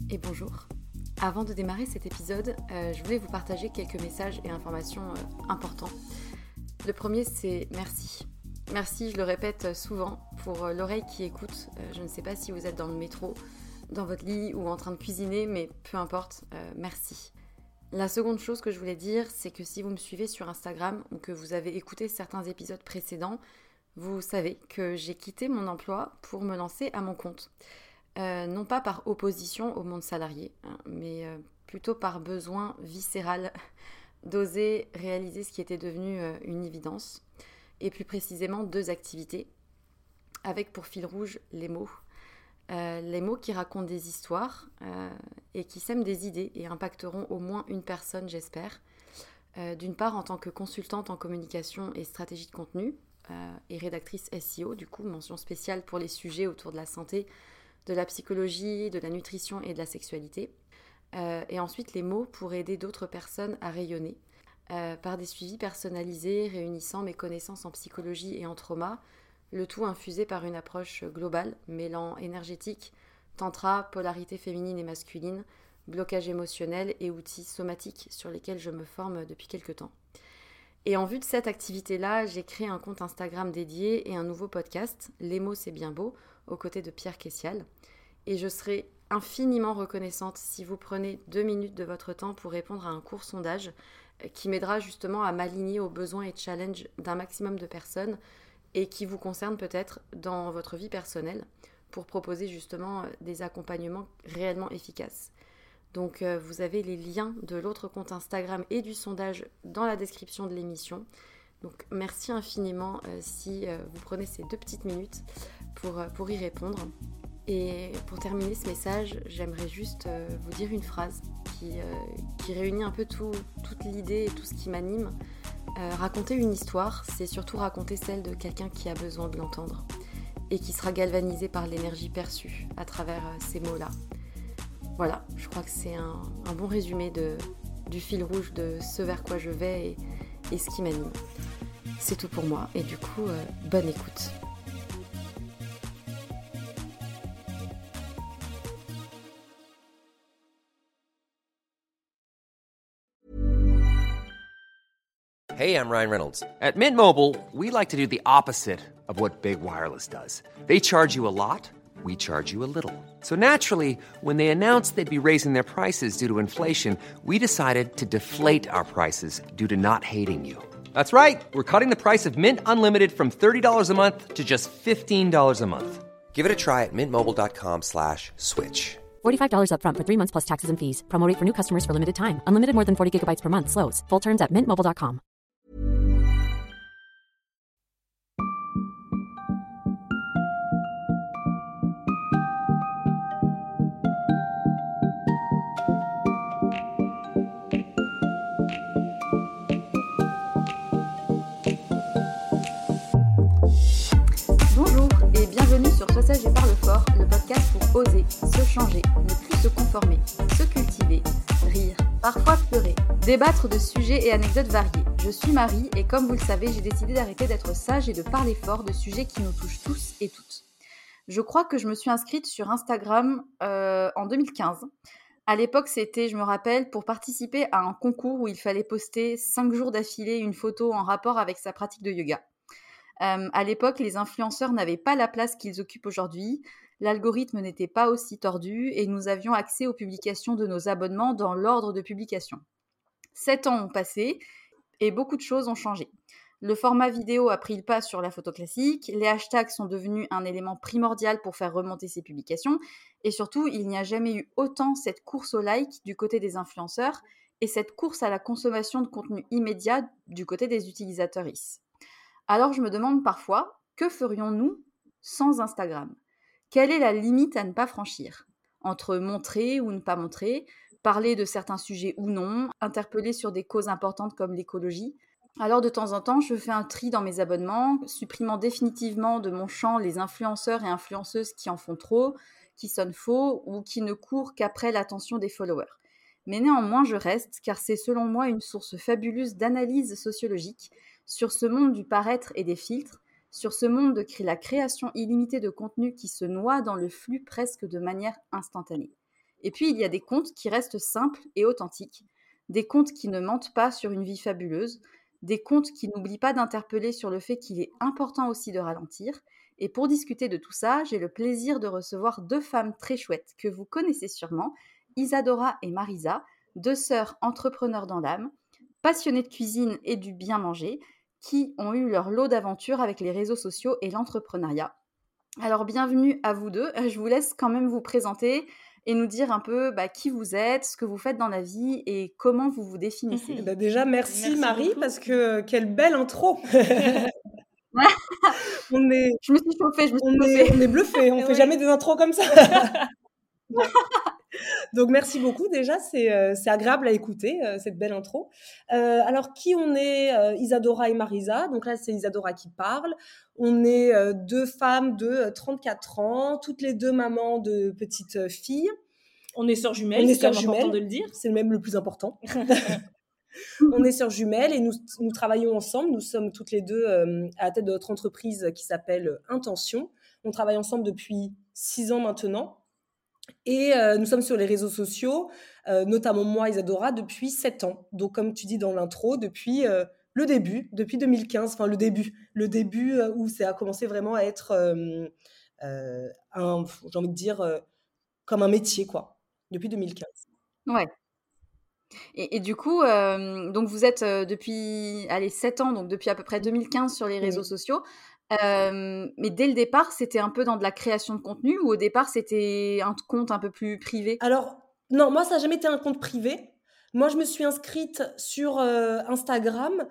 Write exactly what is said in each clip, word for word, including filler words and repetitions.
et bonjour. Avant de démarrer cet épisode, euh, je voulais vous partager quelques messages et informations euh, importants. Le premier, c'est merci. Merci, je le répète souvent, pour euh, l'oreille qui écoute. Euh, je ne sais pas si vous êtes dans le métro, dans votre lit ou en train de cuisiner, mais peu importe, euh, merci. La seconde chose que je voulais dire, c'est que si vous me suivez sur Instagram ou que vous avez écouté certains épisodes précédents, vous savez que j'ai quitté mon emploi pour me lancer à mon compte. Euh, non pas par opposition au monde salarié, hein, mais euh, plutôt par besoin viscéral d'oser réaliser ce qui était devenu euh, une évidence, et plus précisément deux activités, avec pour fil rouge les mots. Euh, les mots qui racontent des histoires euh, et qui sèment des idées et impacteront au moins une personne, j'espère. Euh, d'une part, en tant que consultante en communication et stratégie de contenu, euh, et rédactrice S E O, du coup, mention spéciale pour les sujets autour de la santé, de la psychologie, de la nutrition et de la sexualité. Euh, et ensuite, les mots pour aider d'autres personnes à rayonner, euh, par des suivis personnalisés réunissant mes connaissances en psychologie et en trauma, le tout infusé par une approche globale, mêlant énergétique, tantra, polarité féminine et masculine, blocage émotionnel et outils somatiques sur lesquels je me forme depuis quelques temps. Et en vue de cette activité-là, j'ai créé un compte Instagram dédié et un nouveau podcast, Les mots c'est bien beau, aux côtés de Pierre Kessial. Et je serai infiniment reconnaissante si vous prenez deux minutes de votre temps pour répondre à un court sondage qui m'aidera justement à m'aligner aux besoins et challenges d'un maximum de personnes et qui vous concerne peut-être dans votre vie personnelle pour proposer justement des accompagnements réellement efficaces. Donc euh, vous avez les liens de l'autre compte Instagram et du sondage dans la description de l'émission. Donc merci infiniment euh, si euh, vous prenez ces deux petites minutes pour, euh, pour y répondre. Et pour terminer ce message, j'aimerais juste euh, vous dire une phrase qui, euh, qui réunit un peu tout, toute l'idée et tout ce qui m'anime. Euh, raconter une histoire, c'est surtout raconter celle de quelqu'un qui a besoin de l'entendre et qui sera galvanisé par l'énergie perçue à travers euh, ces mots-là. Voilà, je crois que c'est un, un bon résumé de, du fil rouge de ce vers quoi je vais et, et ce qui m'anime. C'est tout pour moi et du coup, euh, bonne écoute. Hey, I'm Ryan Reynolds. At Mint Mobile, we like to do the opposite of what Big Wireless does. They charge you a lot, we charge you a little. So naturally, when they announced they'd be raising their prices due to inflation, we decided to deflate our prices due to not hating you. That's right. We're cutting the price of Mint Unlimited from thirty dollars a month to just fifteen dollars a month. Give it a try at mintmobile.com slash switch. forty-five dollars up front for three months plus taxes and fees. Promo rate for new customers for limited time. Unlimited more than forty gigabytes per month. Slows full terms at mint mobile dot com. Bonjour et bienvenue sur Sois sage et parle fort, le podcast pour oser, se changer, ne plus se conformer, se cultiver, rire, parfois pleurer, débattre de sujets et anecdotes variés. Je suis Marie et comme vous le savez, j'ai décidé d'arrêter d'être sage et de parler fort de sujets qui nous touchent tous et toutes. Je crois que je me suis inscrite sur Instagram euh, en deux mille quinze. À l'époque, c'était, je me rappelle, pour participer à un concours où il fallait poster cinq jours d'affilée une photo en rapport avec sa pratique de yoga. Euh, à l'époque, les influenceurs n'avaient pas la place qu'ils occupent aujourd'hui, l'algorithme n'était pas aussi tordu et nous avions accès aux publications de nos abonnements dans l'ordre de publication. Sept ans ont passé et beaucoup de choses ont changé. Le format vidéo a pris le pas sur la photo classique, les hashtags sont devenus un élément primordial pour faire remonter ces publications et surtout, il n'y a jamais eu autant cette course au like du côté des influenceurs et cette course à la consommation de contenu immédiat du côté des utilisateurs. Alors je me demande parfois, que ferions-nous sans Instagram ? Quelle est la limite à ne pas franchir ? Entre montrer ou ne pas montrer, parler de certains sujets ou non, interpeller sur des causes importantes comme l'écologie. Alors de temps en temps, je fais un tri dans mes abonnements, supprimant définitivement de mon champ les influenceurs et influenceuses qui en font trop, qui sonnent faux ou qui ne courent qu'après l'attention des followers. Mais néanmoins, je reste, car c'est selon moi une source fabuleuse d'analyse sociologique sur ce monde du paraître et des filtres, sur ce monde de la création illimitée de contenu qui se noie dans le flux presque de manière instantanée. Et puis, il y a des comptes qui restent simples et authentiques, des comptes qui ne mentent pas sur une vie fabuleuse, des comptes qui n'oublient pas d'interpeller sur le fait qu'il est important aussi de ralentir. Et pour discuter de tout ça, j'ai le plaisir de recevoir deux femmes très chouettes que vous connaissez sûrement, Isadora et Marisa, deux sœurs entrepreneurs dans l'âme, passionnées de cuisine et du bien manger, qui ont eu leur lot d'aventures avec les réseaux sociaux et l'entrepreneuriat. Alors bienvenue à vous deux, je vous laisse quand même vous présenter et nous dire un peu bah, qui vous êtes, ce que vous faites dans la vie et comment vous vous définissez. Eh ben déjà, merci, Merci Marie, beaucoup. parce que quelle belle intro. on est, Je me suis chauffée, je me suis on chauffée. est, on est bluffés, on Oui. fait jamais des intros comme ça. Donc merci beaucoup déjà, c'est, euh, c'est agréable à écouter euh, cette belle intro. Euh, alors qui on est, euh, Isadora et Marisa, donc là c'est Isadora qui parle. On est euh, deux femmes de euh, trente-quatre ans, toutes les deux mamans de petites euh, filles. On est sœurs jumelles, On est c'est quand sœurs même important jumelles. de le dire. C'est même le plus important. On est sœurs jumelles et nous, nous travaillons ensemble. Nous sommes toutes les deux euh, à la tête de notre entreprise qui s'appelle Intention. On travaille ensemble depuis six ans maintenant. Et euh, nous sommes sur les réseaux sociaux, euh, notamment moi, Isadora, depuis sept ans. Donc, comme tu dis dans l'intro, depuis euh, le début, depuis deux mille quinze, enfin le début, le début euh, où ça a commencé vraiment à être, euh, euh, un, j'ai envie de dire, euh, comme un métier, quoi, depuis deux mille quinze. Ouais. Et, et du coup, euh, donc vous êtes euh, depuis allez, sept ans, donc depuis à peu près deux mille quinze sur les réseaux Oui. sociaux. Euh, mais dès le départ, c'était un peu dans de la création de contenu ou au départ, c'était un compte un peu plus privé? Alors, non, moi, ça n'a jamais été un compte privé. Moi, je me suis inscrite sur euh, Instagram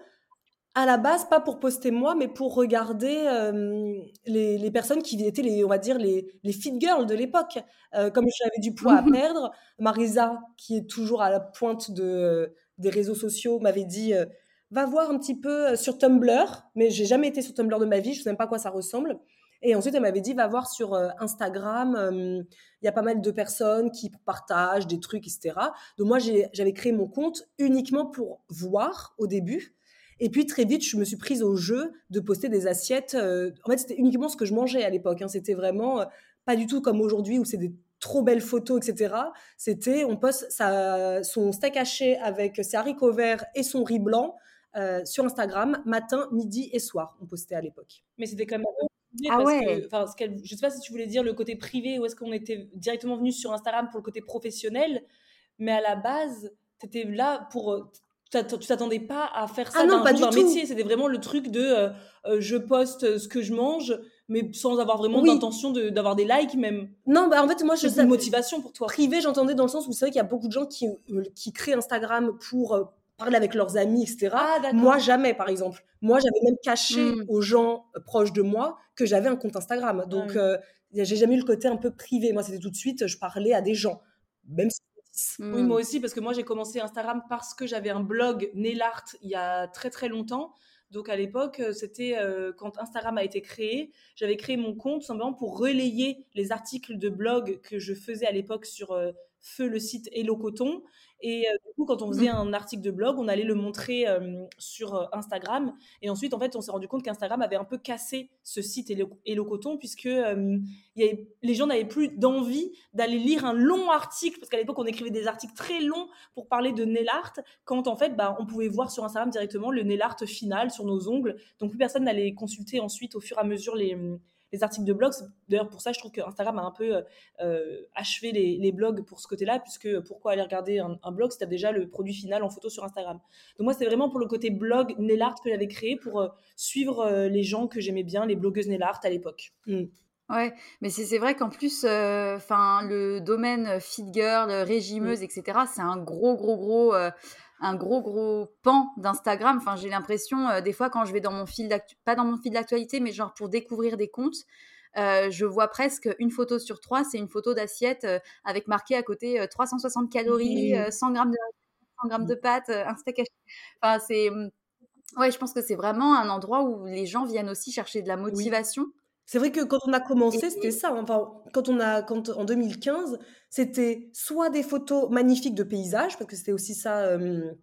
à la base, pas pour poster moi, mais pour regarder euh, les, les personnes qui étaient, les, on va dire, les, les fit girls de l'époque. Euh, comme j'avais du poids à perdre, Marisa, qui est toujours à la pointe de, des réseaux sociaux, m'avait dit euh, va voir un petit peu sur Tumblr, mais j'ai jamais été sur Tumblr de ma vie, je ne sais même pas à quoi ça ressemble. Et ensuite, elle m'avait dit va voir sur euh, Instagram, il euh, y a pas mal de personnes qui partagent des trucs, et cetera. Donc moi, j'ai, j'avais créé mon compte uniquement pour voir au début. Et puis, très vite, je me suis prise au jeu de poster des assiettes. Euh, en fait, c'était uniquement ce que je mangeais à l'époque. Hein. C'était vraiment euh, pas du tout comme aujourd'hui où c'est des trop belles photos, et cetera. C'était, on poste sa, son steak haché avec ses haricots verts et son riz blanc euh, sur Instagram, matin, midi et soir. On postait à l'époque. Mais c'était quand même privé Ah parce ouais. que, enfin, ce qu'elle- je sais pas si tu voulais dire le côté privé ou est-ce qu'on était directement venu sur Instagram pour le côté professionnel, mais à la base, t'étais là pour, euh, t'att- tu t'attendais pas à faire ça Ah non, d'un pas jour du d'un tout. métier. C'était vraiment le truc de, euh, euh, je poste ce que je mange, mais sans avoir vraiment Oui. d'intention de, d'avoir des likes même. Non, bah en fait, moi, je C'est sais. une motivation pour toi. Privé, j'entendais dans le sens où c'est vrai qu'il y a beaucoup de gens qui, euh, qui créent Instagram pour euh, parler avec leurs amis, et cetera. Ah, d'accord. Moi, jamais, par exemple. Moi, j'avais même caché Mm. aux gens euh, proches de moi que j'avais un compte Instagram. Donc, Ah oui. euh, j'ai jamais eu le côté un peu privé. Moi, c'était tout de suite, je parlais à des gens, même si c'était Mm. Oui, moi aussi, parce que moi, j'ai commencé Instagram parce que j'avais un blog nail art il y a très très longtemps. Donc à l'époque, euh, c'était euh, quand Instagram a été créé, j'avais créé mon compte simplement pour relayer les articles de blog que je faisais à l'époque sur euh, Feu, le site Hello Coton. Et euh, du coup, quand on faisait un article de blog, on allait le montrer euh, sur euh, Instagram. Et ensuite, en fait, on s'est rendu compte qu'Instagram avait un peu cassé ce site Hello, Hello Coton, puisque euh, il y avait, les gens n'avaient plus d'envie d'aller lire un long article, parce qu'à l'époque, on écrivait des articles très longs pour parler de nail art, quand en fait, bah, on pouvait voir sur Instagram directement le nail art final sur nos ongles. Donc, plus personne n'allait consulter ensuite, au fur et à mesure, les, les articles de blog. C'est d'ailleurs pour ça, je trouve que Instagram a un peu euh, achevé les, les blogs pour ce côté-là, puisque pourquoi aller regarder un, un blog si tu as déjà le produit final en photo sur Instagram. Donc moi, c'était vraiment pour le côté blog nail art que j'avais créé pour euh, suivre euh, les gens que j'aimais bien, les blogueuses nail art à l'époque. Mm. Ouais, mais c'est, c'est vrai qu'en plus, enfin, le domaine fit girl, régimeuse, et cetera, c'est un gros, gros, gros, euh, un gros, gros pan d'Instagram. Enfin, j'ai l'impression, euh, des fois, quand je vais dans mon fil d'actu- pas dans mon fil d'actualité, mais genre pour découvrir des comptes, euh, je vois presque une photo sur trois, c'est une photo d'assiette euh, avec marqué à côté euh, trois cent soixante calories, Oui. euh, cent grammes de, cent grammes de pâtes, euh, un steak haché. Enfin, c'est, ouais, je pense que c'est vraiment un endroit où les gens viennent aussi chercher de la motivation. C'est vrai que quand on a commencé, Et- c'était ça. Enfin, quand on a, quand, en deux mille quinze, c'était soit des photos magnifiques de paysages, parce que c'était aussi ça, euh,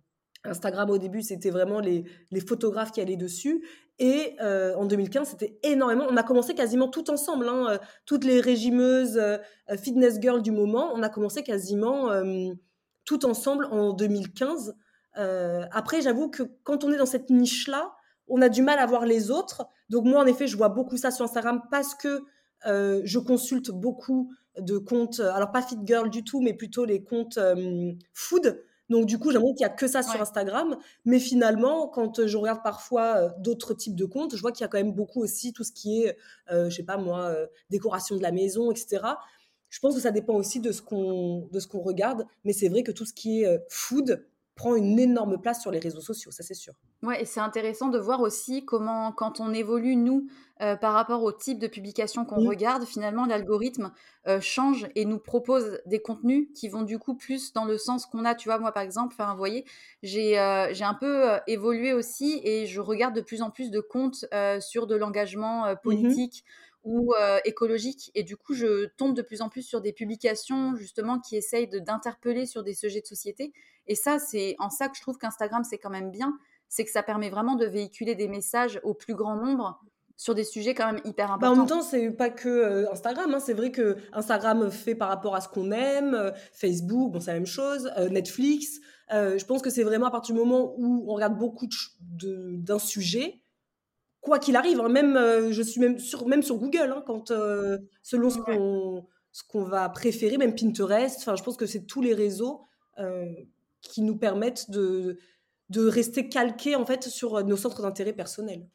Instagram, au début, c'était vraiment les, les photographes qui allaient dessus. Et euh, en deux mille quinze, c'était énormément. On a commencé quasiment tout ensemble. Hein, euh, toutes les régimeuses, euh, fitness girls du moment, on a commencé quasiment euh, tout ensemble en deux mille quinze. Euh, après, j'avoue que quand on est dans cette niche-là, on a du mal à voir les autres. Donc moi, en effet, je vois beaucoup ça sur Instagram parce que euh, je consulte beaucoup de comptes, alors pas fit girl du tout, mais plutôt les comptes euh, food. Donc, du coup, j'avoue qu'il n'y a que ça sur Ouais. Instagram. Mais finalement, quand je regarde parfois euh, d'autres types de comptes, je vois qu'il y a quand même beaucoup aussi tout ce qui est, euh, je sais pas moi, euh, décoration de la maison, et cetera. Je pense que ça dépend aussi de ce qu'on, de ce qu'on regarde. Mais c'est vrai que tout ce qui est euh, food prend une énorme place sur les réseaux sociaux, ça c'est sûr. Ouais, et c'est intéressant de voir aussi comment, quand on évolue, nous, euh, par rapport au type de publication qu'on Mmh. regarde, finalement, l'algorithme euh, change et nous propose des contenus qui vont du coup plus dans le sens qu'on a. Tu vois, moi, par exemple, enfin, vous voyez, j'ai euh, j'ai un peu euh, évolué aussi et je regarde de plus en plus de comptes euh, sur de l'engagement euh, Mmh. politique ou euh, écologique. Et du coup, je tombe de plus en plus sur des publications, justement, qui essayent de, d'interpeller sur des sujets de société. Et ça, c'est en ça que je trouve qu'Instagram, c'est quand même bien. C'est que ça permet vraiment de véhiculer des messages au plus grand nombre sur des sujets quand même hyper Bah, en même importants. temps, c'est pas que euh, Instagram. Hein. C'est vrai que Instagram fait par rapport à ce qu'on aime. euh, Facebook, bon, c'est la même chose. euh, Netflix. Euh, je pense que c'est vraiment à partir du moment où on regarde beaucoup de ch- de- d'un sujet, quoi qu'il arrive. Hein, même, euh, je suis même sur, même sur Google, hein, quand, euh, selon ce Ouais. qu'on, ce qu'on va préférer, même Pinterest. Enfin, je pense que c'est tous les réseaux euh, qui nous permettent de, de rester calqués en fait sur nos centres d'intérêt personnels.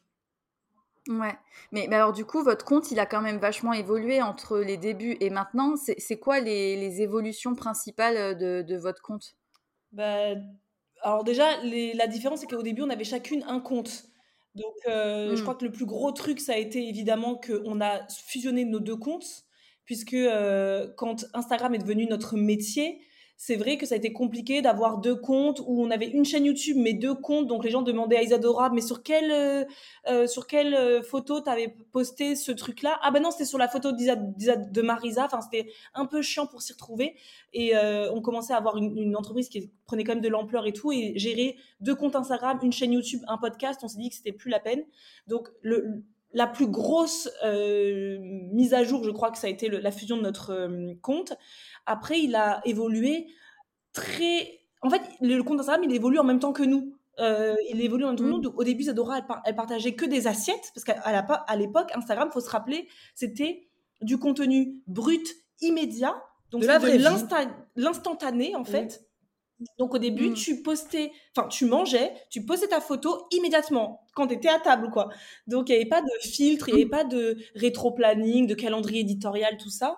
Ouais. Mais, mais alors du coup, votre compte, il a quand même vachement évolué entre les débuts et maintenant. C'est, c'est quoi les, les évolutions principales de, de votre compte? Bah, alors déjà, les- la différence, c'est qu'au début, on avait chacune un compte. Donc, euh, je Hmm. crois que le plus gros truc, ça a été évidemment qu'on a fusionné nos deux comptes, puisque euh, quand Instagram est devenu notre métier, c'est vrai que ça a été compliqué d'avoir deux comptes où on avait une chaîne YouTube, mais deux comptes. Donc, les gens demandaient à Isadora, mais sur quelle, euh, euh, sur quelle euh, photo t'avais posté ce truc-là? Ah ben non, c'était sur la photo d'Isa- d'Isa- de Marisa. Enfin, c'était un peu chiant pour s'y retrouver. Et euh, on commençait à avoir une, une entreprise qui prenait quand même de l'ampleur et tout, et gérer deux comptes Instagram, une chaîne YouTube, un podcast, on s'est dit que c'était plus la peine. Donc le, la plus grosse euh, mise à jour, je crois que ça a été le, la fusion de notre euh, compte. Après, il a évolué très... En fait, le, le compte Instagram, il évolue en même temps que nous. Euh, il évolue en même temps que nous. Hmm. Donc, au début, Zadora, elle, par- elle partageait que des assiettes, parce qu'à à la- à l'époque, Instagram, faut se rappeler, c'était du contenu brut, immédiat. Donc, De la c'était de vraie vie. l'insta- l'instantané, en Oui. fait. Donc, au début, Hmm. tu postais, enfin, tu mangeais, tu postais ta photo immédiatement, quand tu étais à table, quoi. Donc, il n'y avait pas de filtre, il n'y avait pas de rétro-planning, de calendrier éditorial, tout ça.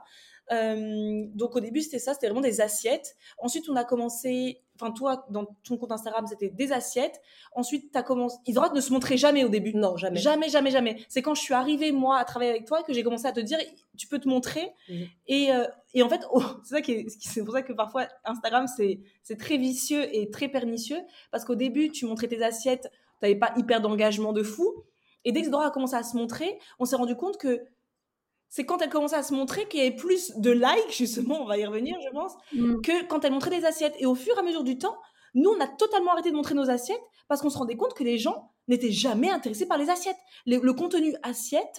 Euh, donc, au début, c'était ça, c'était vraiment des assiettes. Ensuite, on a commencé, enfin, toi, dans ton compte Instagram, c'était des assiettes. Ensuite, tu as commencé. Isidora ne se montrait jamais au début. Non, jamais. Jamais, jamais, jamais. C'est quand je suis arrivée, moi, à travailler avec toi, que j'ai commencé à te dire, tu peux te montrer. Mhm. Et, euh, et en fait, oh, c'est, ça qui est, c'est pour ça que parfois, Instagram, c'est, c'est très vicieux et très pernicieux. Parce qu'au début, tu montrais tes assiettes, tu n'avais pas hyper d'engagement de fou. Et dès que Isidora a commencé à se montrer, on s'est rendu compte que c'est quand elle commençait à se montrer qu'il y avait plus de likes, justement, on va y revenir, je pense, Hmm. que quand elle montrait des assiettes. Et au fur et à mesure du temps, nous, on a totalement arrêté de montrer nos assiettes parce qu'on se rendait compte que les gens n'étaient jamais intéressés par les assiettes. Le, le contenu assiette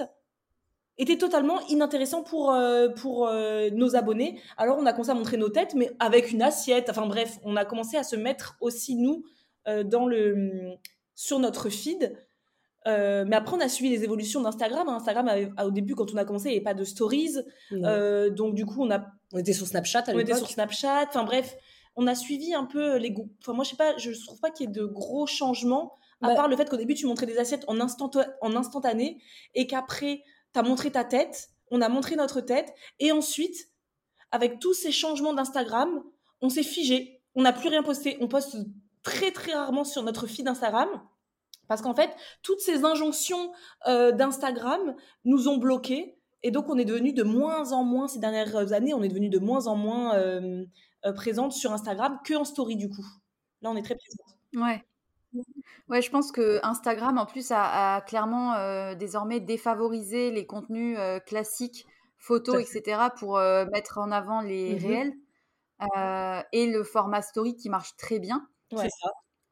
était totalement inintéressant pour, euh, pour euh, nos abonnés. Alors, on a commencé à montrer nos têtes, mais avec une assiette. Enfin bref, on a commencé à se mettre aussi, nous, euh, dans le, sur notre feed. Euh, mais après, on a suivi les évolutions d'Instagram. Instagram, avait, au début, quand on a commencé, il n'y avait pas de stories. Euh, donc, du coup, on, a, on était sur Snapchat à on l'époque. était sur Snapchat. Enfin, bref, on a suivi un peu les... Enfin, moi, je sais pas, je ne trouve pas qu'il y ait de gros changements, à bah, part le fait qu'au début, tu montrais des assiettes en, instant... en instantané et qu'après, tu as montré ta tête, on a montré notre tête. Et ensuite, avec tous ces changements d'Instagram, on s'est figé. On n'a plus rien posté. On poste très, très rarement sur notre feed Instagram. Parce qu'en fait, toutes ces injonctions euh, d'Instagram nous ont bloqués. Et donc, on est devenu de moins en moins, ces dernières années, on est devenu de moins en moins euh, euh, présente sur Instagram que en story, du coup. Là, on est très présente. Ouais. Ouais, je pense que Instagram, en plus, a, a clairement euh, désormais défavorisé les contenus euh, classiques, tout photos, à fait. et cetera, pour euh, mettre en avant les Mhm. réels euh, et le format story qui marche très bien. C'est ça.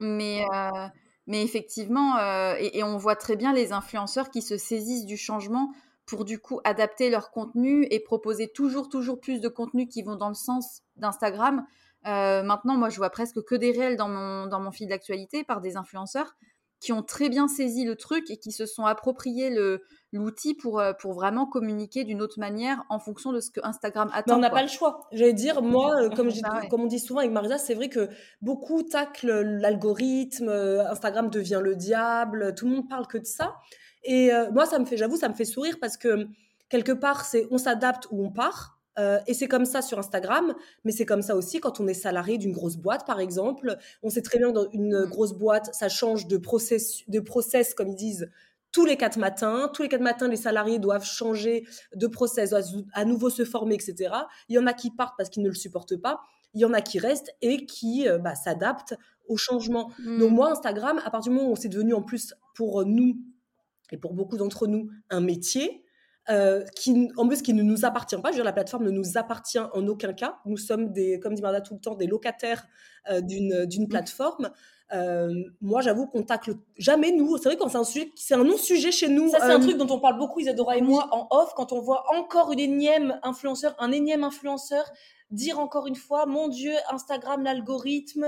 Mais, euh, mais effectivement, euh, et, et on voit très bien les influenceurs qui se saisissent du changement pour du coup adapter leur contenu et proposer toujours, toujours plus de contenus qui vont dans le sens d'Instagram. Euh, maintenant, moi, je vois presque que des réels dans mon, dans mon fil d'actualité par des influenceurs qui ont très bien saisi le truc et qui se sont appropriés le, l'outil pour, euh, pour vraiment communiquer d'une autre manière en fonction de ce que Instagram Mais attend. on n'a quoi. pas le choix. J'allais dire, moi, euh, comme, je dis- Bah ouais. comme on dit souvent avec Marisa, c'est vrai que beaucoup taclent l'algorithme, euh, Instagram devient le diable, tout le monde parle que de ça. Et euh, moi, ça me fait, j'avoue, ça me fait sourire parce que quelque part, c'est on s'adapte ou on part. Euh, et c'est comme ça sur Instagram, mais c'est comme ça aussi quand on est salarié d'une grosse boîte, par exemple. On sait très bien que dans une Mm. grosse boîte, ça change de process, de process, comme ils disent, tous les quatre matins. Tous les quatre matins, les salariés doivent changer de process, doivent à nouveau se former, et cetera. Il y en a qui partent parce qu'ils ne le supportent pas. Il y en a qui restent et qui euh, bah, s'adaptent au changement. Mm. Donc moi, Instagram, à partir du moment où c'est devenu en plus pour nous, et pour beaucoup d'entre nous, un métier, euh, qui, en plus qui ne nous appartient pas. Je veux dire, la plateforme ne nous appartient en aucun cas. Nous sommes, des, comme dit Marda tout le temps, des locataires euh, d'une, d'une plateforme. Euh, moi, j'avoue qu'on tacle jamais nous. C'est vrai que c'est un sujet, c'est un non-sujet chez nous. Ça, c'est euh, un truc dont on parle beaucoup, Isadora et oui. moi, en off, quand on voit encore une énième influenceur, un énième influenceur dire encore une fois, mon Dieu, Instagram, l'algorithme,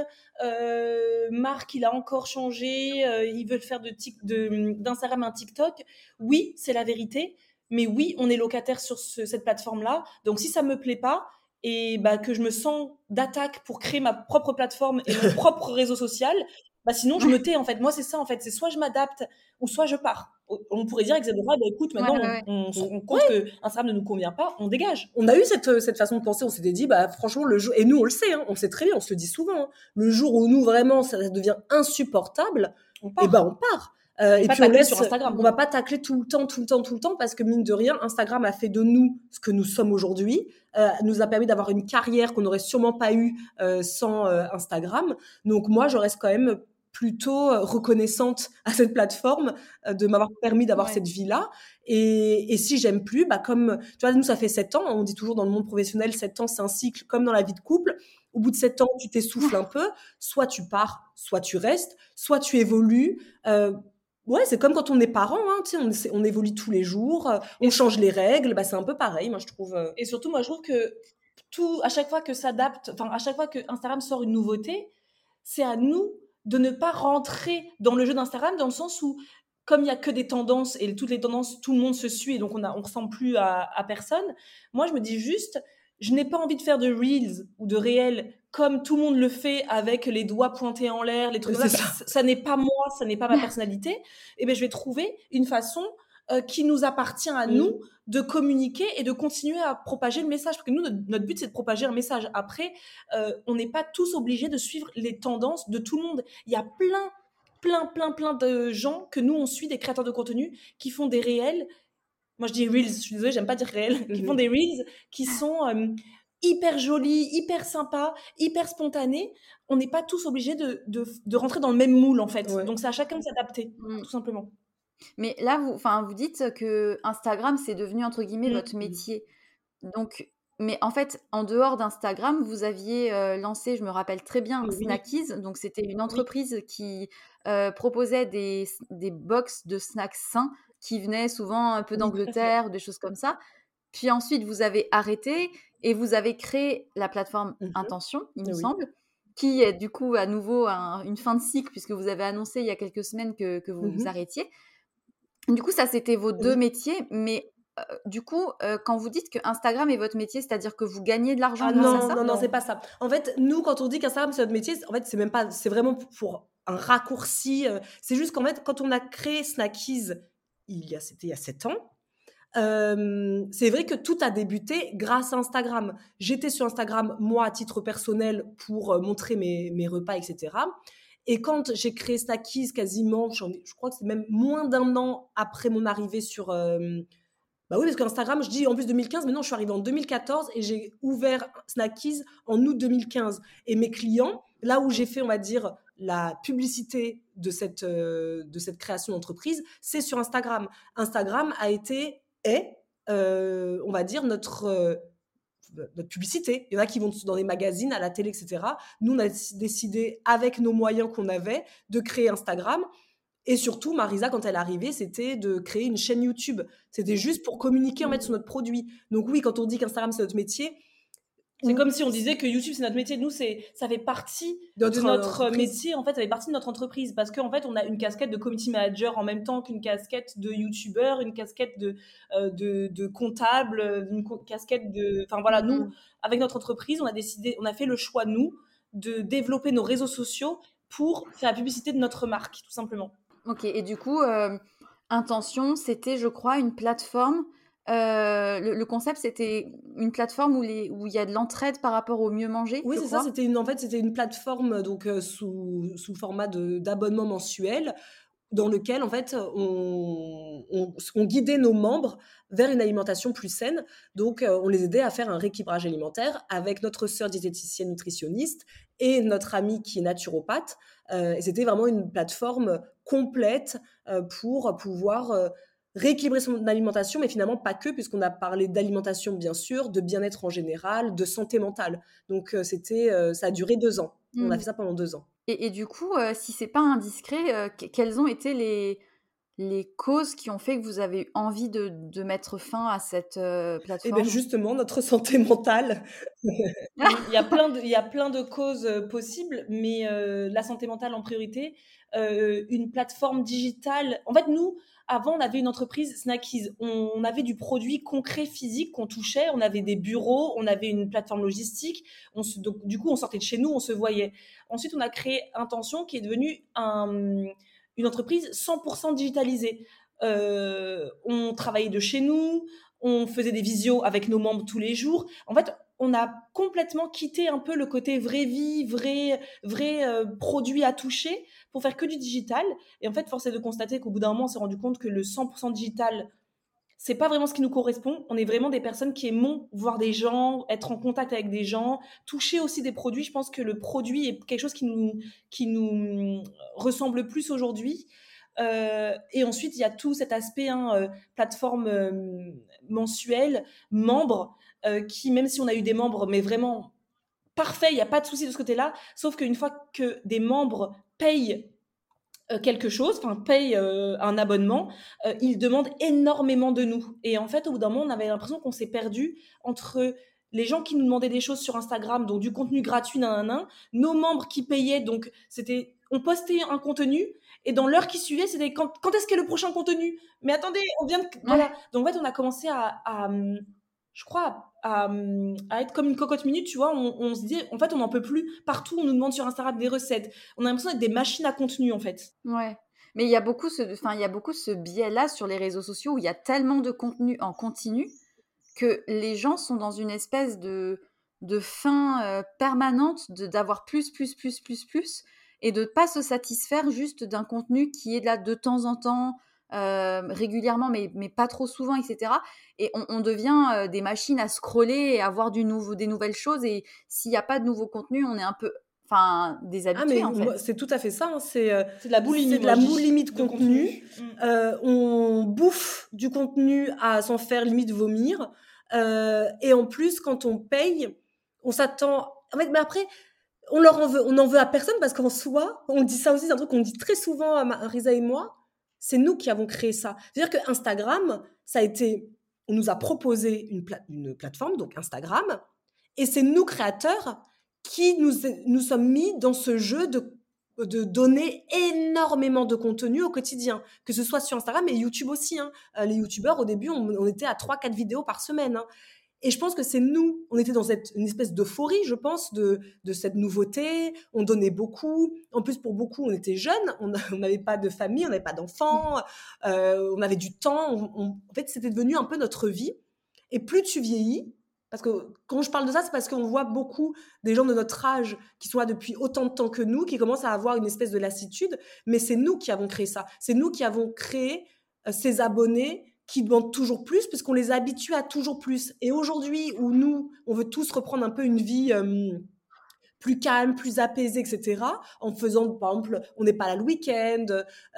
euh, Marc, il a encore changé, euh, ils veulent faire de tic, de, d'Instagram un TikTok. Oui, c'est la vérité, mais oui, on est locataire sur ce, cette plateforme-là. Donc, si ça me plaît pas, et bah, que je me sens d'attaque pour créer ma propre plateforme et mon propre réseau social, bah sinon je me tais en fait. Moi c'est ça en fait, c'est soit je m'adapte ou soit je pars. On pourrait dire avec Zedora, bah écoute, maintenant Ouais, ouais, ouais. on, on se rend compte que Instagram ne nous convient pas, on dégage. On a eu cette, cette façon de penser, on s'était dit, bah franchement, le jour, et nous on le sait, hein, on sait très bien, on se le dit souvent, hein, le jour où nous vraiment ça devient insupportable, On et part. bah on part. Euh, et Pas puis on tacler laisse, sur Instagram. on va pas tacler tout le temps, tout le temps, tout le temps, parce que mine de rien, Instagram a fait de nous ce que nous sommes aujourd'hui, euh, nous a permis d'avoir une carrière qu'on n'aurait sûrement pas eue euh, sans euh, Instagram. Donc moi, je reste quand même plutôt reconnaissante à cette plateforme euh, de m'avoir permis d'avoir Ouais. cette vie-là. Et, et si j'aime plus, bah comme, tu vois, nous ça fait sept ans, on dit toujours dans le monde professionnel, sept ans c'est un cycle comme dans la vie de couple. Au bout de sept ans, tu t'essouffles un peu, soit tu pars, soit tu restes, soit tu évolues. Euh, Ouais, c'est comme quand on est parent, hein, tu sais, on, on évolue tous les jours, euh, on change les règles, bah c'est un peu pareil, moi je trouve. euh. Et surtout, moi je trouve que tout, à chaque fois que s'adapte, enfin à chaque fois que Instagram sort une nouveauté, c'est à nous de ne pas rentrer dans le jeu d'Instagram dans le sens où comme il n'y a que des tendances et toutes les tendances, tout le monde se suit et donc on ne on ressemble plus à, à personne. Moi, je me dis juste, je n'ai pas envie de faire de reels ou de réels comme tout le monde le fait avec les doigts pointés en l'air, les trucs C'est comme ça. ça. Ça, ça n'est pas moi, ça n'est pas ma personnalité. Et bien, je vais trouver une façon euh, qui nous appartient à Mm. nous de communiquer et de continuer à propager le message. Parce que nous, notre, notre but, c'est de propager un message. Après, euh, on n'est pas tous obligés de suivre les tendances de tout le monde. Il y a plein, plein, plein, plein de gens que nous, on suit, des créateurs de contenu, qui font des réels. Moi, je dis reels, je suis désolée, j'aime pas dire réels. Qui Mhm. font des reels qui sont euh, hyper jolis, hyper sympas, hyper spontanés. On n'est pas tous obligés de, de, de rentrer dans le même moule, en fait. Ouais. Donc, c'est à chacun de s'adapter, Mm. tout simplement. Mais là, vous, enfin, vous dites que Instagram, c'est devenu, entre guillemets, Mm. votre métier. Donc, mais en fait, en dehors d'Instagram, vous aviez euh, lancé, je me rappelle très bien, Oui. Snackies. Donc, c'était une entreprise qui euh, proposait des, des box de snacks sains qui venaient souvent un peu Oui, tout à d'Angleterre, des choses comme ça. Puis ensuite, vous avez arrêté et vous avez créé la plateforme Mhm. Intention, il me Oui. semble, qui est du coup à nouveau un- une fin de cycle puisque vous avez annoncé il y a quelques semaines que, que vous Mhm. vous arrêtiez. Du coup, ça, c'était vos deux Oui. métiers, mais euh, du coup, euh, quand vous dites que Instagram est votre métier, c'est-à-dire que vous gagnez de l'argent Ah grâce non, à ça? non, non, Non. c'est pas ça. En fait, nous, quand on dit qu'Instagram, c'est notre métier, en fait, c'est même pas, c'est vraiment pour un raccourci. euh, C'est juste qu'en fait, quand on a créé Snackies, il y a, c'était il y a sept ans, euh, c'est vrai que tout a débuté grâce à Instagram. J'étais sur Instagram, moi, à titre personnel, pour euh, montrer mes, mes repas, et cetera. Et quand j'ai créé Snackies, quasiment, j'en ai- je crois que c'est même moins d'un an après mon arrivée sur... euh, bah oui, parce qu'Instagram, je dis en plus deux mille quinze, mais non, je suis arrivée en deux mille quatorze et j'ai ouvert Snackies en août deux mille quinze. Et mes clients, là où j'ai fait, on va dire, la publicité de cette, euh, de cette création d'entreprise, c'est sur Instagram. Instagram a été, est, euh, on va dire, notre... euh, notre publicité. Il y en a qui vont dans des magazines, à la télé, et cetera. Nous, on a décidé, avec nos moyens qu'on avait, de créer Instagram. Et surtout, Marisa, quand elle est arrivée, c'était de créer une chaîne YouTube. C'était juste pour communiquer en fait, sur notre produit. Donc oui, quand on dit qu'Instagram, c'est notre métier... C'est comme si on disait que YouTube, c'est notre métier. Nous, c'est, ça fait partie Notre de notre entreprise. métier. En fait, ça fait partie de notre entreprise. Parce qu'en fait, on a une casquette de community manager en même temps qu'une casquette de YouTuber, une casquette de, euh, de, de comptable, une co- casquette de... Enfin, voilà, nous, avec notre entreprise, on a décidé, on a fait le choix, nous, de développer nos réseaux sociaux pour faire la publicité de notre marque, tout simplement. Ok, et du coup, euh, Intention, c'était, je crois, une plateforme. euh, le, le concept, c'était une plateforme où les, où il y a de l'entraide par rapport au mieux manger. Oui, je c'est crois. ça. C'était une, en fait, c'était une plateforme donc, euh, sous, sous format de, d'abonnement mensuel dans lequel en fait on, on, on guidait nos membres vers une alimentation plus saine. Donc euh, on les aidait à faire un rééquilibrage alimentaire avec notre sœur diététicienne nutritionniste et notre amie qui est naturopathe. Euh, et c'était vraiment une plateforme complète euh, pour pouvoir euh, rééquilibrer son alimentation, mais finalement pas que, puisqu'on a parlé d'alimentation bien sûr, de bien-être en général, de santé mentale. Donc euh, c'était, euh, ça a duré deux ans. On a Mm. fait ça pendant deux ans. Et, et du coup, euh, si c'est pas indiscret, euh, que- quelles ont été les, les causes qui ont fait que vous avez eu envie de, de mettre fin à cette euh, Et plateforme? bien justement, notre santé mentale. Oui, il y a plein de, il y a plein de causes euh, possibles, mais euh, la santé mentale en priorité, euh, une plateforme digitale. En fait, nous, avant, on avait une entreprise Snackies. On, on avait du produit concret, physique qu'on touchait. On avait des bureaux, on avait une plateforme logistique. On se, donc, du coup, on sortait de chez nous, on se voyait. Ensuite, on a créé Intention, qui est devenue un, une entreprise cent pour cent digitalisée. Euh, on travaillait de chez nous, on faisait des visios avec nos membres tous les jours. En fait, on a complètement quitté un peu le côté vraie vie, vrai, vrai euh, produit à toucher pour faire que du digital. Et en fait, force est de constater qu'au bout d'un moment, on s'est rendu compte que le cent pour cent digital, c'est pas vraiment ce qui nous correspond. On est vraiment des personnes qui aimons voir des gens, être en contact avec des gens, toucher aussi des produits. Je pense que le produit est quelque chose qui nous, qui nous ressemble plus aujourd'hui. Euh, et ensuite, il y a tout cet aspect hein, euh, plateforme euh, mensuelle, membres, euh, qui, même si on a eu des membres, mais vraiment parfait, il n'y a pas de souci de ce côté-là, sauf qu'une fois que des membres payent euh, quelque chose, enfin payent euh, un abonnement, euh, ils demandent énormément de nous. Et en fait, au bout d'un moment, on avait l'impression qu'on s'est perdu entre les gens qui nous demandaient des choses sur Instagram, donc du contenu gratuit, nan, nan, nan, nos membres qui payaient, donc c'était, on postait un contenu, et dans l'heure qui suivait, c'était quand, quand est-ce qu'est le prochain contenu? Mais attendez, on vient de... Voilà. Donc en fait, on a commencé à, à je crois, à, à être comme une cocotte minute, tu vois. On, on se dit, en fait, on n'en peut plus. Partout, on nous demande sur Instagram des recettes. On a l'impression d'être des machines à contenu, en fait. Ouais. Mais il y a beaucoup ce, enfin, il y a beaucoup ce biais-là sur les réseaux sociaux où il y a tellement de contenu en continu que les gens sont dans une espèce de, de faim euh, permanente de, d'avoir plus, plus, plus, plus, plus, et de ne pas se satisfaire juste d'un contenu qui est là de temps en temps, euh, régulièrement, mais, mais pas trop souvent, et cetera. Et on, on devient euh, des machines à scroller et à voir du nouveau, des nouvelles choses, et s'il n'y a pas de nouveau contenu, on est un peu... Enfin, déshabitué, ah, mais en fait. Moi, c'est tout à fait ça. Hein. C'est, euh, c'est de la boulimie. C'est de la boulimie de, de contenu. contenu. Mmh. Euh, on bouffe du contenu à s'en faire limite vomir. Euh, et en plus, quand on paye, on s'attend... En fait, mais après, on leur en veut, on en veut à personne parce qu'en soi, on dit ça aussi, c'est un truc qu'on dit très souvent à Marisa et moi, c'est nous qui avons créé ça. C'est-à-dire que Instagram, ça a été... On nous a proposé une, pla- une plateforme, donc Instagram, et c'est nous, créateurs, qui nous, nous sommes mis dans ce jeu de, de donner énormément de contenu au quotidien, que ce soit sur Instagram et YouTube aussi. Hein. Euh, les youtubeurs, au début, on, on était à trois quatre vidéos par semaine. Hein. Et je pense que c'est nous, on était dans cette, une espèce d'euphorie, je pense, de, de cette nouveauté. On donnait beaucoup. En plus, pour beaucoup, on était jeunes, on n'avait pas de famille, on n'avait pas d'enfants, euh, on avait du temps. On, on, en fait, c'était devenu un peu notre vie. Et plus tu vieillis, parce que quand je parle de ça, c'est parce qu'on voit beaucoup des gens de notre âge qui sont là depuis autant de temps que nous, qui commencent à avoir une espèce de lassitude, mais c'est nous qui avons créé ça. C'est nous qui avons créé euh, ces abonnés qui demandent toujours plus, puisqu'on les a habitués à toujours plus. Et aujourd'hui, où nous, on veut tous reprendre un peu une vie... Euh, plus calme, plus apaisé, et cetera. En faisant, par exemple, on n'est pas là le week-end,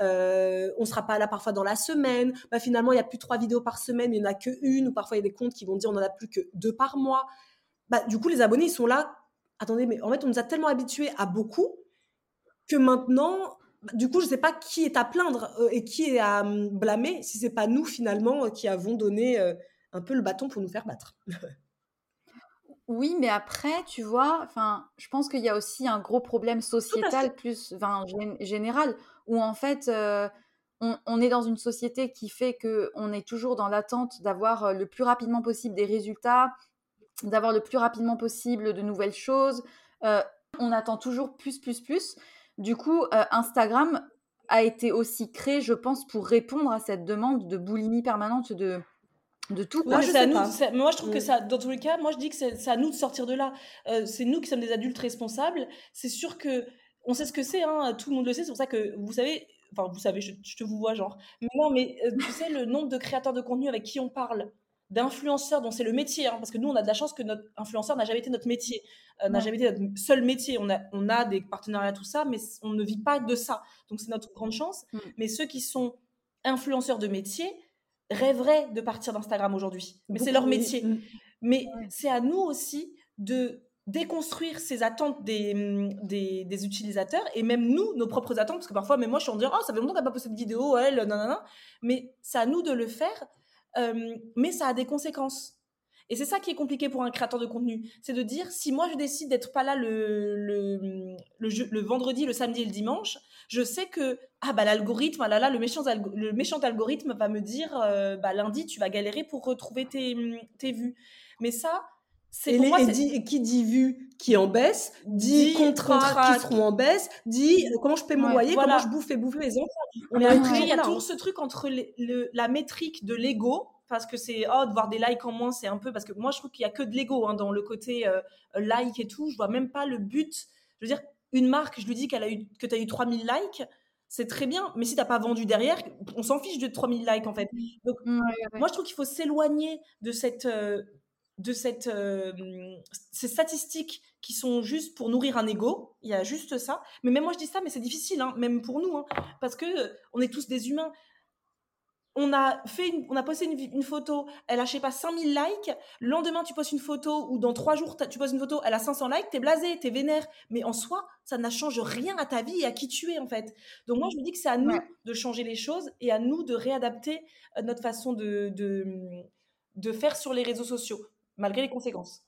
euh, on ne sera pas là parfois dans la semaine. Bah, finalement, il n'y a plus trois vidéos par semaine, il n'y en a qu'une, ou parfois il y a des comptes qui vont dire on n'en a plus que deux par mois. bah, du coup, les abonnés, ils sont là. Attendez, mais en fait, on nous a tellement habitués à beaucoup que maintenant, bah, du coup, je sais pas qui est à plaindre euh, et qui est à hum, blâmer si c'est pas nous, finalement, euh, qui avons donné euh, un peu le bâton pour nous faire battre. Oui, mais après, tu vois, enfin, je pense qu'il y a aussi un gros problème Tout à fait. sociétal plus, enfin, gén- général, où en fait, euh, on, on est dans une société qui fait que on est toujours dans l'attente d'avoir euh, le plus rapidement possible des résultats, d'avoir le plus rapidement possible de nouvelles choses. Euh, on attend toujours plus, plus, plus. Du coup, euh, Instagram a été aussi créé, je pense, pour répondre à cette demande de boulimie permanente de, de tout, Ouais, Non, quoi. mais je c'est à sais nous. pas. c'est- Moi, je trouve que Mm. ça, dans tous les cas, moi, je dis que c'est c'est à nous de sortir de là. Euh, c'est nous qui sommes des adultes responsables. C'est sûr que on sait ce que c'est, hein, tout le monde le sait. C'est pour ça que vous savez, enfin, vous savez, je, je te vous vois, genre. Mais non, mais euh, tu sais, le nombre de créateurs de contenu avec qui on parle, d'influenceurs dont c'est le métier, hein, parce que nous, on a de la chance que notre influenceur n'a jamais été notre métier, euh, n'a Ouais. jamais été notre seul métier. On a, on a des partenariats, tout ça, mais on ne vit pas de ça. Donc, c'est notre grande chance. Mm. Mais ceux qui sont influenceurs de métier rêveraient de partir d'Instagram aujourd'hui. Mais c'est Beaucoup, leur oui. métier. Mm. Mais Ouais. c'est à nous aussi de déconstruire ces attentes des, des, des utilisateurs et même nous, nos propres attentes, parce que parfois, même moi, je suis en train de dire, oh, ça fait longtemps que t'as pas posté de vidéo, elle, nanana. Mais c'est à nous de le faire, euh, mais ça a des conséquences. Et c'est ça qui est compliqué pour un créateur de contenu. C'est de dire, si moi je décide d'être pas là le, le, le, jeu- le vendredi, le samedi et le dimanche, je sais que ah bah l'algorithme, ah là là, le méchant, algo- le méchant algorithme va me dire, euh, bah lundi, tu vas galérer pour retrouver tes, tes vues. Mais ça, c'est Et, pour les, moi, et, c'est dit, et qui dit vues qui en baisse, dit dit contrats qui contrat. seront en baisse, dit euh, comment je paie mon Ouais. loyer, Voilà. comment je bouffe et bouffer mes enfants. On Mais en est après, il toujours y a là. toujours hein. ce truc entre les- le- la métrique de l'ego, parce que c'est, oh, de voir des likes en moins, c'est un peu, parce que moi, je trouve qu'il y a que de l'ego hein, dans le côté euh, like et tout. Je vois même pas le but. Je veux dire, une marque, je lui dis qu'elle a eu, que tu as eu trois mille likes, c'est très bien, mais si t'as pas vendu derrière, on s'en fiche de trois mille likes en fait. Donc, Mm, ouais, ouais. moi, je trouve qu'il faut s'éloigner de cette, euh, de cette, euh, ces statistiques qui sont juste pour nourrir un ego. Il y a juste ça. Mais même moi, je dis ça, mais c'est difficile, hein, même pour nous, hein, parce que euh, on est tous des humains. On a fait, une, on a posté une, une photo, elle a, je sais pas, cinq mille likes. Le lendemain, tu postes une photo, ou dans trois jours, tu postes une photo, elle a cinq cents likes. T'es blasé, t'es vénère. Mais en soi, ça ne change rien à ta vie et à qui tu es, en fait. Donc moi, je me dis que c'est à nous Ouais. de changer les choses et à nous de réadapter euh, notre façon de, de, de faire sur les réseaux sociaux, malgré les conséquences.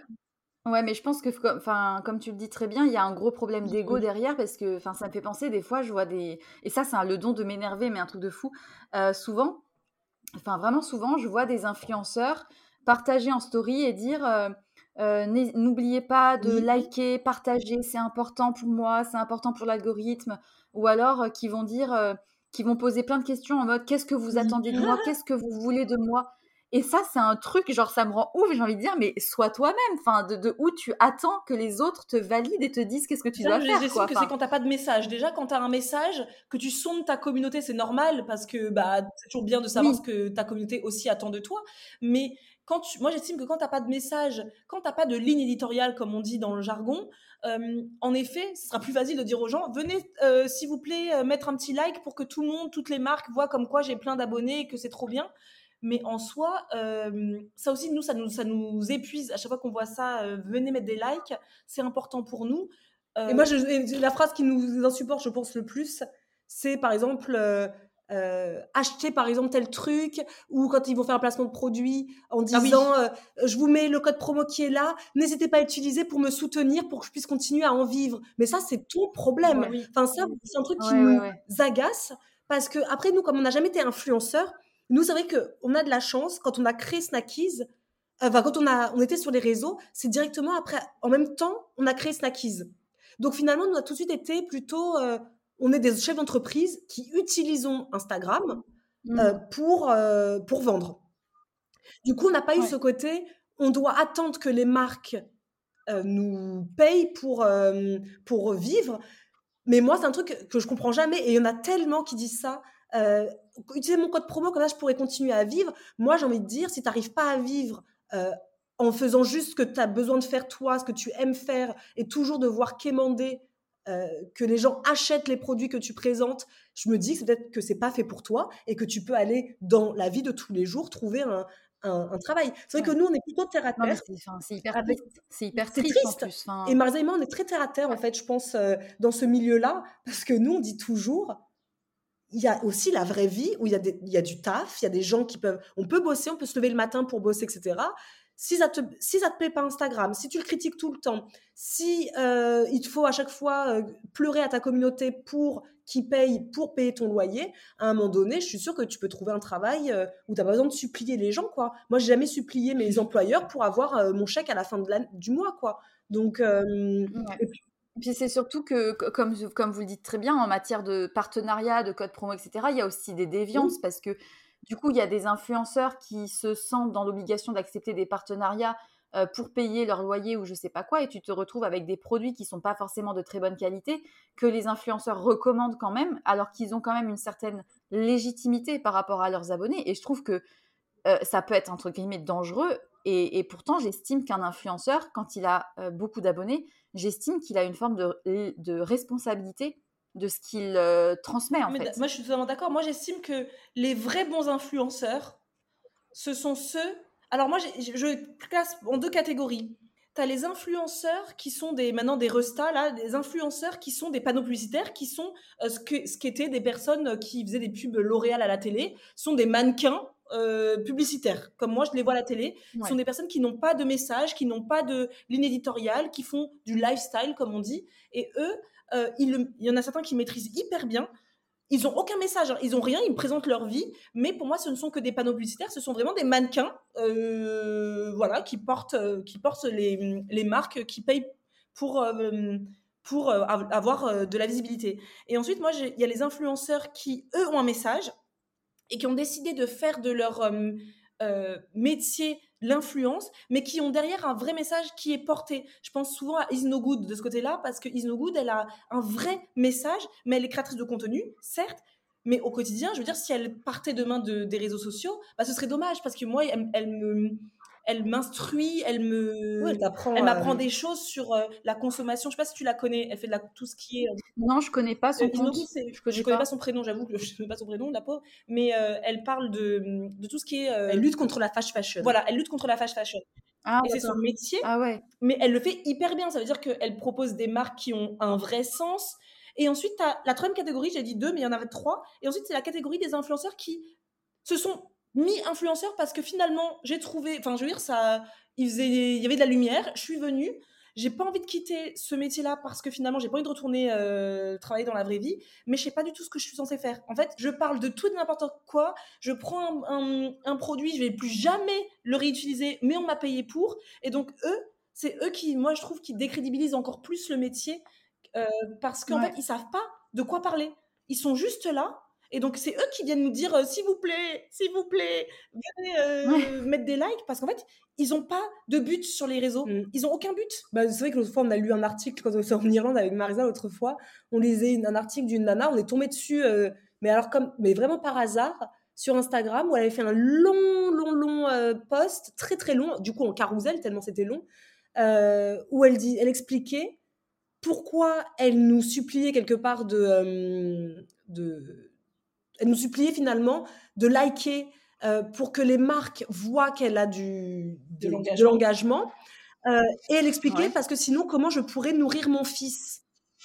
Ouais, mais je pense que, co- enfin, comme tu le dis très bien, il y a un gros problème d'ego Mhm. derrière parce que, enfin, ça me fait penser des fois, je vois des, et ça, c'est un- le don de m'énerver, mais un truc de fou. Euh, souvent, enfin, vraiment souvent, je vois des influenceurs partager en story et dire, euh, euh, n'hé- n'oubliez pas de Oui. liker, partager, c'est important pour moi, c'est important pour l'algorithme, ou alors euh, qui vont dire, euh, qui vont poser plein de questions en mode, qu'est-ce que vous Oui. attendez de moi, qu'est-ce que vous voulez de moi? Et ça, c'est un truc, genre, ça me rend ouf, j'ai envie de dire, mais sois toi-même, enfin, de, de où tu attends que les autres te valident et te disent qu'est-ce que tu Ça, dois j'estime faire, quoi. que c'est Enfin, quand t'as pas de message. Déjà, quand t'as un message, que tu sondes ta communauté, c'est normal parce que bah, c'est toujours bien de savoir oui, ce que ta communauté aussi attend de toi. Mais quand tu, moi, j'estime que quand t'as pas de message, quand t'as pas de ligne éditoriale, comme on dit dans le jargon, euh, en effet, ce sera plus facile de dire aux gens, venez, euh, s'il vous plaît, euh, mettre un petit like pour que tout le monde, toutes les marques voient comme quoi j'ai plein d'abonnés et que c'est trop bien. Mais en soi, euh, ça aussi, nous ça, nous, ça nous épuise. À chaque fois qu'on voit ça, euh, venez mettre des likes, c'est important pour nous. Et Euh, moi, je, et la phrase qui nous insupporte, je pense, le plus, c'est par exemple euh, euh, acheter par exemple tel truc, ou quand ils vont faire un placement de produit en Ah oui. disant euh, je vous mets le code promo qui est là, n'hésitez pas à l'utiliser pour me soutenir, pour que je puisse continuer à en vivre. Mais ça, c'est ton problème. Oui. Enfin, ça, c'est un truc qui ouais, ouais, nous ouais. agace, parce que après, nous, comme on n'a jamais été influenceurs, nous, c'est vrai qu'on a de la chance, quand on a créé Snackies, enfin, quand on, a, on était sur les réseaux, c'est directement après, en même temps, on a créé Snackies. Donc finalement, nous, on a tout de suite été plutôt, euh, on est des chefs d'entreprise qui utilisons Instagram euh, Mm. pour, euh, pour vendre. Du coup, on n'a pas eu Ouais. ce côté, on doit attendre que les marques euh, nous payent pour, euh, pour vivre. Mais moi, c'est un truc que je comprends jamais, et il y en a tellement qui disent ça. Euh, utiliser mon code promo, comme ça, je pourrais continuer à vivre. Moi, j'ai envie de dire, si tu n'arrives pas à vivre euh, en faisant juste ce que tu as besoin de faire toi, ce que tu aimes faire, et toujours devoir quémander, euh, que les gens achètent les produits que tu présentes, je me dis que c'est peut-être que c'est pas fait pour toi, et que tu peux aller dans la vie de tous les jours trouver un, un, un travail. C'est vrai Ouais. que nous, on est plutôt terre à Non, mais terre. c'est, enfin, c'est hyper Avec... triste. C'est hyper C'est triste en triste. plus. Enfin, Et Marisa et moi, on est très terre à terre, en fait, je pense, euh, dans ce milieu-là, parce que nous, on dit toujours, il y a aussi la vraie vie où il y a, des, il y a du taf, il y a des gens qui peuvent, on peut bosser, on peut se lever le matin pour bosser, et cetera. Si ça te, si ça te plaît pas Instagram, si tu le critiques tout le temps, si euh, il te faut à chaque fois euh, pleurer à ta communauté pour qu'ils payent, pour payer ton loyer, à un moment donné, je suis sûre que tu peux trouver un travail euh, où tu n'as pas besoin de supplier les gens, quoi. Moi, j'ai jamais supplié mes employeurs pour avoir euh, mon chèque à la fin de la, du mois, quoi. Donc, euh, ouais. et puis, Puis c'est surtout que, que- comme, comme vous le dites très bien, en matière de partenariat, de code promo, et cetera, il y a aussi des déviances oui, parce que du coup, il y a des influenceurs qui se sentent dans l'obligation d'accepter des partenariats euh, pour payer leur loyer ou je sais pas quoi, et tu te retrouves avec des produits qui sont pas forcément de très bonne qualité, que les influenceurs recommandent quand même, alors qu'ils ont quand même une certaine légitimité par rapport à leurs abonnés. Et je trouve que euh, ça peut être entre guillemets dangereux. Et, et pourtant, j'estime qu'un influenceur, quand il a euh, beaucoup d'abonnés, j'estime qu'il a une forme de, de responsabilité de ce qu'il euh, transmet en Mais d- fait. moi, je suis totalement d'accord. Moi, j'estime que les vrais bons influenceurs, ce sont ceux. Alors, moi, j'ai- je je classe en deux catégories. Tu as les influenceurs qui sont des, maintenant des restas, là, des influenceurs qui sont des panneaux publicitaires, qui sont euh, ce que- ce qu'étaient des personnes qui faisaient des pubs L'Oréal à la télé, sont des mannequins euh, publicitaires, comme moi je les vois à la télé. Ce sont Ouais. des personnes qui n'ont pas de message, qui n'ont pas de ligne éditoriale, qui font du lifestyle, comme on dit. Et eux, euh, ils le- il y en a certains qui maîtrisent hyper bien. Ils ont aucun message, hein. Ils ont rien, ils présentent leur vie, mais pour moi, ce ne sont que des panneaux publicitaires, ce sont vraiment des mannequins, euh, voilà, qui portent, euh, qui portent les, les marques, qui payent pour, euh, pour euh, avoir euh, de la visibilité. Et ensuite, moi, il y a les influenceurs qui, eux, ont un message et qui ont décidé de faire de leur euh, euh, métier l'influence, mais qui ont derrière un vrai message qui est porté. Je pense souvent à Is No Good de ce côté-là, parce que Is No Good, elle a un vrai message, mais elle est créatrice de contenu, certes, mais au quotidien, je veux dire, si elle partait demain de, des réseaux sociaux, bah, ce serait dommage, parce que moi, elle, elle me... Elle m'instruit, elle oui, me, elle t'apprend. elle m'apprend euh, des choses sur euh, la consommation. Je sais pas si tu la connais. Elle fait de la, tout ce qui est Non, je connais pas euh, son compte. Inogu, c'est, Je je connais connais pas pas. son prénom, j'avoue que je connais pas son prénom, la pauvre, mais euh, elle parle de, de tout ce qui est. euh, Elle lutte contre la fast fashion. Voilà, elle lutte contre la fast fashion. Ah Et c'est son d'accord. métier, Ah ouais. mais elle le fait hyper bien. Ça veut dire qu'elle propose des marques qui ont un vrai sens. Et ensuite, tu as la troisième catégorie, j'ai dit deux, mais il y en avait trois. Et ensuite, c'est la catégorie des influenceurs qui se sont mis influenceurs parce que finalement, j'ai trouvé. Enfin, je veux dire, ça. Il, faisait, il y avait de la lumière. Je suis venue. J'ai pas envie de quitter ce métier-là parce que finalement, j'ai pas envie de retourner euh, travailler dans la vraie vie, mais je sais pas du tout ce que je suis censée faire. En fait, je parle de tout et de n'importe quoi. Je prends un, un, un produit, je vais plus jamais le réutiliser, mais on m'a payé pour. Et donc, eux, c'est eux qui, moi, je trouve, qui décrédibilisent encore plus le métier euh, parce qu'en fait, Ouais. ils savent pas de quoi parler. Ils sont juste là. Et donc, c'est eux qui viennent nous dire euh, s'il vous plaît, s'il vous plaît, venez euh, Ouais. mettre des likes. Parce qu'en fait, ils n'ont pas de but sur les réseaux. Mm. Ils n'ont aucun but. Bah, c'est vrai que l'autre fois, on a lu un article quand on était en Irlande avec Marisa l'autre fois. On lisait une- un article d'une nana, on est tombé dessus, euh, mais alors comme, mais vraiment par hasard, sur Instagram, où elle avait fait un long, long, long euh, post, très très long, du coup en carrousel tellement c'était long, euh, où elle dit, elle expliquait pourquoi elle nous suppliait quelque part de, euh, de, elle nous suppliait finalement de liker euh, pour que les marques voient qu'elle a du, De de, l'engagement. de l'engagement. Euh, et elle expliquait Ouais. parce que sinon, comment je pourrais nourrir mon fils?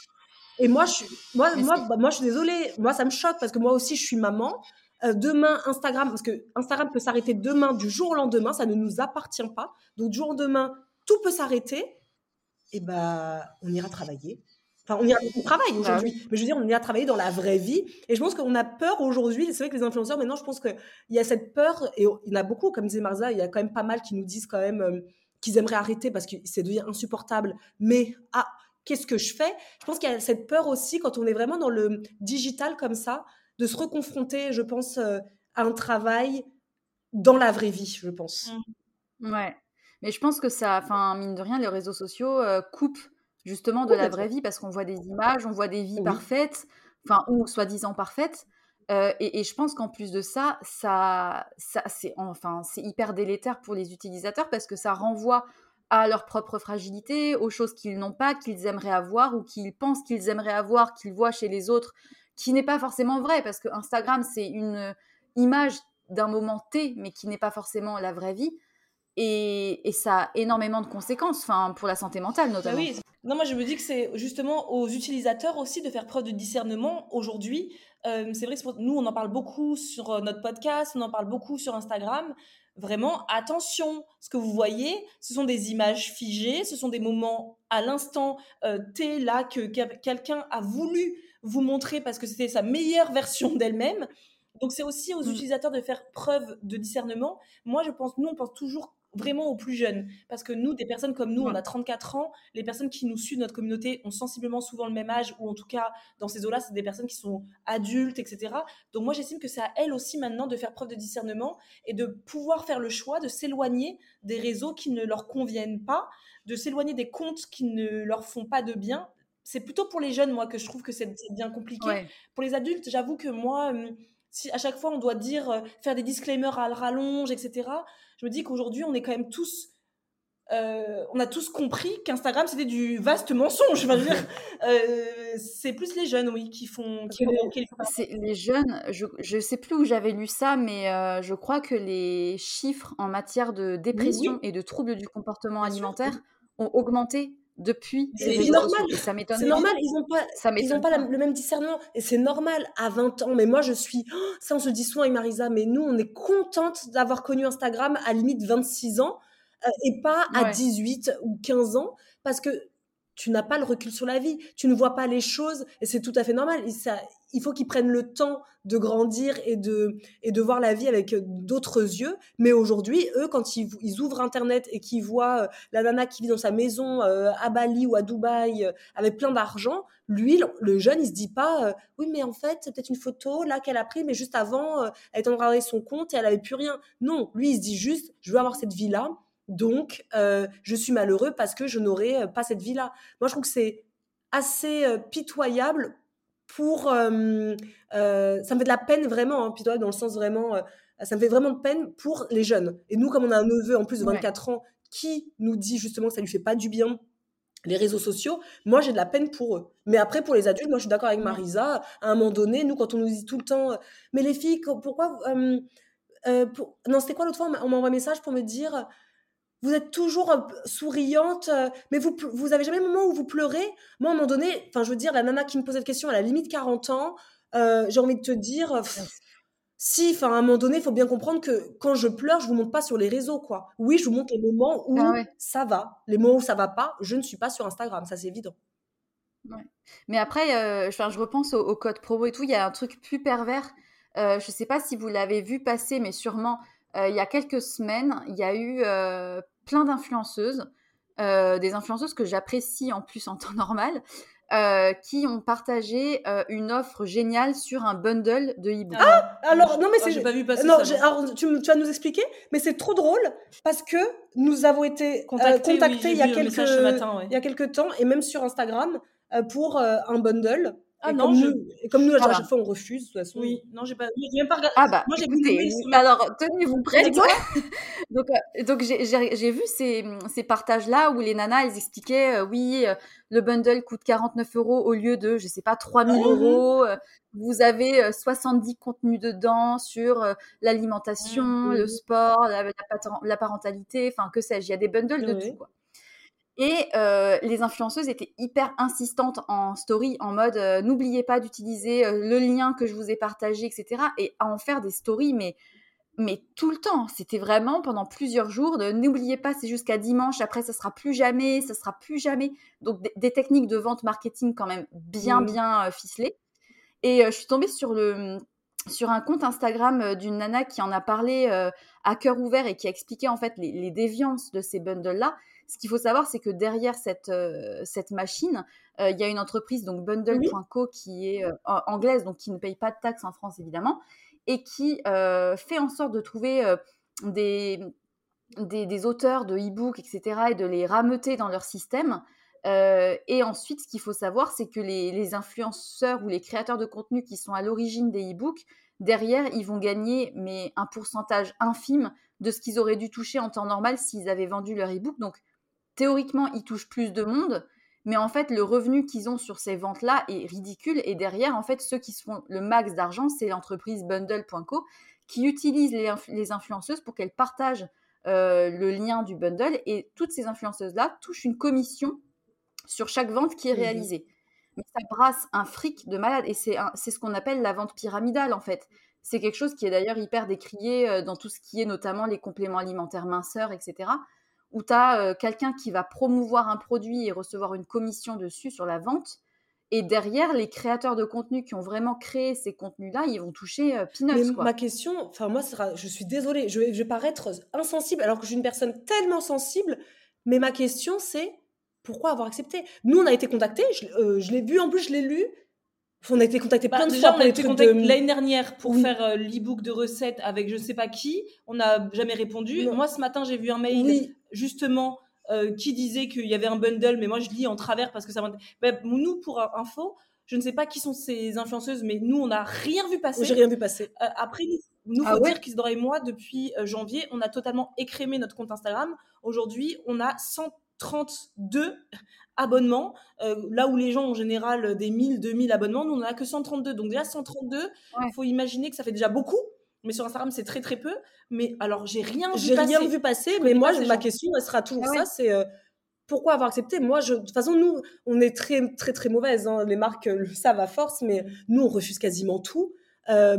Et moi, je suis, moi, Mais moi, c'est- bah, moi, je suis désolée. Moi, ça me choque parce que moi aussi, je suis maman. Euh, demain, Instagram, parce que Instagram peut s'arrêter demain, du jour au lendemain, ça ne nous appartient pas. Donc, du jour au lendemain, tout peut s'arrêter. Et ben, on ira travailler. Enfin, on, ira, on travaille Bah aujourd'hui, oui. mais je veux dire, on ira travailler dans la vraie vie. Et je pense qu'on a peur aujourd'hui. C'est vrai que les influenceurs, maintenant, je pense qu'il y a cette peur, et il y en a beaucoup, comme disait Marza, il y a quand même pas mal qui nous disent quand même euh, qu'ils aimeraient arrêter parce que c'est devient insupportable. Mais, ah, qu'est-ce que je fais? Je pense qu'il y a cette peur aussi, quand on est vraiment dans le digital comme ça, de se reconfronter, je pense, euh, à un travail dans la vraie vie, je pense. Mm. Ouais. Mais je pense que ça, enfin, mine de rien, les réseaux sociaux euh, coupent justement de la vraie Complètement. vie parce qu'on voit des images, on voit des vies Oui. parfaites, enfin, ou soi-disant parfaites. Euh, et, et je pense qu'en plus de ça, ça, ça c'est enfin, c'est hyper délétère pour les utilisateurs parce que ça renvoie à leur propre fragilité, aux choses qu'ils n'ont pas, qu'ils aimeraient avoir ou qu'ils pensent qu'ils aimeraient avoir, qu'ils voient chez les autres, qui n'est pas forcément vrai parce que Instagram, c'est une image d'un moment T, mais qui n'est pas forcément la vraie vie. Et, et ça a énormément de conséquences, enfin, pour la santé mentale notamment. Bah oui. Non, moi je me dis que c'est justement aux utilisateurs aussi de faire preuve de discernement aujourd'hui. Euh, c'est vrai que c'est pour- nous on en parle beaucoup sur euh, notre podcast, on en parle beaucoup sur Instagram. Vraiment, attention, ce que vous voyez, ce sont des images figées, ce sont des moments à l'instant euh, T là que quel- quelqu'un a voulu vous montrer parce que c'était sa meilleure version d'elle-même. Donc c'est aussi aux Mm. utilisateurs de faire preuve de discernement. Moi je pense, nous on pense toujours vraiment aux plus jeunes. Parce que nous, des personnes comme nous, on Ouais. a trente-quatre ans, les personnes qui nous suivent, notre communauté, ont sensiblement souvent le même âge, ou en tout cas, dans ces eaux-là, c'est des personnes qui sont adultes, et cetera. Donc moi, j'estime que c'est à elles aussi maintenant de faire preuve de discernement et de pouvoir faire le choix de s'éloigner des réseaux qui ne leur conviennent pas, de s'éloigner des comptes qui ne leur font pas de bien. C'est plutôt pour les jeunes, moi, que je trouve que c'est c'est bien compliqué. Ouais. Pour les adultes, j'avoue que moi, euh, si à chaque fois on doit dire, euh, faire des disclaimers à rallonge, et cetera, je me dis qu'aujourd'hui, on est quand même tous, euh, on a tous compris qu'Instagram, c'était du vaste mensonge. Enfin, je veux dire, euh, c'est plus les jeunes, oui, qui font. Qui que les- font- qui font- C'est les jeunes, je je sais plus où j'avais lu ça, mais euh, je crois que les chiffres en matière de dépression Oui, et de troubles du comportement bien sûr. alimentaire ont augmenté depuis C'est les C'est réseaux normal. sociaux. Et ça m'étonne C'est pas. normal, ils n'ont pas, Ça ils m'étonne ont pas la- pas. le même discernement. Et c'est normal à vingt ans. Mais moi, je suis. Oh, ça, on se dit souvent avec Marisa, mais nous, on est contente d'avoir connu Instagram à limite vingt-six ans euh, et pas à Ouais. dix-huit ou quinze ans parce que tu n'as pas le recul sur la vie. Tu ne vois pas les choses et c'est tout à fait normal. Il, ça, il faut qu'ils prennent le temps de grandir et de, et de voir la vie avec euh, d'autres yeux. Mais aujourd'hui, eux, quand ils, ils ouvrent Internet et qu'ils voient euh, la nana qui vit dans sa maison euh, à Bali ou à Dubaï euh, avec plein d'argent, lui, le, le jeune, il se dit pas euh, oui, mais en fait, c'est peut-être une photo là qu'elle a prise, mais juste avant, euh, elle était en train de regarder son compte et elle avait plus rien. Non, lui, il se dit juste je veux avoir cette vie-là, donc euh, je suis malheureux parce que je n'aurai euh, pas cette vie-là. Moi, je trouve que c'est assez euh, pitoyable pour. Euh, euh, ça me fait de la peine vraiment, hein, pitoyable dans le sens vraiment. Euh, ça me fait vraiment de peine pour les jeunes. Et nous, comme on a un neveu en plus de Ouais. vingt-quatre ans qui nous dit justement que ça lui fait pas du bien les réseaux sociaux, moi j'ai de la peine pour eux. Mais après pour les adultes, moi je suis d'accord avec Ouais. Marisa, à un moment donné, nous quand on nous dit tout le temps euh, mais les filles, co- pourquoi euh, euh, pour... non c'était quoi l'autre fois, on m'a on m'a envoyé un message pour me dire vous êtes toujours euh, souriante, euh, mais vous ple- vous avez jamais un moment où vous pleurez. Moi à un moment donné, enfin je veux dire la nana qui me pose cette question, elle a limite quarante ans, euh, j'ai envie de te dire euh, pff, si, enfin, à un moment donné, il faut bien comprendre que quand je pleure, je vous montre pas sur les réseaux, quoi. Oui, je vous montre les moments où Ah ouais. ça va. Les moments où ça va pas, je ne suis pas sur Instagram, ça c'est évident. Ouais. Mais après, euh, enfin, je repense au, au code promo et tout, il y a un truc plus pervers. Euh, je sais pas si vous l'avez vu passer, mais sûrement, euh, il y a quelques semaines, il y a eu euh, plein d'influenceuses, euh, des influenceuses que j'apprécie en plus en temps normal, euh, qui ont partagé euh, une offre géniale sur un bundle de e-book. Ah, non. Alors, non, mais Ah, c'est. j'ai pas vu passer non, ça, j'ai- non. alors, tu, me- tu vas nous expliquer, mais c'est trop drôle parce que nous avons été euh, Contacté, oui, contactés j'ai il y a vu un quelques, message ce matin, ouais. il y a quelques temps et même sur Instagram euh, pour euh, un bundle. Ah et, non, comme je- nous, et comme nous, à Ah bah. chaque fois, on refuse, de toute façon. Oui, non, j'ai pas, j'ai même pas regardé. Ah bah, Moi, j'ai vu le écoutez, mail ce matin. alors tenez-vous prête. T'as dit quoi Donc, euh, donc j'ai, j'ai, j'ai vu ces, ces partages-là où les nanas, elles expliquaient, euh, oui, euh, le bundle coûte quarante-neuf euros au lieu de, je sais pas, trois mille Mhm. euros. Euh, vous avez euh, soixante-dix contenus dedans sur euh, l'alimentation, Mhm. le sport, la, la, paten- la parentalité, enfin, que sais-je, il y a des bundles de Oui. tout, quoi. Et euh, les influenceuses étaient hyper insistantes en story, en mode euh, n'oubliez pas d'utiliser euh, le lien que je vous ai partagé, et cetera. Et à en faire des stories, mais, mais tout le temps. C'était vraiment pendant plusieurs jours de n'oubliez pas, c'est jusqu'à dimanche, après ça sera plus jamais, ça sera plus jamais. Donc des, des techniques de vente marketing quand même bien, Mhm. bien euh, ficelées. Et euh, je suis tombée sur le sur un compte Instagram euh, d'une nana qui en a parlé euh, à cœur ouvert et qui a expliqué en fait les, les déviances de ces bundles-là. Ce qu'il faut savoir, c'est que derrière cette, euh, cette machine, euh, il y a une entreprise, donc bundle point co, qui est euh, anglaise, donc qui ne paye pas de taxes en France évidemment, et qui euh, fait en sorte de trouver euh, des, des, des auteurs de e-books, et cetera, et de les rameuter dans leur système. Euh, et ensuite, ce qu'il faut savoir, c'est que les, les influenceurs ou les créateurs de contenu qui sont à l'origine des e-books, derrière, ils vont gagner mais un pourcentage infime de ce qu'ils auraient dû toucher en temps normal s'ils avaient vendu leur e-book. Donc, théoriquement, ils touchent plus de monde, mais en fait, le revenu qu'ils ont sur ces ventes-là est ridicule. Et derrière, en fait, ceux qui se font le max d'argent, c'est l'entreprise bundle point co, qui utilisent les, inf- les influenceuses pour qu'elles partagent euh, le lien du bundle. Et toutes ces influenceuses-là touchent une commission sur chaque vente qui est réalisée. Mais ça brasse un fric de malade. Et c'est, un, c'est ce qu'on appelle la vente pyramidale, en fait. C'est quelque chose qui est d'ailleurs hyper décrié euh, dans tout ce qui est notamment les compléments alimentaires minceurs, et cetera, où tu as euh, quelqu'un qui va promouvoir un produit et recevoir une commission dessus sur la vente. Et derrière, les créateurs de contenu qui ont vraiment créé ces contenus-là, ils vont toucher euh, Mais peanuts, quoi. ma question, enfin moi, ce sera- je suis désolée, je vais, je vais paraître insensible alors que je suis une personne tellement sensible, mais ma question c'est pourquoi avoir accepté? Nous, on a été contactés, je, euh, je l'ai vu, en plus je l'ai lu, on a été contactés Bah, plein de déjà, fois on pour a les été trucs contactés de... l'année dernière pour Oui. faire euh, l'e-book de recettes avec je sais pas qui. On n'a jamais répondu. Non. Moi, ce matin, j'ai vu un mail Oui. justement euh, qui disait qu'il y avait un bundle, mais moi, je lis en travers parce que ça m'intéresse. Bah, nous, pour euh, info, je ne sais pas qui sont ces influenceuses, mais nous, on n'a rien vu passer. J'ai rien vu passer. Euh, après, nous, il Ah faut ouais dire qu'Isidora et moi, depuis euh, janvier, on a totalement écrémé notre compte Instagram. Aujourd'hui, on a cent trente-deux abonnements, euh, là où les gens ont en général des mille, deux mille abonnements, nous on en a que cent trente-deux. Donc déjà cent trente-deux, il Ouais. faut imaginer que ça fait déjà beaucoup, mais sur Instagram c'est très très peu. Mais alors j'ai rien vu J'ai passer. rien vu passer, Je mais connais moi, pas ces ma gens. question, elle sera toujours Ah ouais. ça, c'est euh, pourquoi avoir accepté? Moi, je, de toute façon, nous, on est très, très, très mauvaises, hein. Les marques le savent à force, mais nous, on refuse quasiment tout. Euh,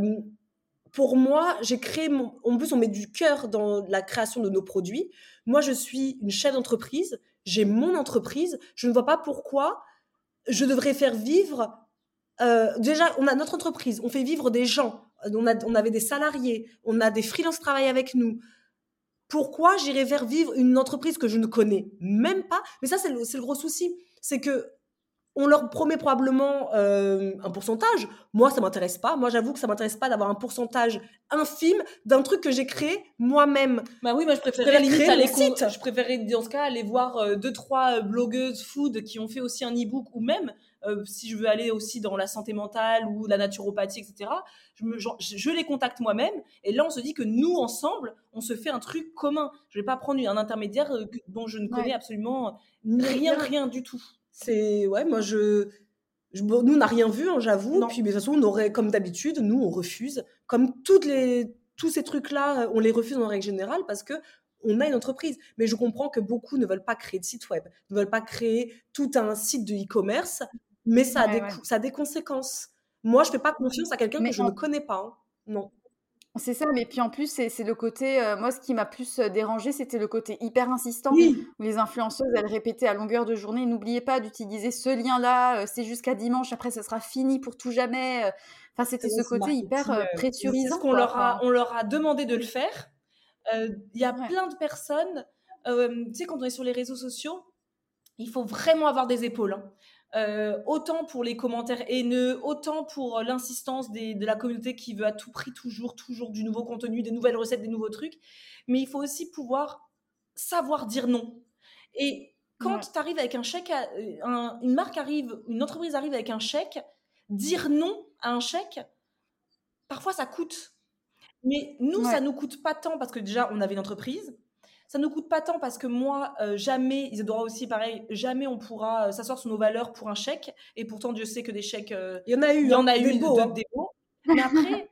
pour moi, j'ai créé mon... En plus, on met du cœur dans la création de nos produits. Moi, je suis une chef d'entreprise, j'ai mon entreprise, je ne vois pas pourquoi je devrais faire vivre... Euh, déjà, on a notre entreprise, on fait vivre des gens, on, a, on avait des salariés, on a des freelances qui travaillent avec nous. Pourquoi j'irais faire vivre une entreprise que je ne connais même pas? Mais ça, c'est le, c'est le gros souci. C'est que on leur promet probablement euh, un pourcentage. Moi, ça m'intéresse pas. Moi, j'avoue que ça m'intéresse pas d'avoir un pourcentage infime d'un truc que j'ai créé moi-même. Bah oui, moi je préférais préfère limite créer aller mon con- site. je préférais dans ce cas aller voir euh, deux trois euh, blogueuses food qui ont fait aussi un e-book, ou même euh, si je veux aller aussi dans la santé mentale ou la naturopathie, et cetera. Je, me, genre, je, je les contacte moi-même et là on se dit que nous ensemble on se fait un truc commun. Je vais pas prendre un intermédiaire euh, que- dont je ne connais Ouais. absolument Mais rien, rien. rien du tout. C'est ouais, moi je, je bon, nous on n'a rien vu, hein, j'avoue. Non. Puis mais de toute façon, on aurait comme d'habitude, nous on refuse. Comme toutes les tous ces trucs-là, on les refuse en règle générale parce que on a une entreprise. Mais je comprends que beaucoup ne veulent pas créer de site web, ne veulent pas créer tout un site de e-commerce, mais ça a, Ouais, des, ouais. cou- ça a des conséquences. Moi, je fais pas confiance à quelqu'un Mais que je en- ne connais pas, hein. Non. C'est ça, mais puis en plus, c'est, c'est le côté. Euh, moi, ce qui m'a plus euh, dérangé, c'était le côté hyper insistant. Oui. Où les influenceuses, elles répétaient à longueur de journée, n'oubliez pas d'utiliser ce lien-là, euh, c'est jusqu'à dimanche, après, ce sera fini pour tout jamais. euh. Enfin, c'était ce côté hyper euh, C'est pressurisant. ce qu'on quoi. leur a, Enfin, on leur a demandé de le faire. Euh, Il y a ouais. plein de personnes, euh, tu sais, quand on est sur les réseaux sociaux, il faut vraiment avoir des épaules, hein. Euh, autant pour les commentaires haineux, autant pour l'insistance des, de la communauté qui veut à tout prix toujours, toujours du nouveau contenu, des nouvelles recettes, des nouveaux trucs. Mais il faut aussi pouvoir savoir dire non. Et quand Ouais. tu arrives avec un chèque, à- un- une marque arrive, une entreprise arrive avec un chèque, dire non à un chèque, parfois ça coûte. Mais nous, Ouais. ça nous coûte pas tant parce que déjà, on avait une entreprise. Ça nous coûte pas tant parce que moi, euh, jamais, Isadora aussi, pareil, jamais on pourra euh, s'asseoir sur nos valeurs pour un chèque. Et pourtant, Dieu sait que des chèques, euh, Il y en a eu, il y en hein, a des eu beaux, de, hein. des beaux. Mais après,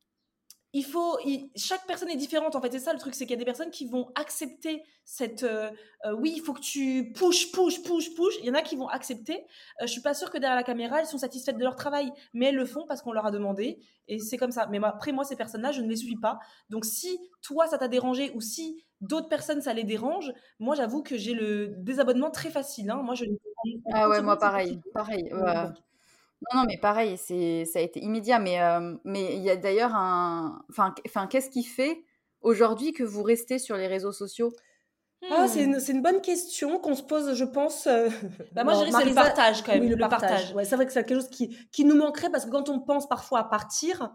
il faut, il- chaque personne est différente en fait. C'est ça le truc, c'est qu'il y a des personnes qui vont accepter cette, euh, euh, oui, il faut que tu push, push, push, push. Il y en a qui vont accepter. Euh, je suis pas sûre que derrière la caméra, elles sont satisfaites de leur travail, mais elles le font parce qu'on leur a demandé et c'est comme ça. Mais moi, après moi, ces personnes-là, je ne les suis pas. Donc si toi ça t'a dérangé ou si d'autres personnes ça les dérange, moi j'avoue que j'ai le désabonnement très facile, hein. Moi je en- en Ah trente ouais, secondes, moi c'est pareil, compliqué. pareil. Donc, ouais. bon. Non, non, mais pareil, c'est, ça a été immédiat. Mais euh, mais il y a d'ailleurs un. Enfin, enfin, qu'est-ce qui fait aujourd'hui que vous restez sur les réseaux sociaux? Ah, c'est Hmm. une, c'est une bonne question qu'on se pose, je pense. euh, Bah, moi, je bon, dirais que c'est le Marisa- partage, quand même, Oui, le, le partage. partage. Ouais, c'est vrai que c'est quelque chose qui, qui nous manquerait parce que quand on pense parfois à partir,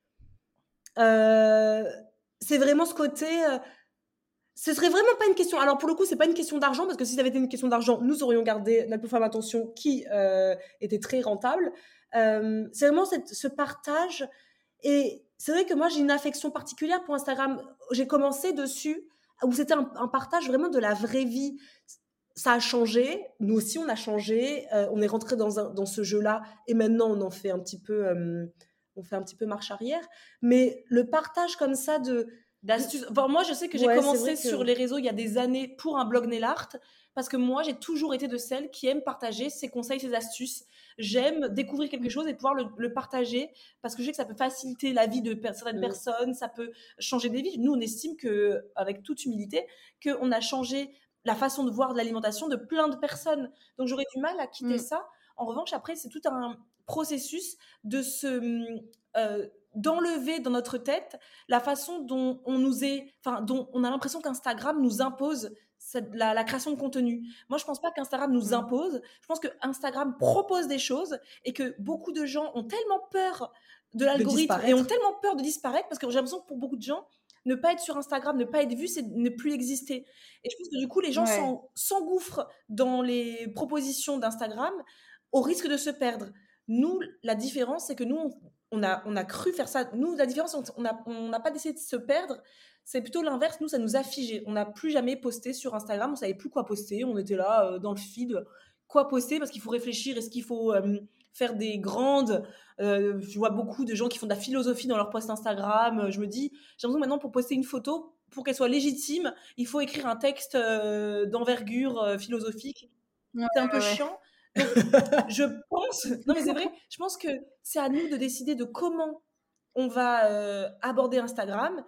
euh, c'est vraiment ce côté. euh, ce serait vraiment pas une question. Alors pour le coup, c'est pas une question d'argent parce que si ça avait été une question d'argent, nous aurions gardé la plateforme Attention qui euh, était très rentable. Euh, c'est vraiment cette, ce partage. Et c'est vrai que moi, j'ai une affection particulière pour Instagram. J'ai commencé dessus où c'était un, un partage vraiment de la vraie vie. Ça a changé. Nous aussi, on a changé. Euh, on est rentré dans, un, dans ce jeu-là et maintenant, on en fait un petit peu. Euh, on fait un petit peu marche arrière. Mais le partage comme ça de... d'astuces. Enfin, moi, je sais que j'ai Ouais, c'est commencé vrai que- sur les réseaux il y a des années pour un blog nail art parce que moi, j'ai toujours été de celles qui aiment partager ses conseils, ses astuces. J'aime découvrir quelque chose et pouvoir le, le partager parce que je sais que ça peut faciliter la vie de per- certaines Mm. personnes, ça peut changer des vies. Nous, on estime que, avec toute humilité, qu'on a changé la façon de voir de l'alimentation de plein de personnes. Donc, j'aurais du mal à quitter Mm. ça. En revanche, après, c'est tout un processus de se euh, d'enlever dans notre tête la façon dont on nous est, enfin, dont on a l'impression qu'Instagram nous impose cette- la, la création de contenu. Moi, je pense pas qu'Instagram nous Mm. impose. Je pense que Instagram propose des choses et que beaucoup de gens ont tellement peur de l'algorithme disparaître. et ont tellement peur de disparaître parce que j'ai l'impression que pour beaucoup de gens, ne pas être sur Instagram, ne pas être vu, c'est ne plus exister. Et je pense que du coup, les gens Ouais. s'en- s'engouffrent dans les propositions d'Instagram au risque de se perdre. Nous, la différence, c'est que nous, on, on a, on a cru faire ça. Nous, la différence, c'est qu'on n'a on n'a pas décidé de se perdre. C'est plutôt l'inverse. Nous, ça nous a figé. On n'a plus jamais posté sur Instagram. On savait plus quoi poster. On était là euh, dans le feed. Quoi poster parce qu'il faut réfléchir. Est-ce qu'il faut euh, faire des grandes... Euh, je vois beaucoup de gens qui font de la philosophie dans leur post Instagram. Je me dis, j'ai l'impression que maintenant, pour poster une photo, pour qu'elle soit légitime, il faut écrire un texte euh, d'envergure euh, philosophique. Ouais, C'est un peu ouais, ouais. chiant. Donc, je pense, non mais c'est vrai, je pense que c'est à nous de décider de comment on va euh, aborder Instagram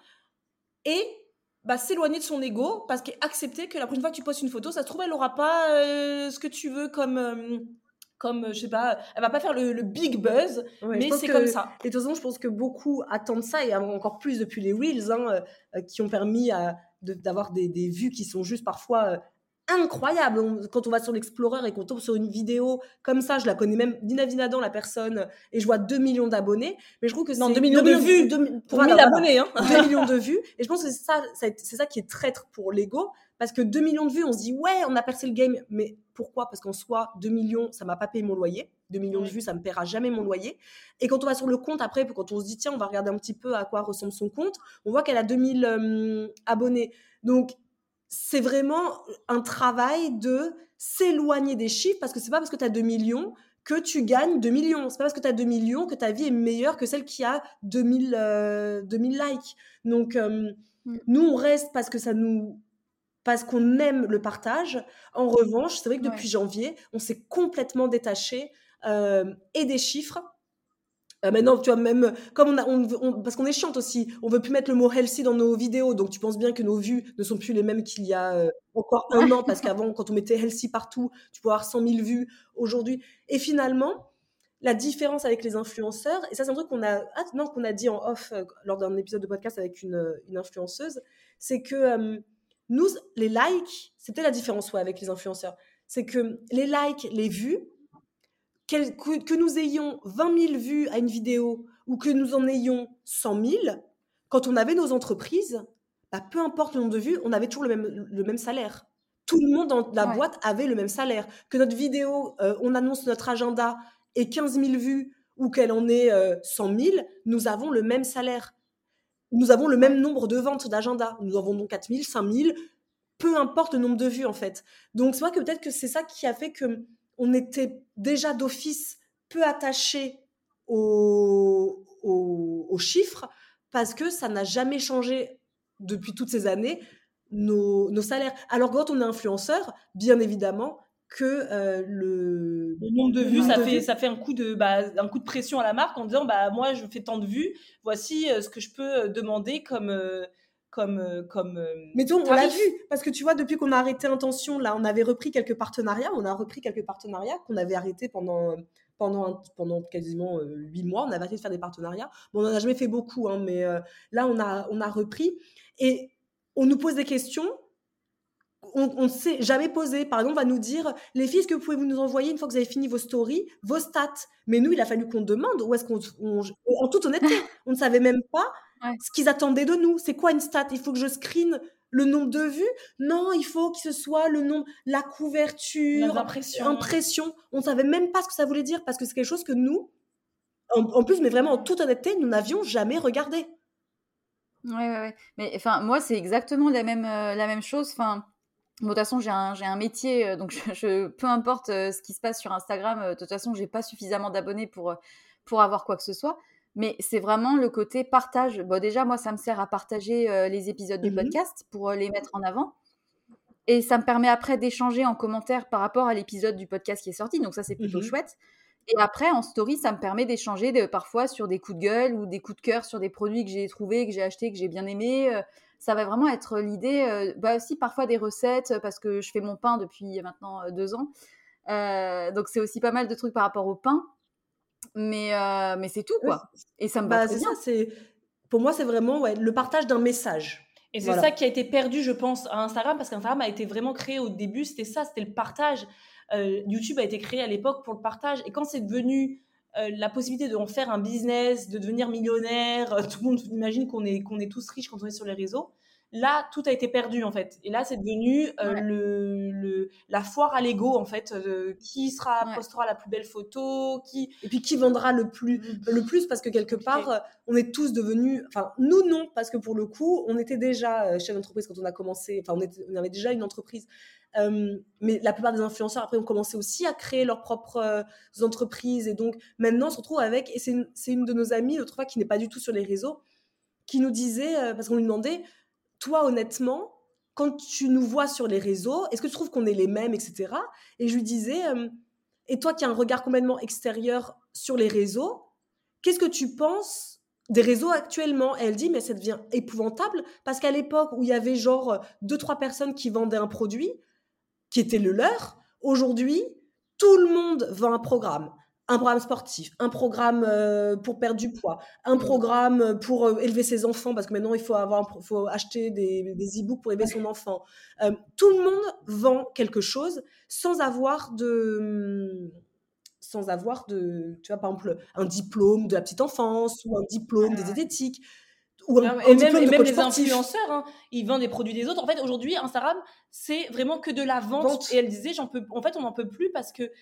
et bah, s'éloigner de son ego parce qu'accepter que la prochaine fois que tu postes une photo, ça se trouve, elle n'aura pas euh, ce que tu veux comme, euh, comme, je sais pas, elle va pas faire le, le big buzz, Ouais, je mais pense c'est que- comme ça. Et de toute façon, je pense que beaucoup attendent ça, et encore plus depuis les Reels, hein, euh, euh, qui ont permis à- de- d'avoir des, des vues qui sont juste parfois euh, incroyables. On- quand on va sur l'Explorer et qu'on tombe sur une vidéo comme ça, je la connais même Dina Vinadan, la personne, et je vois deux millions d'abonnés, mais je trouve que Non, c'est... deux millions de vues, deux- pour voilà, mille voilà. abonnés. Hein. deux millions de vues, et je pense que c'est ça, c'est c'est ça qui est traître pour l'ego, parce que deux millions de vues, on se dit ouais, on a percé le game, mais pourquoi? Parce qu'en soi, deux millions, ça m'a pas payé mon loyer, deux millions Ouais. de vues, ça me paiera jamais mon loyer, et quand on va sur le compte après, quand on se dit tiens, on va regarder un petit peu à quoi ressemble son compte, on voit qu'elle a deux mille euh, abonnés, donc c'est vraiment un travail de s'éloigner des chiffres, parce que c'est pas parce que tu as deux millions que tu gagnes deux millions. C'est pas parce que tu as deux millions que ta vie est meilleure que celle qui a deux mille, euh, deux mille likes. Donc, euh, Mm. nous, on reste parce que ça nous... parce qu'on aime le partage. En revanche, c'est vrai que depuis Ouais. janvier, on s'est complètement détaché euh, et des chiffres. Euh, maintenant, tu vois, même comme on a, on, on- parce qu'on est chiante aussi, on veut plus mettre le mot healthy dans nos vidéos, donc tu penses bien que nos vues ne sont plus les mêmes qu'il y a euh, encore un an, parce qu'avant, quand on mettait healthy partout, tu pouvais avoir cent mille vues aujourd'hui. Et finalement, la différence avec les influenceurs, et ça, c'est un truc qu'on a, ah, non, qu'on a dit en off euh, lors d'un épisode de podcast avec une, euh, une influenceuse, c'est que euh, nous, les likes, c'était la différence ouais, avec les influenceurs, c'est que les likes, les vues, quel- que, que nous ayons vingt mille vues à une vidéo ou que nous en ayons cent mille, quand on avait nos entreprises, bah, peu importe le nombre de vues, on avait toujours le même, le même salaire. Tout le monde dans la Ouais. boîte avait le même salaire. Que notre vidéo, euh, on annonce notre agenda et quinze mille vues ou qu'elle en ait euh, cent mille, nous avons le même salaire. Nous avons le même Ouais. nombre de ventes d'agenda. Nous en vendons quatre mille, cinq mille, peu importe le nombre de vues en fait. Donc c'est vrai que peut-être que c'est ça qui a fait que on était déjà d'office peu attachés aux, aux, aux chiffres, parce que ça n'a jamais changé depuis toutes ces années nos, nos salaires. Alors quand on est influenceur, bien évidemment que euh, le, Le nombre de le vues, nombre ça, de fait, vues- ça fait un coup de, bah, un coup de pression à la marque en disant bah, moi, je fais tant de vues, voici euh, ce que je peux euh, demander comme, euh, comme, euh, comme euh, Mais tu vois, on l'a tarif. vu, parce que tu vois, depuis qu'on a arrêté Intention, là, on avait repris quelques partenariats, on a repris quelques partenariats qu'on avait arrêtés pendant, pendant, un- pendant quasiment euh, huit mois, on avait arrêté de faire des partenariats. Bon, on n'en a jamais fait beaucoup, hein, mais euh, là, on a, on a repris, et on nous pose des questions, on ne s'est jamais posé. Par exemple, on va nous dire, les filles, est-ce que vous pouvez nous envoyer, une fois que vous avez fini vos stories, vos stats? Mais nous, il a fallu qu'on demande, où est-ce qu'on... on- en toute honnêteté, on ne savait même pas Ouais. ce qu'ils attendaient de nous. C'est quoi une stat? Il faut que je screen le nombre de vues? Non, il faut que ce soit le nombre, la couverture, Les impressions. impression. On ne savait même pas ce que ça voulait dire, parce que c'est quelque chose que nous, en, en plus, mais vraiment en toute honnêteté, nous n'avions jamais regardé. Ouais, ouais, ouais. Mais enfin, moi, c'est exactement la même, euh, la même chose. Enfin, bon, de toute façon, j'ai un, j'ai un métier, euh, donc je, je- peu importe euh, ce qui se passe sur Instagram, euh, de toute façon, j'ai pas suffisamment d'abonnés pour, euh, pour avoir quoi que ce soit. Mais c'est vraiment le côté partage. Bon, déjà, moi, ça me sert à partager euh, les épisodes du Mhm. podcast pour euh, les mettre en avant. Et ça me permet après d'échanger en commentaire par rapport à l'épisode du podcast qui est sorti. Donc ça, c'est plutôt Mhm. chouette. Et après, en story, ça me permet d'échanger de, parfois sur des coups de gueule ou des coups de cœur sur des produits que j'ai trouvés, que j'ai achetés, que j'ai bien aimés. Euh, ça va vraiment être l'idée. Euh, bah aussi, parfois des recettes, parce que je fais mon pain depuis maintenant euh, deux ans. Euh, donc c'est aussi pas mal de trucs par rapport au pain. Mais, euh, mais c'est tout, Ouais, quoi. Et ça me va bah, très c'est bien. ça, c'est... Pour moi, c'est vraiment ouais, le partage d'un message. Et c'est Voilà. ça qui a été perdu, je pense, à Instagram, parce qu'Instagram a été vraiment créé au début, c'était ça, c'était le partage. Euh, YouTube a été créé à l'époque pour le partage. Et quand c'est devenu euh, la possibilité d'en faire un business, de devenir millionnaire, euh, tout le monde imagine qu'on est, qu'on est tous riches quand on est sur les réseaux. Là, tout a été perdu, en fait. Et là, c'est devenu euh, Ouais. le, le, la foire à l'ego, en fait. Euh, qui sera, Ouais. postera la plus belle photo, qui... Et puis qui vendra le plus, le plus parce que quelque compliqué. part, euh, on est tous devenus, enfin nous non, parce que pour le coup, on était déjà euh, chef d'entreprise quand on a commencé, enfin on, était- on avait déjà une entreprise. Euh, mais la plupart des influenceurs après ont commencé aussi à créer leurs propres euh, entreprises et donc maintenant on se retrouve avec, et c'est une, c'est une de nos amies l'autre fois qui n'est pas du tout sur les réseaux, qui nous disait, euh, parce qu'on lui demandait, toi honnêtement, quand tu nous vois sur les réseaux, est-ce que tu trouves qu'on est les mêmes, et cetera. Et je lui disais, euh, et toi qui as un regard complètement extérieur sur les réseaux, qu'est-ce que tu penses des réseaux actuellement? Et elle dit, mais ça devient épouvantable, parce qu'à l'époque où il y avait genre deux, trois personnes qui vendaient un produit, qui était le leur, aujourd'hui, tout le monde vend un programme. Un programme sportif, un programme euh, pour perdre du poids, un programme pour euh, élever ses enfants, parce que maintenant il faut, avoir, un- faut acheter des, des e-books pour élever son enfant. Euh, tout le monde vend quelque chose sans avoir de, sans avoir de, tu vois, par exemple, un diplôme de la petite enfance ou un diplôme des diététiques ou un, Non, un et même, diplôme et de même coach les sportif. influenceurs, hein, ils vendent des produits des autres. En fait, aujourd'hui, Instagram, c'est vraiment que de la vente. Vente. Et elle disait, j'en peux, en fait, on n'en peut plus parce que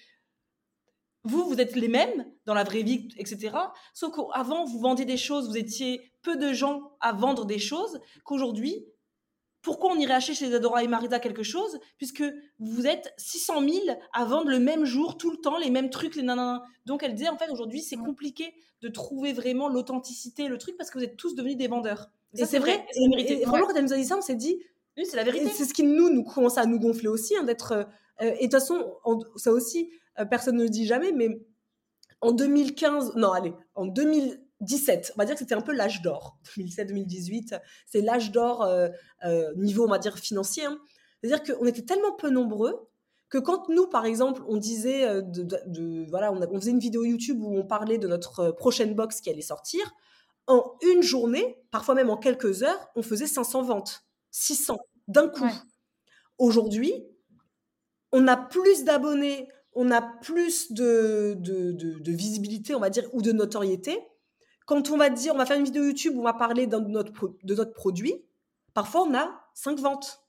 vous, vous êtes les mêmes dans la vraie vie, et cetera. Sauf qu'avant, vous vendiez des choses, vous étiez peu de gens à vendre des choses, qu'aujourd'hui, pourquoi on irait acheter chez Zadora et Marisa quelque chose, puisque vous êtes six cent mille à vendre le même jour, tout le temps, les mêmes trucs, les nanana. Donc elle disait, en fait, aujourd'hui, c'est compliqué de trouver vraiment l'authenticité, le truc, parce que vous êtes tous devenus des vendeurs. Et, et c'est vrai, et c'est la vérité. Et, et vraiment, quand elle nous a dit ça, on s'est dit, oui, c'est la vérité. Et c'est ce qui nous, nous commence à nous gonfler aussi, hein, d'être. Euh, et de toute façon, en, ça aussi, euh, personne ne le dit jamais, mais en deux mille quinze, non, allez, en deux mille dix-sept, on va dire que c'était un peu l'âge d'or. deux mille sept deux mille dix-huit, c'est l'âge d'or euh, euh, niveau, on va dire, financier. Hein. C'est-à-dire qu'on était tellement peu nombreux que quand nous, par exemple, on disait, euh, de, de, de, voilà, on, a, on faisait une vidéo YouTube où on parlait de notre prochaine box qui allait sortir, en une journée, parfois même en quelques heures, on faisait cinq cents ventes, six cents d'un coup. Ouais. Aujourd'hui, on a plus d'abonnés, on a plus de, de, de, de visibilité, on va dire, ou de notoriété. Quand on va dire, on va faire une vidéo YouTube où on va parler de notre, de notre produit, parfois on a cinq ventes.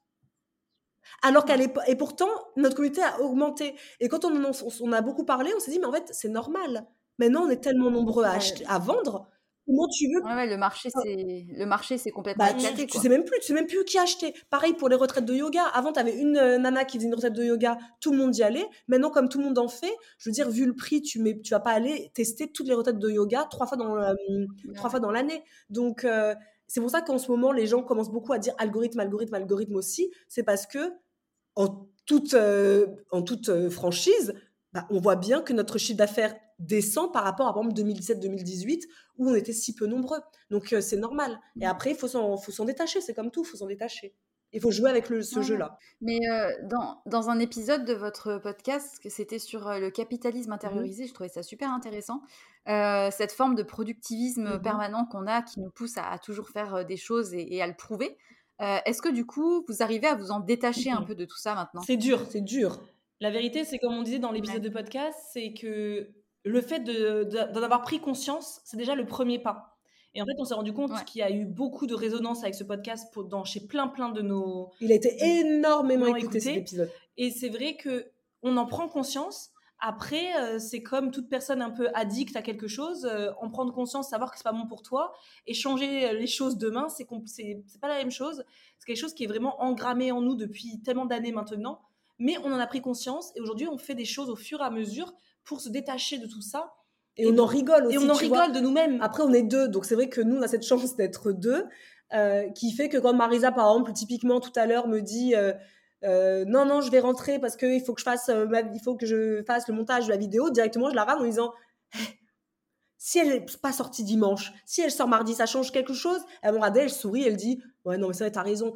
Alors qu'à l'époque, et pourtant, notre communauté a augmenté. Et quand on en on a beaucoup parlé, on s'est dit, mais en fait, c'est normal. Maintenant, on est tellement nombreux à, acheter, à vendre. Comment tu veux ouais, ouais, le marché, c'est le marché, c'est complètement bah, éclaté. Tu, quoi. tu sais même plus, tu sais même plus qui acheter. Pareil pour les retraites de yoga. Avant, tu avais une euh, nana qui faisait une retraite de yoga, tout le monde y allait. Maintenant, comme tout le monde en fait, je veux dire, vu le prix, tu mets, tu vas pas aller tester toutes les retraites de yoga trois fois dans euh, ouais. trois fois dans l'année. Donc euh, c'est pour ça qu'en ce moment, les gens commencent beaucoup à dire algorithme, algorithme, algorithme aussi. C'est parce que en toute euh, en toute euh, franchise, bah, on voit bien que notre chiffre d'affaires descend par rapport à, par exemple, deux mille dix-sept deux mille dix-huit, où on était si peu nombreux. Donc, euh, c'est normal. Et après, il faut s'en, faut s'en détacher. C'est comme tout, il faut s'en détacher. Il faut jouer avec le, ce ouais. jeu-là. Mais euh, dans, dans un épisode de votre podcast, que c'était sur euh, le capitalisme intériorisé, mmh. je trouvais ça super intéressant. Euh, cette forme de productivisme mmh. permanent qu'on a, qui nous pousse à, à toujours faire euh, des choses et, et à le prouver. Euh, est-ce que du coup, vous arrivez à vous en détacher mmh. un peu de tout ça maintenant ? C'est dur, c'est dur. La vérité, c'est comme on disait dans l'épisode ouais. de podcast, c'est que le fait de, de, d'en avoir pris conscience, c'est déjà le premier pas. Et en fait, on s'est rendu compte ouais. qu'il y a eu beaucoup de résonance avec ce podcast pour, dans, chez plein, plein de nos... Il a été énormément écouté, écouté, cet épisode. Et c'est vrai qu'on en prend conscience. Après, euh, c'est comme toute personne un peu addict à quelque chose, euh, en prendre conscience, savoir que c'est pas bon pour toi, et changer les choses demain, c'est, c'est, c'est pas la même chose. C'est quelque chose qui est vraiment engrammé en nous depuis tellement d'années maintenant. Mais on en a pris conscience et aujourd'hui, on fait des choses au fur et à mesure pour se détacher de tout ça Et, et on en rigole aussi. Et on en rigole vois. de nous-mêmes. Après, on est deux. Donc, c'est vrai que nous, on a cette chance d'être deux. Euh, qui fait que quand Marisa, par exemple, typiquement tout à l'heure, me dit euh, euh, non, non, je vais rentrer parce qu'il faut que je fasse, euh, ma... il faut que je fasse le montage de la vidéo, directement, je la rame en disant hey, si elle n'est pas sortie dimanche, si elle sort mardi, ça change quelque chose. Elle me regarde, elle sourit, elle dit ouais, non, mais c'est vrai, t'as raison.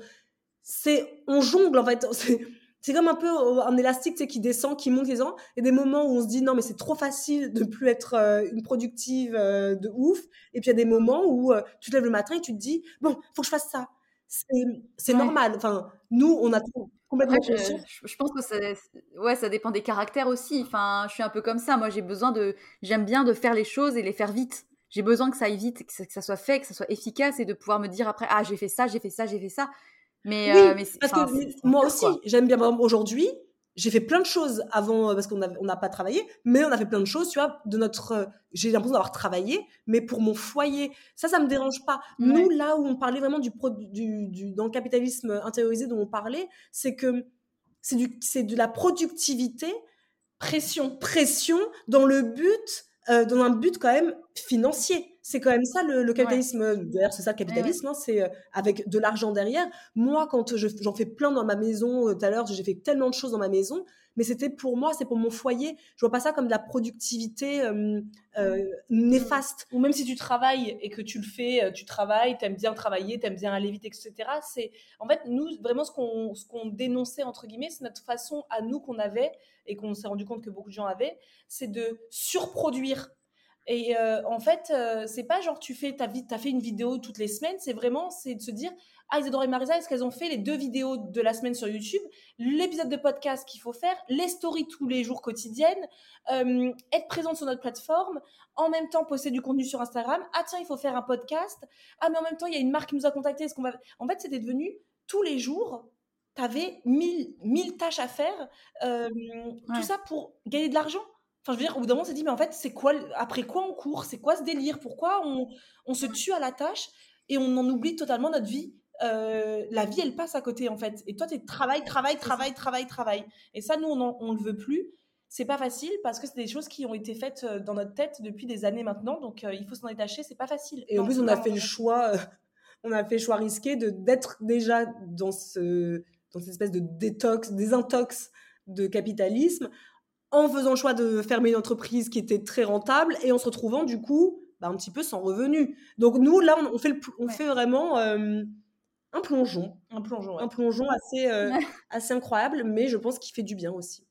C'est, on jongle en fait. C'est, c'est comme un peu un élastique, tu sais, qui descend, qui monte, qui descend. Il y a des moments où on se dit non, mais c'est trop facile de plus être euh, une productive euh, de ouf. Et puis il y a des moments où euh, tu te lèves le matin et tu te dis bon, faut que je fasse ça. C'est, c'est ouais. normal. Enfin, nous, on a tout, complètement ouais, conscience. Je, je pense que ça, ouais, ça dépend des caractères aussi. Enfin, je suis un peu comme ça. Moi, j'ai besoin de, j'aime bien de faire les choses et les faire vite. J'ai besoin que ça aille vite, que ça, que ça soit fait, que ça soit efficace et de pouvoir me dire après ah j'ai fait ça, j'ai fait ça, j'ai fait ça. Mais, oui, euh, mais parce que c'est, c'est moi dur, aussi, quoi. J'aime bien. Par exemple, aujourd'hui, j'ai fait plein de choses avant parce qu'on n'a on n'a pas travaillé, mais on a fait plein de choses, tu vois, de notre. Euh, j'ai l'impression d'avoir travaillé, mais pour mon foyer. Ça, ça me dérange pas. Ouais. Nous, là où on parlait vraiment du, pro, du, du dans le capitalisme intériorisé dont on parlait, c'est que c'est du, c'est de la productivité, pression, pression dans le but, euh, dans un but quand même financier. C'est quand même ça le, le capitalisme. Ouais. D'ailleurs, c'est ça le capitalisme, ouais. hein, c'est euh, avec de l'argent derrière. Moi, quand je, j'en fais plein dans ma maison, euh, tout à l'heure, j'ai fait tellement de choses dans ma maison, mais c'était pour moi, c'est pour mon foyer. Je vois pas ça comme de la productivité euh, euh, néfaste. Ou même si tu travailles et que tu le fais, tu travailles, t'aimes bien travailler, t'aimes bien aller vite, et cetera. C'est en fait nous vraiment ce qu'on ce qu'on dénonçait entre guillemets, c'est notre façon à nous qu'on avait et qu'on s'est rendu compte que beaucoup de gens avaient, c'est de surproduire. Et euh, en fait, euh, c'est pas genre tu fais ta vie, t'as fait une vidéo toutes les semaines, c'est vraiment c'est de se dire ah Isadora et Marisa, est-ce qu'elles ont fait les deux vidéos de la semaine sur YouTube, l'épisode de podcast qu'il faut faire, les stories tous les jours quotidiennes, euh, être présente sur notre plateforme, en même temps poster du contenu sur Instagram. Ah tiens, il faut faire un podcast. Ah mais en même temps, il y a une marque qui nous a contacté. Est-ce qu'on va... En fait, c'était devenu tous les jours. T'avais mille, mille tâches à faire, euh, ouais. tout ça pour gagner de l'argent. Enfin, je veux dire, au bout d'un moment, on s'est dit, mais en fait, c'est quoi, après quoi on court? C'est quoi ce délire? Pourquoi on, on se tue à la tâche et on en oublie totalement notre vie? Euh, la vie, elle passe à côté, en fait. Et toi, tu travail, travail, travail, travail, travail. Et ça, nous, on ne le veut plus. C'est pas facile parce que c'est des choses qui ont été faites dans notre tête depuis des années maintenant. Donc, euh, il faut s'en détacher. C'est pas facile. Et non, en plus, on a fait le choix, euh, on a fait le choix risqué de, d'être déjà dans, ce, dans cette espèce de détox, désintox de capitalisme, en faisant le choix de fermer une entreprise qui était très rentable et en se retrouvant du coup bah, un petit peu sans revenu. Donc nous, là, on, on, fait, le, on ouais. fait vraiment euh, un plongeon. Un plongeon, ouais. Un plongeon assez, euh, assez incroyable, mais je pense qu'il fait du bien aussi.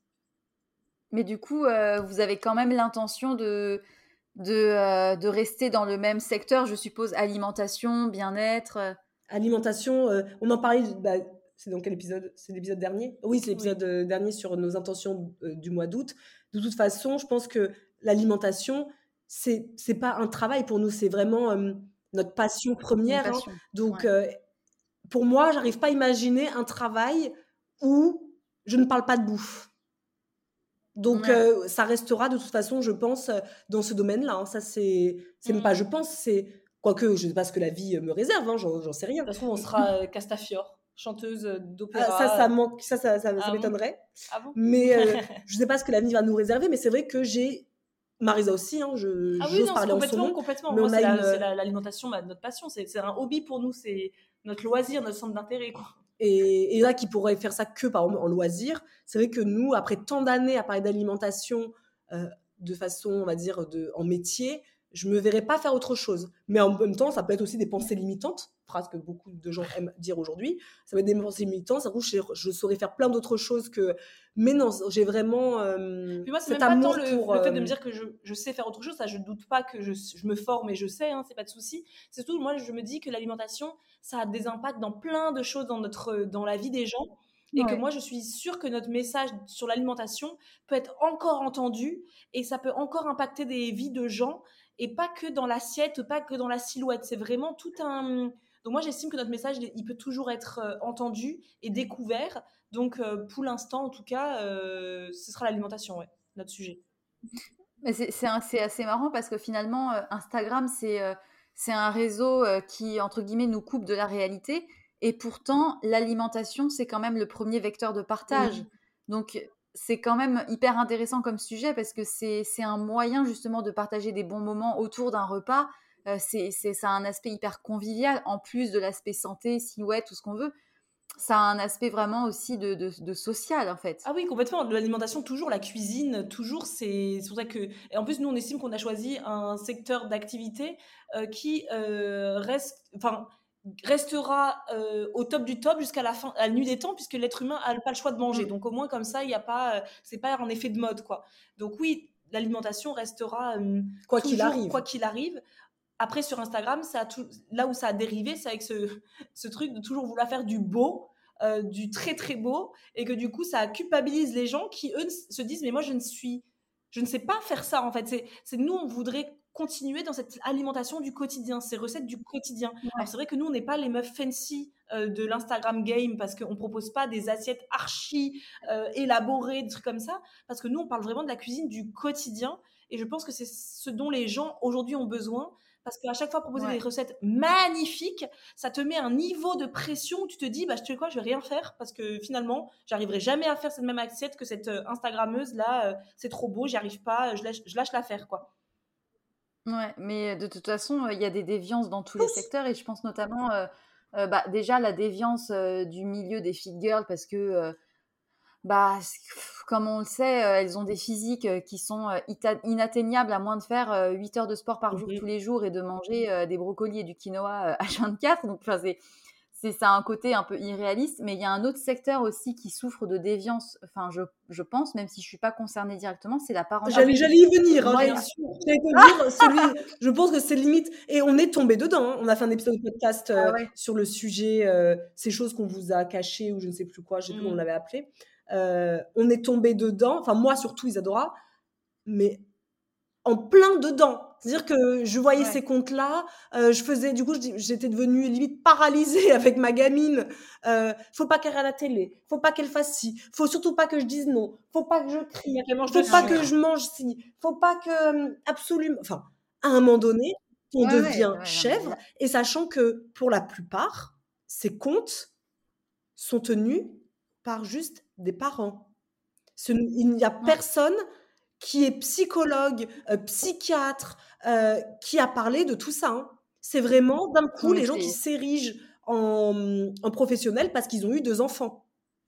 Mais du coup, euh, vous avez quand même l'intention de, de, euh, de rester dans le même secteur, je suppose, alimentation, bien-être euh... Alimentation, euh, on en parlait... Bah, c'est dans quel épisode? C'est l'épisode dernier? Oui, c'est l'épisode oui. dernier sur nos intentions du mois d'août. De toute façon, je pense que l'alimentation, c'est, c'est pas un travail pour nous, c'est vraiment euh, notre passion première. Passion. Hein. Donc, ouais. euh, pour moi, j'arrive pas à imaginer un travail où je ne parle pas de bouffe. Donc, ouais. euh, ça restera de toute façon, je pense, dans ce domaine-là. Hein. Ça, c'est, c'est mmh. même pas je pense, c'est... Quoique, je ne sais pas ce que la vie me réserve, hein, j'en, j'en sais rien. De toute façon, on sera Castafiore. Chanteuse d'opéra. Ah, ça, ça, manque, ça, ça, ça, ça ah m'étonnerait. Bon ah bon mais euh, je ne sais pas ce que l'avenir va nous réserver, mais c'est vrai que j'ai... Marisa aussi, hein, je, ah oui, j'ose non, parler en son nom. Complètement, mais Moi, c'est, la, une... c'est la, l'alimentation, bah, notre passion. C'est, c'est un hobby pour nous, c'est notre loisir, notre centre d'intérêt. Quoi. Et, et là, qui pourrait faire ça que, par exemple, en loisir, c'est vrai que nous, après tant d'années à parler d'alimentation euh, de façon, on va dire, de, en métier, je ne me verrais pas faire autre chose. Mais en même temps, ça peut être aussi des pensées limitantes, phrase que beaucoup de gens aiment dire aujourd'hui. Ça peut être des pensées limitantes, ça je, je saurais faire plein d'autres choses que... Mais non, j'ai vraiment euh, Puis moi, c'est cet même amour pas tant le, pour... le fait euh... de me dire que je, je sais faire autre chose, ça, je ne doute pas que je, je me forme et je sais, hein, c'est pas de souci. C'est surtout, moi, je me dis que l'alimentation, ça a des impacts dans plein de choses dans, notre, dans la vie des gens. Et ouais. que moi, je suis sûre que notre message sur l'alimentation peut être encore entendu et ça peut encore impacter des vies de gens et pas que dans l'assiette, pas que dans la silhouette. C'est vraiment tout un... Donc moi, j'estime que notre message, il peut toujours être entendu et découvert. Donc pour l'instant, en tout cas, euh, ce sera l'alimentation, ouais, notre sujet. Mais c'est, c'est, un, c'est assez marrant parce que finalement, Instagram, c'est, c'est un réseau qui, entre guillemets, nous coupe de la réalité. Et pourtant, l'alimentation, c'est quand même le premier vecteur de partage. Mmh. Donc, c'est quand même hyper intéressant comme sujet parce que c'est, c'est un moyen justement de partager des bons moments autour d'un repas. Euh, c'est, c'est, ça a un aspect hyper convivial, en plus de l'aspect santé, silhouette, tout ce qu'on veut. Ça a un aspect vraiment aussi de, de, de social, en fait. Ah oui, complètement. L'alimentation, toujours, la cuisine, toujours, c'est c'est pour ça que... Et en plus, nous, on estime qu'on a choisi un secteur d'activité euh, qui euh, reste, enfin, restera euh, au top du top jusqu'à la fin, à la nuit des temps, puisque l'être humain n'a pas le choix de manger. Mm. Donc, au moins, comme ça, il y a pas, euh, c'est pas un effet de mode, quoi. Donc, oui, l'alimentation restera euh, Quoi toujours, qu'il arrive. quoi qu'il arrive. Après, sur Instagram, ça a tout, là où ça a dérivé, c'est avec ce, ce truc de toujours vouloir faire du beau, euh, du très très beau, et que du coup, ça culpabilise les gens qui, eux, se disent, mais moi, je ne suis, je ne sais pas faire ça, en fait. C'est, c'est nous, on voudrait continuer dans cette alimentation du quotidien, ces recettes du quotidien. Ouais. Alors, c'est vrai que nous, on n'est pas les meufs fancy euh, de l'Instagram game, parce qu'on ne propose pas des assiettes archi euh, élaborées, des trucs comme ça, parce que nous, on parle vraiment de la cuisine du quotidien, et je pense que c'est ce dont les gens, aujourd'hui, ont besoin. Parce qu'à chaque fois, proposer Ouais. des recettes magnifiques, ça te met un niveau de pression où tu te dis, bah, je sais quoi, je vais rien faire parce que finalement, j'arriverai jamais à faire cette même assiette que cette euh, Instagrammeuse là. euh, c'est trop beau, j'y arrive pas, je lâche, je lâche l'affaire, quoi. Ouais, mais de toute façon, il y a des déviances dans tous les secteurs et je pense notamment, euh, euh, bah, déjà la déviance euh, du milieu des fit girls parce que, euh, bah, c'est- pff, comme on le sait, euh, elles ont des physiques euh, qui sont euh, ita- inatteignables à moins de faire euh, huit heures de sport par jour Mhm. tous les jours et de manger euh, des brocolis et du quinoa euh, H vingt-quatre. Donc, enfin, c'est, c'est, ça a un côté un peu irréaliste, mais il y a un autre secteur aussi qui souffre de déviance, enfin, je, je pense, même si je suis pas concernée directement, c'est la parentalité. J'allais, j'allais y venir, hein, Moi, j'allais, j'allais te dire, celui, je pense que c'est limite, et on est tombé dedans, hein. On a fait un épisode de podcast euh, Ah ouais. sur le sujet, euh, ces choses qu'on vous a cachées, ou je ne sais plus quoi, je ne sais plus Mm. comment on l'avait appelé. Euh, on est tombé dedans, enfin moi surtout Isadora, mais en plein dedans. C'est-à-dire que je voyais Ouais. ces comptes-là, euh, je faisais, du coup, je- j'étais devenue limite paralysée avec ma gamine. Euh, faut pas qu'elle regarde la télé, faut pas qu'elle fasse ci, faut surtout pas que je dise non, faut pas que je crie, qu'elle mange faut de pas sucre. que je mange ci, faut pas que, euh, absolument, enfin, à un moment donné, on Ouais, ouais, devient ouais, non, mais chèvre, là- et sachant que pour la plupart, ces comptes sont tenus par juste des parents. Ce- il n'y a Ouais. personne qui est psychologue, euh, psychiatre, euh, qui a parlé de tout ça, hein. C'est vraiment d'un coup Oui, les gens qui c'est- s'érigent en, en professionnels parce qu'ils ont eu deux enfants.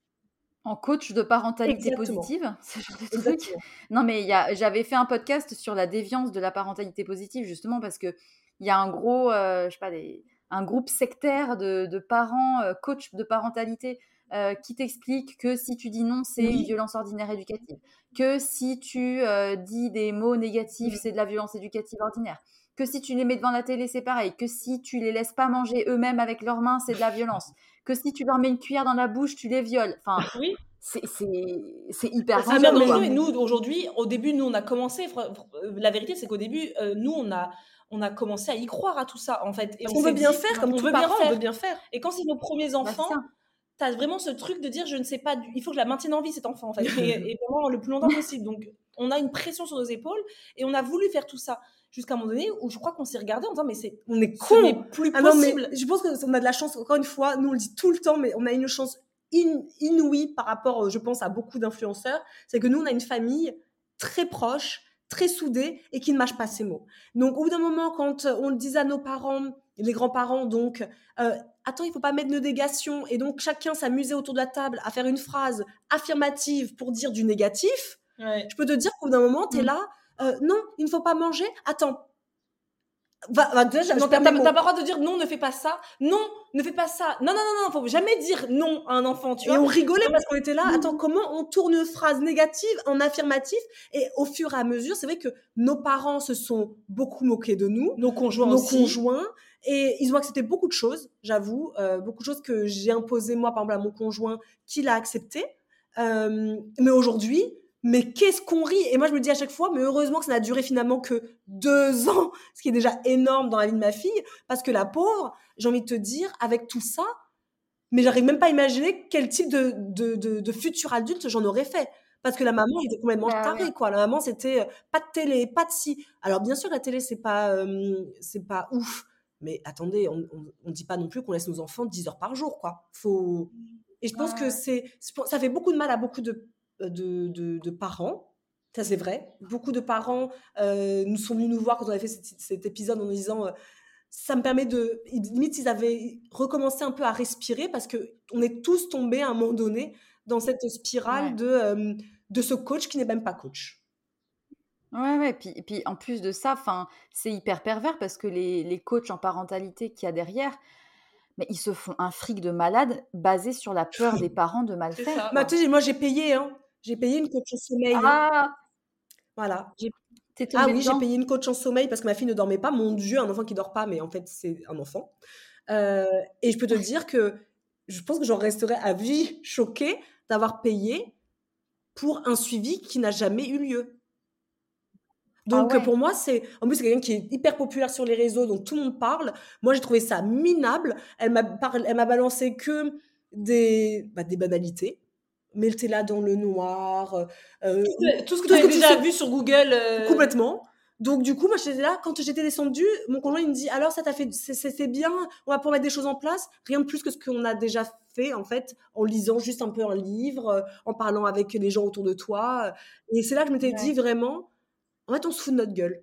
En coach de parentalité Exactement. positive, ce genre de truc. Exactement. Non, mais il y a, j'avais fait un podcast sur la déviance de la parentalité positive, justement, parce que il y a un gros, euh, je sais pas, des, un groupe sectaire de, de parents, euh, coach de parentalité, euh, qui t'explique que si tu dis non, c'est Oui. une violence ordinaire éducative. Que si tu euh, dis des mots négatifs, Oui. c'est de la violence éducative ordinaire. Que si tu les mets devant la télé, c'est pareil. Que si tu les laisses pas manger eux-mêmes avec leurs mains, c'est de la violence. Que si tu leur mets une cuillère dans la bouche, tu les violes. Enfin, Oui. c'est, c'est, c'est hyper C'est Ah hyper non, dangereux, mais- quoi. dangereux. Et nous, aujourd'hui, au début, nous, on a commencé. fr- fr- euh, La vérité, c'est qu'au début, euh, nous, on a, on a commencé à y croire à tout ça, en fait. Et Parce on qu'on s'est veut bien dit, faire, comme on tout veut bien parent, on faire. veut bien faire. Et quand c'est nos premiers Bah, c'est enfants, ça. t'as vraiment ce truc de dire, je ne sais pas, du- il faut que je la maintienne en vie, cet enfant, en fait, et, et pendant le plus longtemps possible. Donc, on a une pression sur nos épaules, et on a voulu faire tout ça. Jusqu'à un moment donné où je crois qu'on s'est regardé en disant, mais c'est, On est ce n'est con. plus Ah non, mais possible. je pense qu'on a de la chance, encore une fois, nous on le dit tout le temps, mais on a une chance in- inouïe par rapport, euh, je pense, à beaucoup d'influenceurs. C'est que nous, on a une famille très proche, très soudée et qui ne mâche pas ses mots. Donc, au bout d'un moment, quand euh, on le disait à nos parents, les grands-parents, donc, euh, attends, il faut pas mettre de négation, et donc chacun s'amusait autour de la table à faire une phrase affirmative pour dire du négatif, Ouais. je peux te dire qu'au bout d'un moment, tu es Mm. là, euh, non, il ne faut pas manger, attends. Va, va, déjà, je Non, perds t'as mes t'as mots. pas le droit de dire non, ne fais pas ça. Non, ne fais pas ça. Non, non, non, non, faut jamais dire non à un enfant, tu Et vois. on rigolait parce qu'on était là, attends, comment on tourne une phrase négative en affirmatif? Et au fur et à mesure, c'est vrai que nos parents se sont beaucoup moqués de nous, Nos conjoints nos aussi. conjoints, et ils ont accepté beaucoup de choses, j'avoue, euh, beaucoup de choses que j'ai imposées moi, par exemple, à mon conjoint, qu'il a accepté. Euh, mais aujourd'hui, mais qu'est-ce qu'on rit? Et moi, je me dis à chaque fois, mais heureusement que ça n'a duré finalement que deux ans, ce qui est déjà énorme dans la vie de ma fille, parce que la pauvre, j'ai envie de te dire, avec tout ça, mais j'arrive même pas à imaginer quel type de, de, de, de futur adulte j'en aurais fait. Parce que la maman était complètement Bah tarée, ouais. quoi. La maman, c'était euh, pas de télé, pas de ci. Alors, bien sûr, la télé, c'est pas, euh, c'est pas ouf. Mais attendez, on, on, on dit pas non plus qu'on laisse nos enfants dix heures par jour, quoi. Faut... Et je pense Ouais, que ouais. c'est, ça fait beaucoup de mal à beaucoup de de, de, de parents. Ça, c'est vrai. Beaucoup de parents euh, nous sont venus nous voir quand on avait fait cet, cet épisode en nous disant euh, ça me permet de... Limite, ils avaient recommencé un peu à respirer parce qu'on est tous tombés à un moment donné dans cette spirale Ouais. de, euh, de ce coach qui n'est même pas coach. Ouais, ouais, puis, puis en plus de ça, c'est hyper pervers parce que les, les coachs en parentalité qu'il y a derrière, mais ils se font un fric de malade basé sur la peur des parents de mal C'est faire. ça. Bah, quoi. tu sais, moi, j'ai payé, hein. J'ai payé une coach en sommeil. hein. Ah, Voilà. J'ai- t'es Ah tombée oui, j'ai dedans. payé une coach en sommeil parce que ma fille ne dormait pas. Mon Dieu, un enfant qui dort pas, mais en fait, c'est un enfant. Euh, et je peux te dire que je pense que j'en resterai à vie choquée d'avoir payé pour un suivi qui n'a jamais eu lieu. Ah Donc, ouais. pour moi, c'est. En plus, c'est quelqu'un qui est hyper populaire sur les réseaux, donc tout le monde parle. Moi, j'ai trouvé ça minable. Elle m'a parlé- elle m'a balancé que des, bah, des banalités. Mettez-la dans le noir. euh, Tout ce que tout tu ce as que tu déjà sais- vu sur Google. euh, Complètement. Donc, du coup, moi, j'étais là. Quand j'étais descendue, mon conjoint, il me dit alors, ça t'a fait. c'est- c'est c'est bien, on va pouvoir mettre des choses en place. Rien de plus que ce qu'on a déjà fait, en fait, en lisant juste un peu un livre, euh, en parlant avec les gens autour de toi. Et c'est là que je m'étais Ouais. dit vraiment, en fait, on se fout de notre gueule.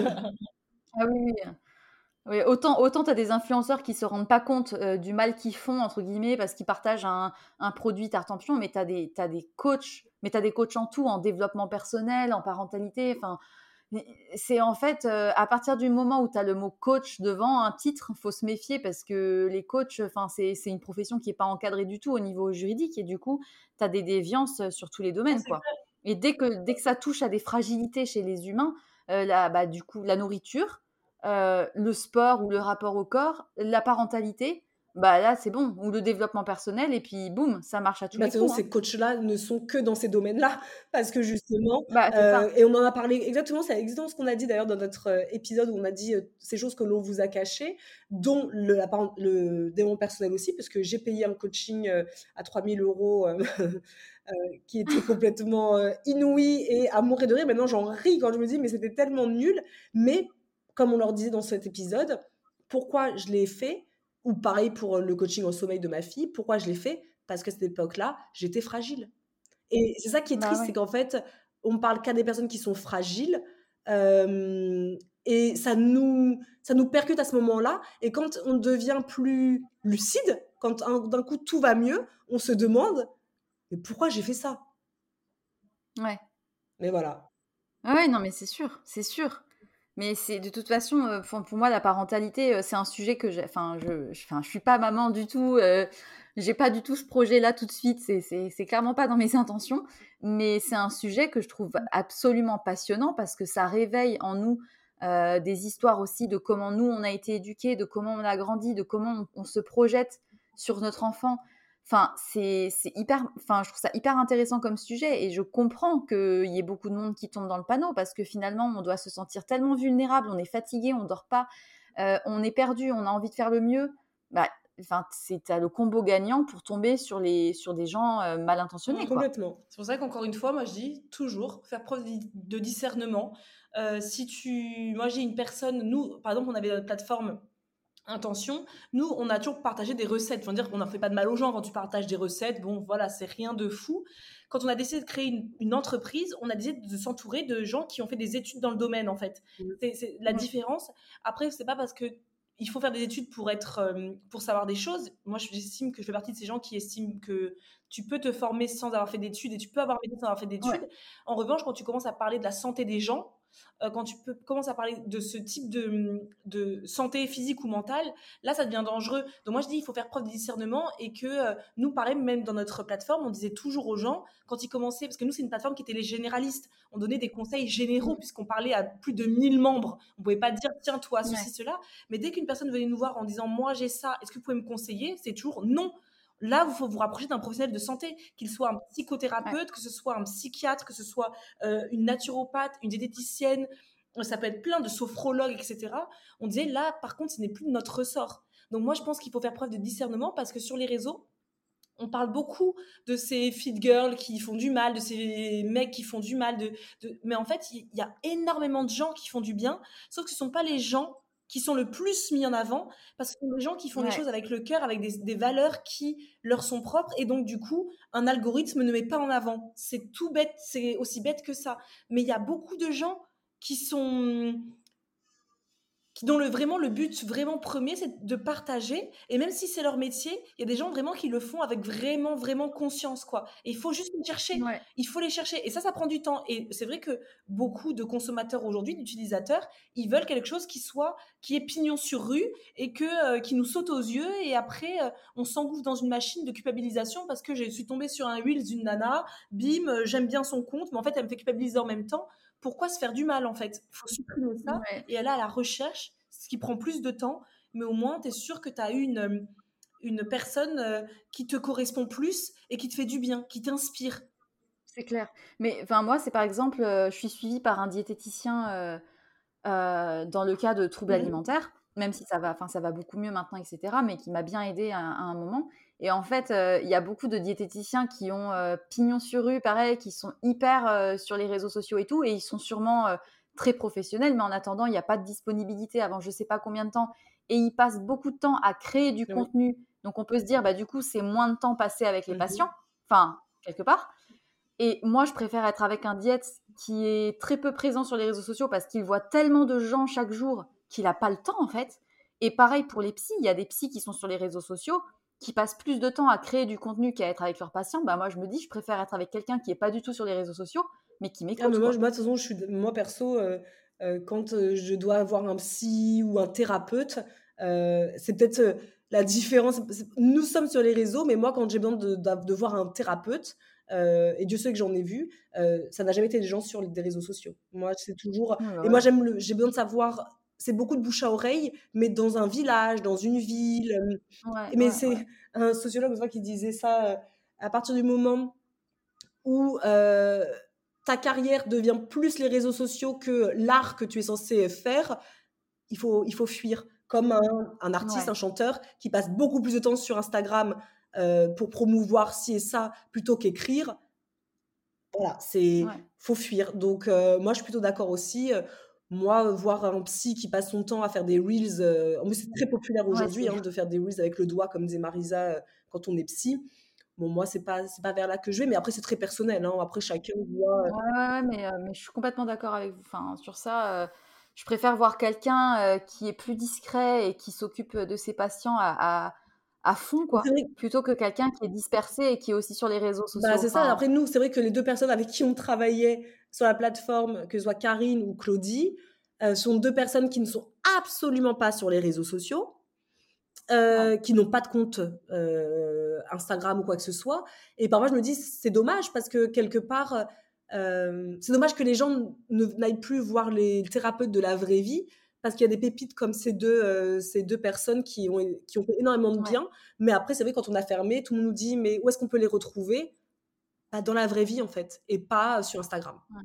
Ah oui, oui. Oui, autant, autant tu as des influenceurs qui se rendent pas compte euh, du mal qu'ils font, entre guillemets, parce qu'ils partagent un, un produit Tartampion, mais tu as des, t'as des coachs, mais tu as des coachs en tout, en développement personnel, en parentalité. Enfin, c'est en fait, euh, à partir du moment où tu as le mot coach devant un titre, il faut se méfier parce que les coachs, enfin, c'est, c'est une profession qui n'est pas encadrée du tout au niveau juridique et du coup, tu as des déviances sur tous les domaines, c'est quoi. Et dès que, dès que ça touche à des fragilités chez les humains, euh, là, bah, du coup, la nourriture, euh, le sport ou le rapport au corps, la parentalité, bah là c'est bon, ou le développement personnel, et puis boum, ça marche à tous Bah, les de toute façon, coups. Hein. ces coachs-là ne sont que dans ces domaines-là, parce que justement, Bah c'est euh, ça. et on en a parlé exactement, c'est exactement ce qu'on a dit d'ailleurs dans notre euh, épisode où on a dit euh, ces choses que l'on vous a cachées, dont le, la parent- le développement personnel aussi, parce que j'ai payé un coaching euh, à trois mille euros euh, euh, qui était complètement euh, inouï et à mourir de rire. Maintenant, j'en ris quand je me dis, mais c'était tellement nul. Mais comme on leur disait dans cet épisode, pourquoi je l'ai fait, ou pareil pour le coaching en sommeil de ma fille, pourquoi je l'ai fait parce qu'à cette époque-là, j'étais fragile. Et c'est ça qui est Bah triste, ouais. c'est qu'en fait, on ne parle qu'à des personnes qui sont fragiles. euh, et ça nous, ça nous percute à ce moment-là. Et quand on devient plus lucide, quand un- d'un coup tout va mieux, on se demande mais pourquoi j'ai fait ça. Ouais. Mais voilà. Ah ouais, non mais c'est sûr, c'est sûr. Mais c'est de toute façon, euh, pour, pour moi, la parentalité, euh, c'est un sujet que j'ai. Enfin, je, je, enfin, je suis pas maman du tout. Euh, j'ai pas du tout ce projet-là tout de suite. C'est, c'est, c'est clairement pas dans mes intentions. Mais c'est un sujet que je trouve absolument passionnant parce que ça réveille en nous euh, des histoires aussi de comment nous on a été éduqués, de comment on a grandi, de comment on, on se projette sur notre enfant. Enfin, c'est, c'est hyper, enfin, je trouve ça hyper intéressant comme sujet et je comprends qu'il y ait beaucoup de monde qui tombe dans le panneau parce que finalement, on doit se sentir tellement vulnérable, on est fatigué, on dort pas, euh, on est perdu, on a envie de faire le mieux. Bah, enfin, c'est t'as le combo gagnant pour tomber sur les, sur des gens euh, mal intentionnés, quoi. Complètement. C'est pour ça qu'encore une fois, moi je dis toujours faire preuve de de discernement. Euh, si tu, moi j'ai une personne, nous par exemple on avait notre plateforme Intention, nous on a toujours partagé des recettes. Faut dire qu'on n'en fait pas de mal aux gens quand tu partages des recettes. Bon voilà, c'est rien de fou. Quand on a décidé de créer une, une entreprise, on a décidé de s'entourer de gens qui ont fait des études dans le domaine en fait. C'est, c'est la Mm. différence. Après c'est pas parce que il faut faire des études pour être, euh, pour savoir des choses. Moi, j'estime que je fais partie de ces gens qui estiment que tu peux te former sans avoir fait d'études et tu peux avoir un métier sans avoir fait d'études. Ouais. En revanche, quand tu commences à parler de la santé des gens, euh, quand tu peux, commences à parler de ce type de, de santé physique ou mentale, là, ça devient dangereux. Donc moi, je dis, il faut faire preuve de discernement et que euh, nous, pareil, même dans notre plateforme, on disait toujours aux gens, quand ils commençaient, parce que nous, c'est une plateforme qui était les généralistes, on donnait des conseils généraux puisqu'on parlait à plus de mille membres. On ne pouvait pas dire, tiens, toi, ceci, Ouais. cela. Mais dès qu'une personne venait nous voir en disant, moi, j'ai ça, est-ce que vous pouvez me conseiller? C'est toujours non. Là, il faut vous rapprocher d'un professionnel de santé, qu'il soit un psychothérapeute, Ouais. que ce soit un psychiatre, que ce soit euh, une naturopathe, une diététicienne, ça peut être plein de sophrologues, et cetera. On disait là, par contre, ce n'est plus de notre ressort. Donc moi, je pense qu'il faut faire preuve de discernement parce que sur les réseaux, on parle beaucoup de ces fit girls qui font du mal, de ces mecs qui font du mal, de, de... mais en fait, il y a énormément de gens qui font du bien, sauf que ce ne sont pas les gens qui sont le plus mis en avant, parce que ce sont des gens qui font Ouais. les choses avec le cœur, avec des, des valeurs qui leur sont propres, et donc du coup, un algorithme ne met pas en avant. C'est tout bête, c'est aussi bête que ça. Mais il y a beaucoup de gens qui sont... qui- dont le, vraiment le but vraiment premier, c'est de partager. Et même si c'est leur métier, il y a des gens vraiment qui le font avec vraiment, vraiment conscience, quoi. Et il faut juste les chercher. Ouais. Il faut les chercher. Et ça, ça prend du temps. Et c'est vrai que beaucoup de consommateurs aujourd'hui, d'utilisateurs, ils veulent quelque chose qui soit, qui est pignon sur rue et que, euh, qui nous saute aux yeux. Et après, euh, on s'engouffre dans une machine de culpabilisation parce que je suis tombée sur un Reels d'une nana. Bim, euh, j'aime bien son compte, mais en fait, elle me fait culpabiliser en même temps. Pourquoi se faire du mal, en fait? Il faut supprimer ça Ouais. et aller à la recherche, ce qui prend plus de temps, mais au moins, tu es sûr que tu as une, euh, une personne euh, qui te correspond plus et qui te fait du bien, qui t'inspire. C'est clair. Mais enfin, moi, c'est par exemple, euh, je suis suivie par un diététicien euh, euh, dans le cas de troubles Mhm. alimentaires, même si ça va, enfin, ça va beaucoup mieux maintenant, et cetera, mais qui m'a bien aidée à, à un moment. Et en fait, euh, il y a beaucoup de diététiciens qui ont euh, pignon sur rue, pareil, qui sont hyper euh, sur les réseaux sociaux et tout, et ils sont sûrement euh, très professionnels, mais en attendant, il n'y a pas de disponibilité avant je sais pas combien de temps, et ils passent beaucoup de temps à créer du Oui. contenu. Donc on peut se dire, bah du coup, c'est moins de temps passé avec les Mhm. patients, enfin, quelque part. Et moi, je préfère être avec un diète qui est très peu présent sur les réseaux sociaux parce qu'il voit tellement de gens chaque jour qu'il n'a pas le temps, en fait. Et pareil pour les psys, il y a des psys qui sont sur les réseaux sociaux, qui passent plus de temps à créer du contenu qu'à être avec leurs patients. Bah, moi, je me dis, je préfère être avec quelqu'un qui n'est pas du tout sur les réseaux sociaux, mais qui m'écoute. Ah, mais moi, Quoi. je- moi, de toute façon, je suis, moi perso, euh, euh, quand euh, je dois avoir un psy ou un thérapeute, euh, c'est peut-être euh, la différence. C'est- Nous sommes sur les réseaux, mais moi, quand j'ai besoin de, de, de voir un thérapeute, euh, et Dieu sait que j'en ai vu, euh, ça n'a jamais été des gens sur les, des réseaux sociaux. Moi, c'est toujours. Ouais, bah Et moi, ouais. j'aime le, j'ai besoin de savoir. C'est beaucoup de bouche à oreille, mais dans un village, dans une ville. euh, Ouais, Mais ouais, ouais. c'est un sociologue, je vois, qui disait ça. euh, à partir du moment où euh, ta carrière devient plus les réseaux sociaux que l'art que tu es censé faire, il faut, il faut fuir. Comme un, un artiste, Ouais. un chanteur qui passe beaucoup plus de temps sur Instagram euh, pour promouvoir ci et ça plutôt qu'écrire. Voilà, c'est Ouais. faut fuir. Donc euh, moi, je suis plutôt d'accord aussi. Euh, moi, voir un psy qui passe son temps à faire des reels, euh, en plus c'est très populaire Ouais, aujourd'hui c'est... hein, de faire des reels avec le doigt, comme disait Marisa, euh, quand on est psy. Bon, moi, c'est pas, c'est pas vers là que je vais, mais après, c'est très personnel. Hein. Après, chacun voit. Ouais, ouais, ouais, mais, euh, mais je suis complètement d'accord avec vous. Enfin, sur ça, euh, je préfère voir quelqu'un euh, qui est plus discret et qui s'occupe de ses patients à, à, à fond, C'est quoi, vrai, plutôt que quelqu'un qui est dispersé et qui est aussi sur les réseaux bah, sociaux. c'est ça. Enfin, Après, nous, c'est vrai que les deux personnes avec qui on travaillait sur la plateforme, que ce soit Karine ou Claudie, euh, sont deux personnes qui ne sont absolument pas sur les réseaux sociaux, ouais, euh, qui n'ont pas de compte euh, Instagram ou quoi que ce soit. Et parfois, je me dis, c'est dommage parce que quelque part, euh, c'est dommage que les gens ne n'aillent plus voir les thérapeutes de la vraie vie parce qu'il y a des pépites comme ces deux, euh, ces deux personnes qui ont, qui ont fait énormément de ouais, bien. Mais après, c'est vrai, quand on a fermé, tout le monde nous dit, mais où est-ce qu'on peut les retrouver? Bah, dans la vraie vie, en fait, et pas sur Instagram. ouais.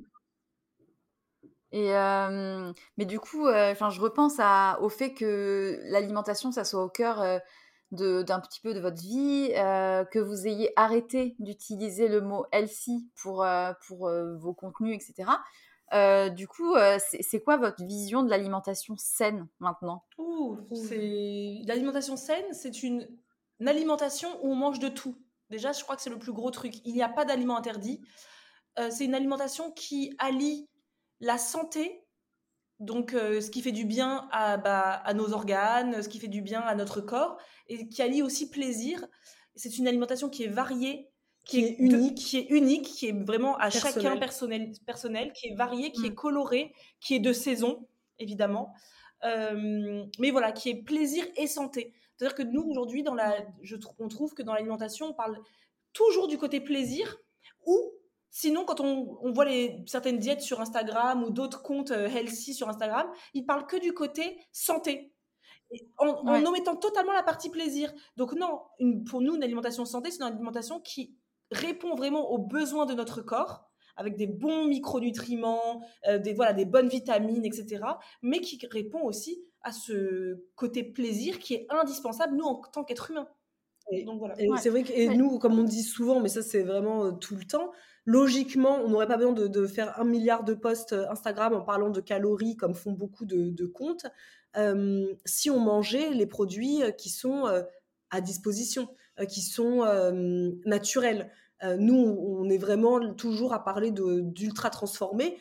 Et euh, mais du coup, euh, enfin, je repense à, au fait que l'alimentation, ça soit au cœur euh, de, d'un petit peu de votre vie, euh, que vous ayez arrêté d'utiliser le mot healthy pour, euh, pour euh, vos contenus, et cetera. Euh, du coup, euh, c'est, c'est quoi votre vision de l'alimentation saine maintenant? Ouh, c'est l'alimentation saine, c'est une... une alimentation où on mange de tout. Déjà, je crois que c'est le plus gros truc. Il n'y a pas d'aliment interdit. Euh, c'est une alimentation qui allie la santé, donc euh, ce qui fait du bien à, bah, à nos organes, ce qui fait du bien à notre corps, et qui allie aussi plaisir. C'est une alimentation qui est variée, qui, Qui est, est de- unique. qui est unique, qui est vraiment à chacun Personnel. personnel, personnel, qui est variée, qui est Mm. colorée, qui est de saison, évidemment. Euh, mais voilà, qui est plaisir et santé. C'est-à-dire que nous, aujourd'hui, dans la, je, trou- on trouve que dans l'alimentation, on parle toujours du côté plaisir, ou sinon, quand on, on voit les, certaines diètes sur Instagram ou d'autres comptes euh, healthy sur Instagram, ils parlent que du côté santé, et en, en Ouais, omettant totalement la partie plaisir. Donc non, une, pour nous, une alimentation santé, c'est une alimentation qui répond vraiment aux besoins de notre corps, avec des bons micronutriments, euh, des, voilà, des bonnes vitamines, et cetera, mais qui répond aussi à ce côté plaisir qui est indispensable, nous, en tant qu'êtres humains. Et, Donc voilà. et Ouais. c'est vrai que et Ouais. nous, comme on dit souvent, mais ça c'est vraiment euh, tout le temps, logiquement, on n'aurait pas besoin de, de faire un milliard de posts euh, Instagram en parlant de calories, comme font beaucoup de, de comptes, euh, si on mangeait les produits euh, qui sont euh, à disposition, euh, qui sont euh, naturels. Euh, nous, on, on est vraiment toujours à parler de, d'ultra transformés.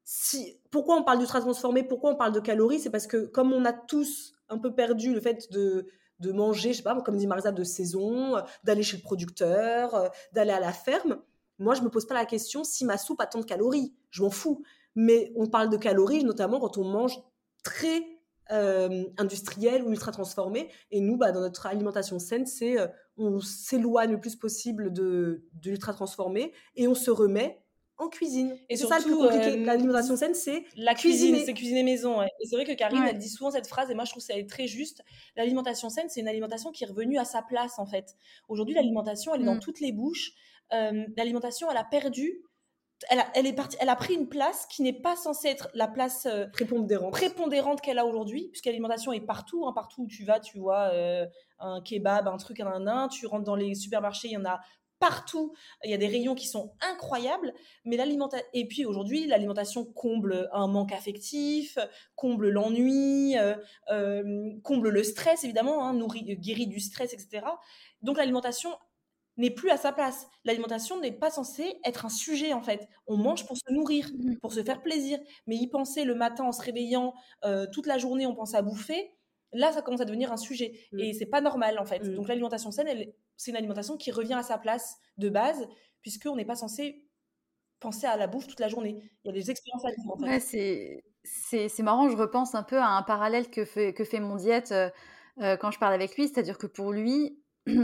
Si, pourquoi on parle d'ultra transformés? Pourquoi on parle de calories? C'est parce que comme on a tous un peu perdu le fait de de manger, je sais pas, comme dit Marisa, de saison, euh, d'aller chez le producteur, euh, d'aller à la ferme. Moi, je me pose pas la question si ma soupe a tant de calories. Je m'en fous. Mais on parle de calories, notamment quand on mange très euh, industriel ou ultra transformé. Et nous, bah, dans notre alimentation saine, c'est euh, on s'éloigne le plus possible de, de l'ultra transformé et on se remet en cuisine. Et c'est ça le plus surtout, compliqué. euh, L'alimentation saine, c'est la cuisine, cuisiner. c'est cuisiner maison. Ouais. Et c'est vrai que Karine, Ouais. elle dit souvent cette phrase, et moi je trouve que c'est très juste. L'alimentation saine, c'est une alimentation qui est revenue à sa place, en fait. Aujourd'hui, l'alimentation, elle est dans Mm. toutes les bouches. Euh, l'alimentation, elle a perdu, elle a, elle est partie, elle a pris une place qui n'est pas censée être la place euh, Prépondérante. prépondérante qu'elle a aujourd'hui, puisque l'alimentation est partout, hein, partout où tu vas, tu vois euh, un kebab, un truc, un, un, un, tu rentres dans les supermarchés, il y en a partout, il y a des rayons qui sont incroyables, mais l'alimentation, et puis aujourd'hui, l'alimentation comble un manque affectif, comble l'ennui, euh, euh, comble le stress, évidemment, hein, nourrit, guérit du stress, et cetera. Donc l'alimentation n'est plus à sa place. L'alimentation n'est pas censée être un sujet, en fait. On mange pour se nourrir, Mm. pour se faire plaisir. Mais y penser le matin en se réveillant, euh, toute la journée, on pense à bouffer, là, ça commence à devenir un sujet. Mm. Et c'est pas normal, en fait. Mm. Donc l'alimentation saine, elle, c'est une alimentation qui revient à sa place de base, puisqu'on n'est pas censé penser à la bouffe toute la journée. Il y a des expériences à vivre, en fait. Ouais, c'est, c'est, c'est marrant, je repense un peu à un parallèle que fait, que fait mon diète euh, euh, quand je parle avec lui, c'est-à-dire que pour lui,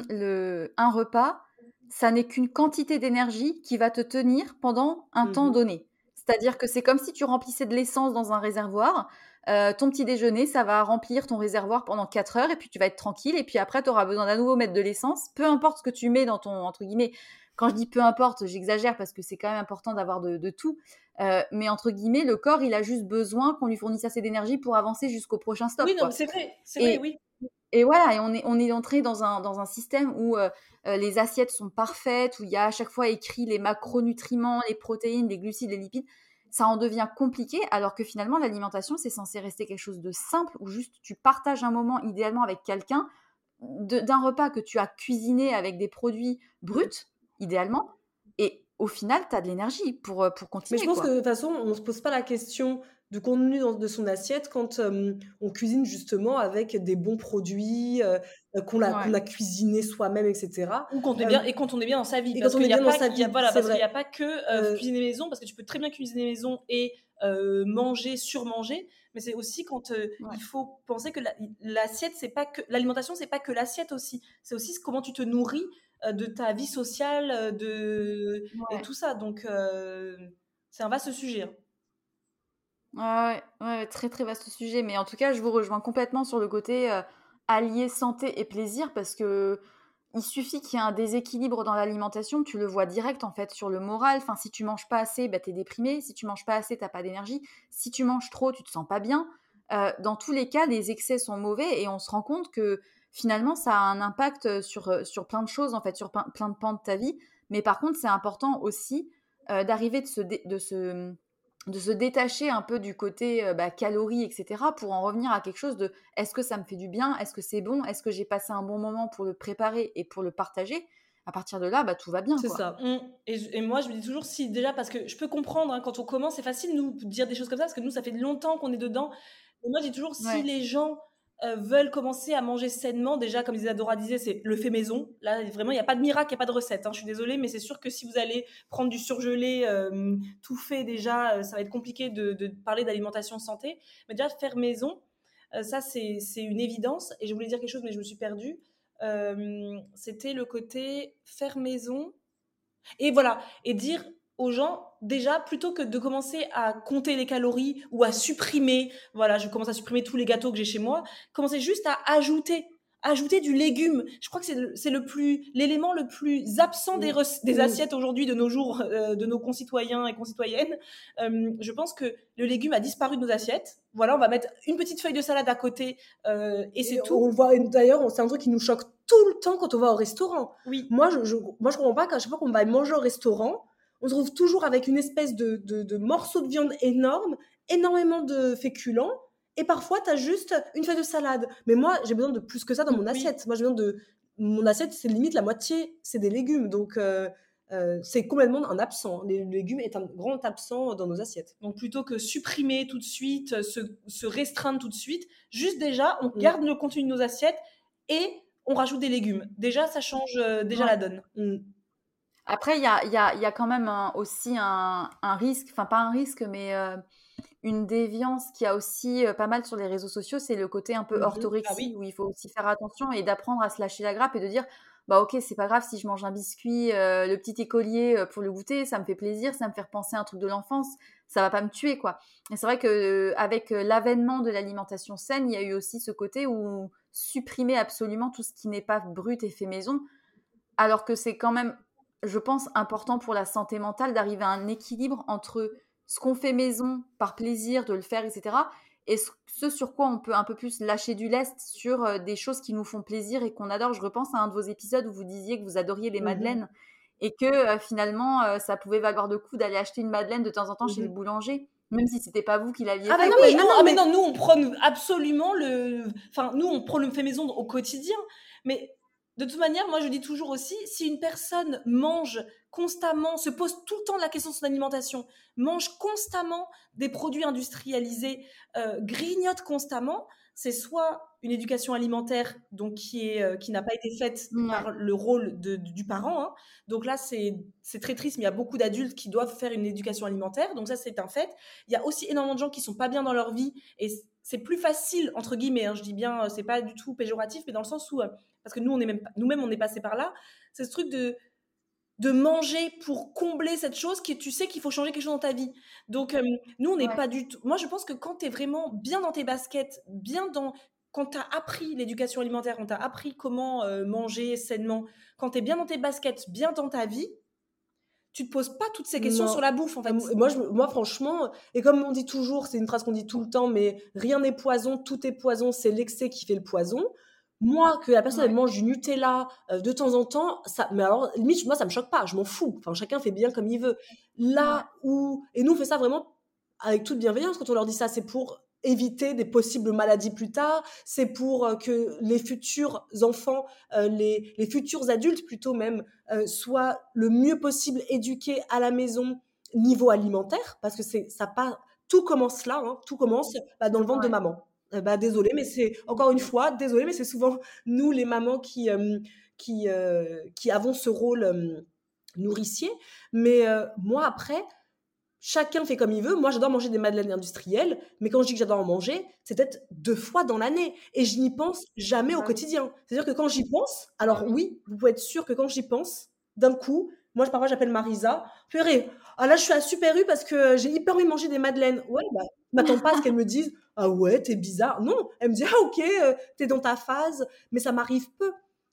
le, un repas, ça n'est qu'une quantité d'énergie qui va te tenir pendant un Mhm. temps donné. C'est-à-dire que c'est comme si tu remplissais de l'essence dans un réservoir. Euh, ton petit déjeuner, ça va remplir ton réservoir pendant quatre heures et puis tu vas être tranquille et puis après, tu auras besoin d'à nouveau mettre de l'essence. Peu importe ce que tu mets dans ton, entre guillemets, quand je dis peu importe, j'exagère parce que c'est quand même important d'avoir de, de tout. Euh, mais entre guillemets, le corps, il a juste besoin qu'on lui fournisse assez d'énergie pour avancer jusqu'au prochain stop. Oui, non, Quoi. mais c'est vrai, c'est Et, vrai, oui. et voilà, et on est, on est entré dans un, dans un système où euh, euh, les assiettes sont parfaites, où il y a à chaque fois écrit les macronutriments, les protéines, les glucides, les lipides. Ça en devient compliqué, alors que finalement, l'alimentation, c'est censé rester quelque chose de simple, où juste tu partages un moment, idéalement avec quelqu'un, de, d'un repas que tu as cuisiné avec des produits bruts, idéalement, et au final, tu as de l'énergie pour, pour continuer. Mais je pense quoi. que de toute façon, on ne se pose pas la question du contenu dans- de son assiette quand euh, on cuisine justement avec des bons produits, euh, qu'on, a, Ouais. qu'on a cuisiné soi-même, et cetera. Ou quand on est Euh, bien, et quand on est bien dans sa vie. et Parce quand on qu'il est y a bien dans pas, sa il y a- vie, voilà, c'est parce qu'il n'y a vrai. pas que euh, Euh, cuisiner maison, parce que tu peux très bien cuisiner maison et euh, manger, surmanger, mais c'est aussi quand euh, Ouais. il faut penser que la- l'assiette, c'est pas que l'alimentation, c'est pas que l'assiette aussi. C'est aussi comment tu te nourris euh, de ta vie sociale, euh, de Ouais. et tout ça. Donc euh, c'est un vaste sujet. hein. Ouais, ouais, ouais, très très vaste sujet, mais en tout cas, je vous rejoins complètement sur le côté euh, allier santé et plaisir parce que il suffit qu'il y ait un déséquilibre dans l'alimentation, tu le vois direct en fait sur le moral. Enfin, si tu manges pas assez, bah, t'es déprimé. Si tu manges pas assez, t'as pas d'énergie. Si tu manges trop, tu te sens pas bien. Euh, dans tous les cas, les excès sont mauvais et on se rend compte que finalement, ça a un impact sur, sur plein de choses en fait, sur plein, plein de pans de ta vie. Mais par contre, c'est important aussi euh, d'arriver de se, dé- de se de se détacher un peu du côté euh, bah, calories, et cetera, pour en revenir à quelque chose de est-ce que ça me fait du bien, est-ce que c'est bon, est-ce que j'ai passé un bon moment pour le préparer et pour le partager. À partir de là, bah, tout va bien. c'est quoi. ça. Mm. Et, je- et moi, je me dis toujours, si déjà, parce que je peux comprendre, hein, quand on commence, c'est facile nous de dire des choses comme ça, parce que nous, ça fait longtemps qu'on est dedans. Et moi, je dis toujours, si Ouais. les gens euh, veulent commencer à manger sainement, déjà, comme Isadora disait, c'est le fait maison. Là, vraiment, il n'y a pas de miracle, il n'y a pas de recette. hein. Je suis désolée, mais c'est sûr que si vous allez prendre du surgelé, euh, tout fait déjà, euh, ça va être compliqué de, de parler d'alimentation santé. Mais déjà, faire maison, euh, ça, c'est c'est une évidence. Et je voulais dire quelque chose, mais je me suis perdue. Euh, c'était le côté faire maison. Et voilà, et dire aux gens, déjà, plutôt que de commencer à compter les calories ou à supprimer, voilà, je commence à supprimer tous les gâteaux que j'ai chez moi, commencer juste à ajouter, ajouter du légume. Je crois que c'est le, c'est le plus, l'élément le plus absent des, rec- des Mm. assiettes aujourd'hui de nos jours, euh, de nos concitoyens et concitoyennes. Euh, je pense que le légume a disparu de nos assiettes. Voilà, on va mettre une petite feuille de salade à côté euh, et c'est Et tout. on le voit, et d'ailleurs, c'est un truc qui nous choque tout le temps quand on va au restaurant. Oui. Moi, je, je, moi, je comprends pas qu'à chaque fois qu'on va manger au restaurant, on se retrouve toujours avec une espèce de, de, de morceau de viande énorme, énormément de féculents, et parfois, tu as juste une feuille de salade. Mais moi, j'ai besoin de plus que ça dans mon Oui. assiette. Moi, j'ai besoin de... Mon assiette, c'est limite la moitié, c'est des légumes. Donc, euh, euh, c'est complètement un absent. Les légumes est un grand absent dans nos assiettes. Donc, plutôt que supprimer tout de suite, se, se restreindre tout de suite, juste déjà, on garde mmh. le contenu de nos assiettes et on rajoute des légumes. Déjà, ça change euh, déjà ouais. la donne. Mmh. Après, il y a, y, a, y a quand même un, aussi un, un risque, enfin pas un risque, mais euh, une déviance qui a aussi euh, pas mal sur les réseaux sociaux, c'est le côté un peu mmh. orthorexie, ah, oui. où il faut aussi faire attention et d'apprendre à se lâcher la grappe et de dire, bah ok, c'est pas grave si je mange un biscuit, euh, le petit écolier euh, pour le goûter, ça me fait plaisir, ça me fait repenser à un truc de l'enfance, ça va pas me tuer, quoi. Et c'est vrai qu'avec euh, l'avènement de l'alimentation saine, il y a eu aussi ce côté où supprimer absolument tout ce qui n'est pas brut et fait maison, alors que c'est quand même, je pense, important pour la santé mentale d'arriver à un équilibre entre ce qu'on fait maison par plaisir de le faire, et cetera, et ce sur quoi on peut un peu plus lâcher du lest sur euh, des choses qui nous font plaisir et qu'on adore. Je repense à un de vos épisodes où vous disiez que vous adoriez les mmh. madeleines et que euh, finalement, euh, ça pouvait valoir le coup d'aller acheter une madeleine de temps en temps mmh. chez le boulanger, même si c'était pas vous qui l'aviez ah fait. Bah non, mais non, non, mais non, nous on prône absolument le, enfin nous on prône le fait maison au quotidien, mais de toute manière, moi je dis toujours aussi, si une personne mange constamment, se pose tout le temps la question de son alimentation, mange constamment des produits industrialisés, euh, grignote constamment, c'est soit une éducation alimentaire donc qui, est, euh, qui n'a pas été faite ouais. par le rôle de, de, du parent. Hein. Donc là, c'est, c'est très triste, mais il y a beaucoup d'adultes qui doivent faire une éducation alimentaire. Donc ça, c'est un fait. Il y a aussi énormément de gens qui ne sont pas bien dans leur vie et c'est plus facile, entre guillemets, hein, je dis bien, c'est pas du tout péjoratif, mais dans le sens où, parce que nous, on est même, nous-mêmes, on est passé par là, c'est ce truc de... de manger pour combler cette chose qui tu sais qu'il faut changer quelque chose dans ta vie. Donc, euh, nous, on n'est ouais. pas du tout... Moi, je pense que quand tu es vraiment bien dans tes baskets, bien dans... Quand tu as appris l'éducation alimentaire, quand tu as appris comment euh, manger sainement, quand tu es bien dans tes baskets, bien dans ta vie, tu te poses pas toutes ces questions non. sur la bouffe, en fait. Moi, je, moi, franchement, et comme on dit toujours, c'est une phrase qu'on dit tout le temps, mais rien n'est poison, tout est poison, c'est l'excès qui fait le poison. Moi, que la personne ouais. elle mange du Nutella euh, de temps en temps, ça, mais alors limite moi ça me choque pas, je m'en fous. Enfin chacun fait bien comme il veut. Là ouais. où et nous on fait ça vraiment avec toute bienveillance quand on leur dit ça, c'est pour éviter des possibles maladies plus tard, c'est pour euh, que les futurs enfants, euh, les les futurs adultes plutôt même euh, soient le mieux possible éduqués à la maison niveau alimentaire, parce que c'est ça pas tout commence là, hein, tout commence bah, dans le ventre ouais. de maman. Euh, bah désolé mais c'est encore une fois désolé mais c'est souvent nous les mamans qui euh, qui euh, qui avons ce rôle euh, nourricier, mais euh, moi après chacun fait comme il veut. Moi j'adore manger des madeleines industrielles, mais quand je dis que j'adore en manger, c'est peut-être deux fois dans l'année et je n'y pense jamais au quotidien. C'est-à-dire que quand j'y pense, alors oui, vous pouvez être sûr que quand j'y pense, d'un coup, moi parfois j'appelle Marisa, purée, ah là je suis à Super U parce que j'ai hyper envie de manger des madeleines. Ouais bah je m'attends pas à ce qu'elle me dise ah ouais t'es bizarre. Non, elle me dit ah ok euh, t'es dans ta phase, mais ça m'arrive peu.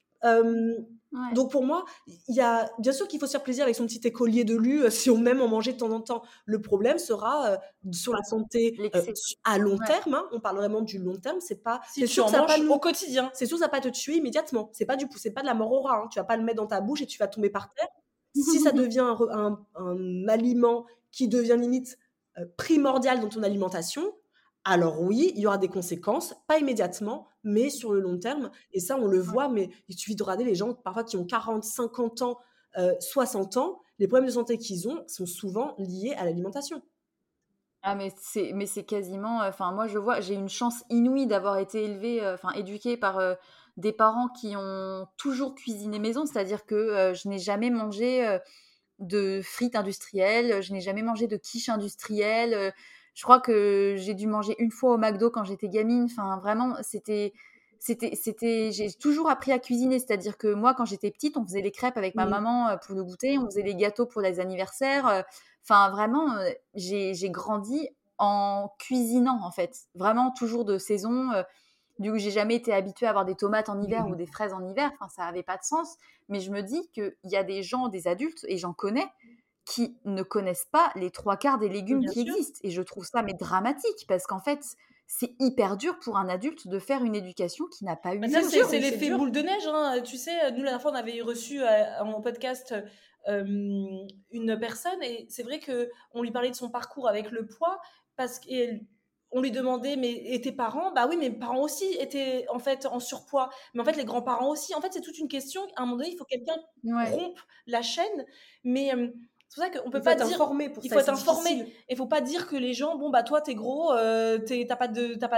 Euh, ouais. Donc pour moi, il y a bien sûr qu'il faut se faire plaisir avec son petit écolier de lu euh, si on aime en manger de temps en temps. Le problème sera euh, sur la santé euh, à long ouais. terme. Hein, on parle vraiment du long terme. C'est pas. Si c'est tu sûr en que ça manges va pas nous, au quotidien. C'est sûr que ça va pas te tuer immédiatement. C'est pas du c'est pas de la mort au rat. Hein. Tu vas pas le mettre dans ta bouche et tu vas tomber par terre. Si ça devient un, un, un aliment qui devient limite euh, primordial dans ton alimentation, alors oui, il y aura des conséquences, pas immédiatement, mais sur le long terme. Et ça, on le voit, mais il suffit de regarder les gens parfois qui ont quarante, cinquante ans, euh, soixante ans, les problèmes de santé qu'ils ont sont souvent liés à l'alimentation. Ah mais c'est, mais c'est quasiment... Enfin, euh, moi, je vois, j'ai une chance inouïe d'avoir été élevée, enfin euh, éduquée par euh, des parents qui ont toujours cuisiné maison, c'est-à-dire que euh, je n'ai jamais mangé euh, de frites industrielles, je n'ai jamais mangé de quiche industrielle, euh, je crois que j'ai dû manger une fois au McDo quand j'étais gamine. Enfin, vraiment, c'était, c'était, c'était. J'ai toujours appris à cuisiner. C'est-à-dire que moi, quand j'étais petite, on faisait les crêpes avec ma mmh. maman pour le goûter, on faisait les gâteaux pour les anniversaires. Enfin, vraiment, j'ai, j'ai grandi en cuisinant, en fait. Vraiment, toujours de saison. Du coup, j'ai jamais été habituée à avoir des tomates en hiver mmh. ou des fraises en hiver. Enfin, ça avait pas de sens. Mais je me dis qu'il y a des gens, des adultes, et j'en connais, qui ne connaissent pas les trois quarts des légumes Bien qui sûr. existent. Et je trouve ça mais dramatique, parce qu'en fait, c'est hyper dur pour un adulte de faire une éducation qui n'a pas eu Bah, lieu. ça, c'est, sûr, c'est mais c'est l'effet dur. boule de neige. Hein. Tu sais, nous, la dernière fois, on avait reçu euh, en podcast euh, une personne et c'est vrai qu'on lui parlait de son parcours avec le poids parce qu'on lui demandait, mais et tes parents? Bah oui, mes parents aussi étaient en fait en surpoids. Mais en fait, les grands-parents aussi. En fait, c'est toute une question. À un moment donné, il faut que quelqu'un Ouais. rompe la chaîne. Mais euh, c'est pour ça qu'on peut Il faut pas être dire... informé pour Il ça. faut et être c'est informé. difficile. Il faut pas dire que les gens, bon bah toi t'es gros, euh, t'es, t'as pas de, t'as pas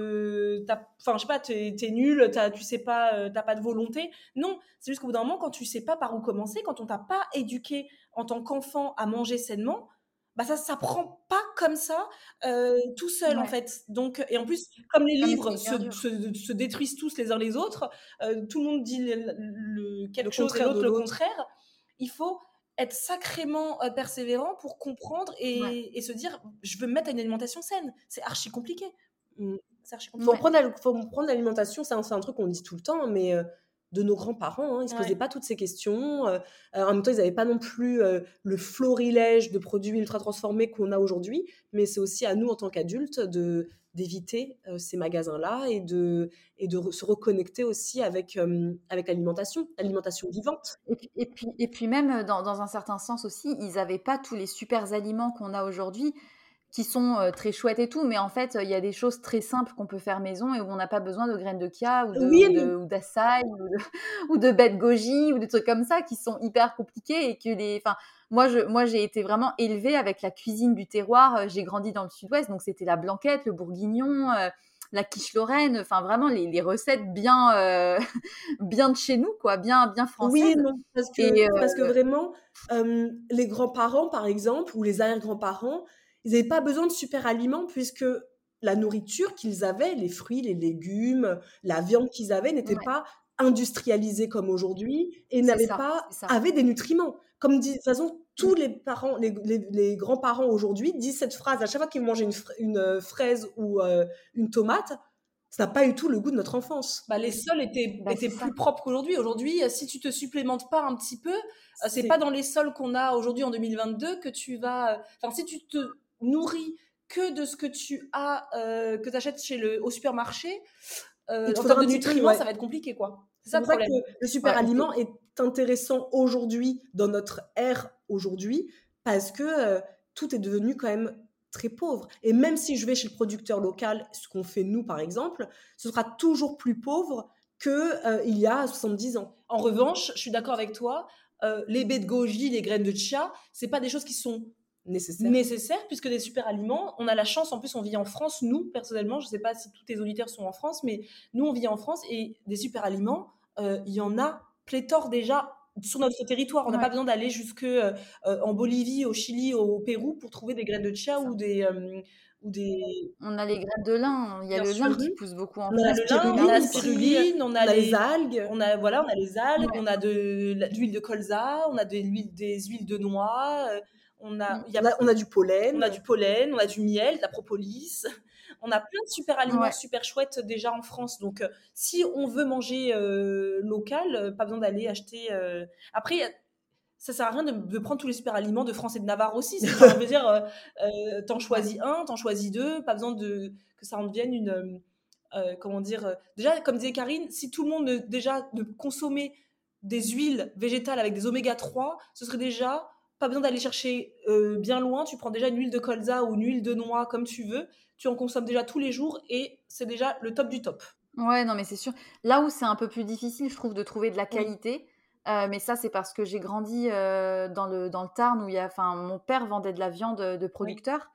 de, t'as, enfin je sais pas, t'es, t'es nul, t'as, tu sais pas, euh, t'as pas de volonté. Non, c'est juste qu'au bout d'un moment, quand tu sais pas par où commencer, quand on t'a pas éduqué en tant qu'enfant à manger sainement, bah ça ça prend pas comme ça euh, tout seul en Ouais. fait. Donc et en plus comme les Ah, mais livres c'est se, hyper dur. se, se détruisent tous les uns les autres, euh, tout le monde dit le, le- quelque Le chose et contraire l'autre de le l'autre. contraire. Il faut être sacrément euh, persévérant pour comprendre et, Ouais. et se dire je veux me mettre à une alimentation saine. C'est archi compliqué. Mm. C'est archi Faut compliqué. Ouais. prendre, la- faut prendre l'alimentation, c'est un, c'est un truc qu'on dit tout le temps, mais euh, de nos grands-parents, hein, ils se posaient Ouais. pas toutes ces questions. euh, euh, en même temps, ils n'avaient pas non plus euh, le florilège de produits ultra transformés qu'on a aujourd'hui, mais c'est aussi à nous, en tant qu'adultes, de d'éviter euh, ces magasins-là et de, et de re- se reconnecter aussi avec, euh, avec l'alimentation, l'alimentation vivante. Et puis, et puis, et puis même euh, dans, dans un certain sens aussi, ils n'avaient pas tous les super aliments qu'on a aujourd'hui, qui sont euh, très chouettes et tout, mais en fait, il y a des choses très simples qu'on peut faire maison et où on n'a pas besoin de graines de chia ou de, Oui ou et non. de, ou d'açaï ou de, ou de baies de goji ou des trucs comme ça qui sont hyper compliqués et que les, enfin, moi, je, moi, j'ai été vraiment élevée avec la cuisine du terroir. Euh, J'ai grandi dans le sud-ouest, donc c'était la blanquette, le bourguignon, euh, la quiche lorraine, enfin vraiment les, les recettes bien, euh, bien de chez nous, quoi, bien, bien Oui et françaises. non, parce que, Et euh, parce que vraiment, euh, les grands-parents, par exemple, ou les arrière-grands-parents, ils n'avaient pas besoin de super aliments puisque la nourriture qu'ils avaient, les fruits, les légumes, la viande qu'ils avaient n'était ouais, pas industrialisée comme aujourd'hui et c'est n'avait ça, pas, c'est ça. avait des nutriments. Comme dit, de toute façon, tous Mm. les parents, les, les- les grands-parents aujourd'hui disent cette phrase à chaque fois qu'ils mangent une, fra- une euh, fraise ou euh, une tomate, ça n'a pas du tout le goût de notre enfance. Bah, les sols étaient, Bah, étaient c'est ça. plus propres qu'aujourd'hui. Aujourd'hui, euh, si tu te supplémentes pas un petit peu, euh, c'est C'est pas dans les sols qu'on a aujourd'hui en deux mille vingt-deux que tu vas. euh, Enfin, si tu te nourris que de ce que tu as, euh, que tu achètes chez le, au supermarché, euh, il te en faudra termes un de petit prix, nutriments, ouais. ça va être compliqué, quoi. C'est C'est ça le pour ça que problème. le super Ouais, et aliment c'est- est intéressant aujourd'hui dans notre ère aujourd'hui parce que euh, tout est devenu quand même très pauvre. Et même si je vais chez le producteur local, ce qu'on fait nous par exemple, ce sera toujours plus pauvre que euh, il y a soixante-dix ans. En revanche, je suis d'accord avec toi, euh, les baies de goji, les graines de chia, c'est pas des choses qui sont Nécessaire. nécessaires puisque des super aliments, on a la chance, en plus on vit en France, nous personnellement, je sais pas si tous tes auditeurs sont en France, mais nous on vit en France et des super aliments, euh, il y en a pléthore déjà sur notre territoire. On n'a Ouais. pas besoin d'aller jusque euh, euh, en Bolivie, au Chili, au Pérou pour trouver des graines de chia Ça. ou des euh, ou des On a les graines de lin. Il y a bien le sûr. lin qui Mhm. pousse beaucoup en On a On a la France. le lin, on a la spiruline, spiruline, on on a, a les, les algues. on a voilà, on a les algues, Ouais. on a de la- de l'huile de colza, on a des huiles, des huiles de noix, euh, on a, Mm. il y a, On a, on a du pollen. on a du pollen, on a du miel, de la propolis. On a plein de super aliments Ouais. super chouettes déjà en France. Donc, euh, si on veut manger euh, local, euh, pas besoin d'aller acheter. euh, Après, ça sert à rien de, de prendre tous les super aliments de France et de Navarre aussi. C'est, enfin, je veux dire, euh, euh, t'en choisis un, t'en choisis deux, pas besoin de que ça en devienne une. euh, euh, comment dire euh, Déjà, comme disait Karine, si tout le monde ne- déjà ne consommait des huiles végétales avec des oméga trois, ce serait déjà pas besoin d'aller chercher euh, bien loin. Tu prends déjà une huile de colza ou une huile de noix comme tu veux. Tu en consommes déjà tous les jours et c'est déjà le top du top. Ouais, non, mais c'est sûr. Là où c'est un peu plus difficile, je trouve, de trouver de la Oui. qualité, euh, mais ça, c'est parce que j'ai grandi euh, dans le, dans le Tarn où il y a, enfin, mon père vendait de la viande de Oui. producteur.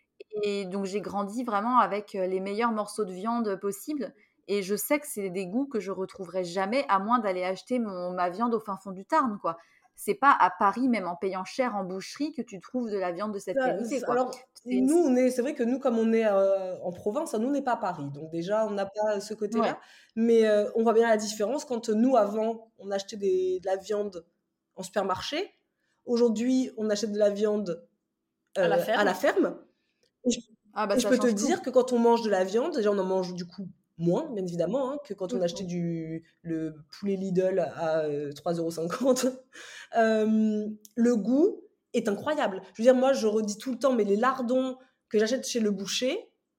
Et donc, j'ai grandi vraiment avec euh, les meilleurs morceaux de viande possibles. Et je sais que c'est des goûts que je retrouverai jamais, à moins d'aller acheter mon, ma viande au fin fond du Tarn, quoi. C'est pas à Paris, même en payant cher en boucherie, que tu trouves de la viande de cette Ça, qualité, c'est- quoi. Alors, C'est... nous, on est, c'est vrai que nous, comme on est euh, en province, nous, on n'est pas à Paris. Donc, déjà, on n'a pas ce Ouais. côté-là. Mais euh, on voit bien la différence quand nous, avant, on achetait des- de la viande en supermarché. Aujourd'hui, on achète de la viande À la euh, à la ferme. ferme. Et je, Ah bah et je ça peux te change dire tout. que quand on mange de la viande, déjà, on en mange du coup moins, bien évidemment, hein, que quand on Mm. achetait du, le poulet Lidl à euh, trois euros cinquante. Euh, le goût est incroyable. Je veux dire, moi, je redis tout le temps, mais les lardons que j'achète chez le boucher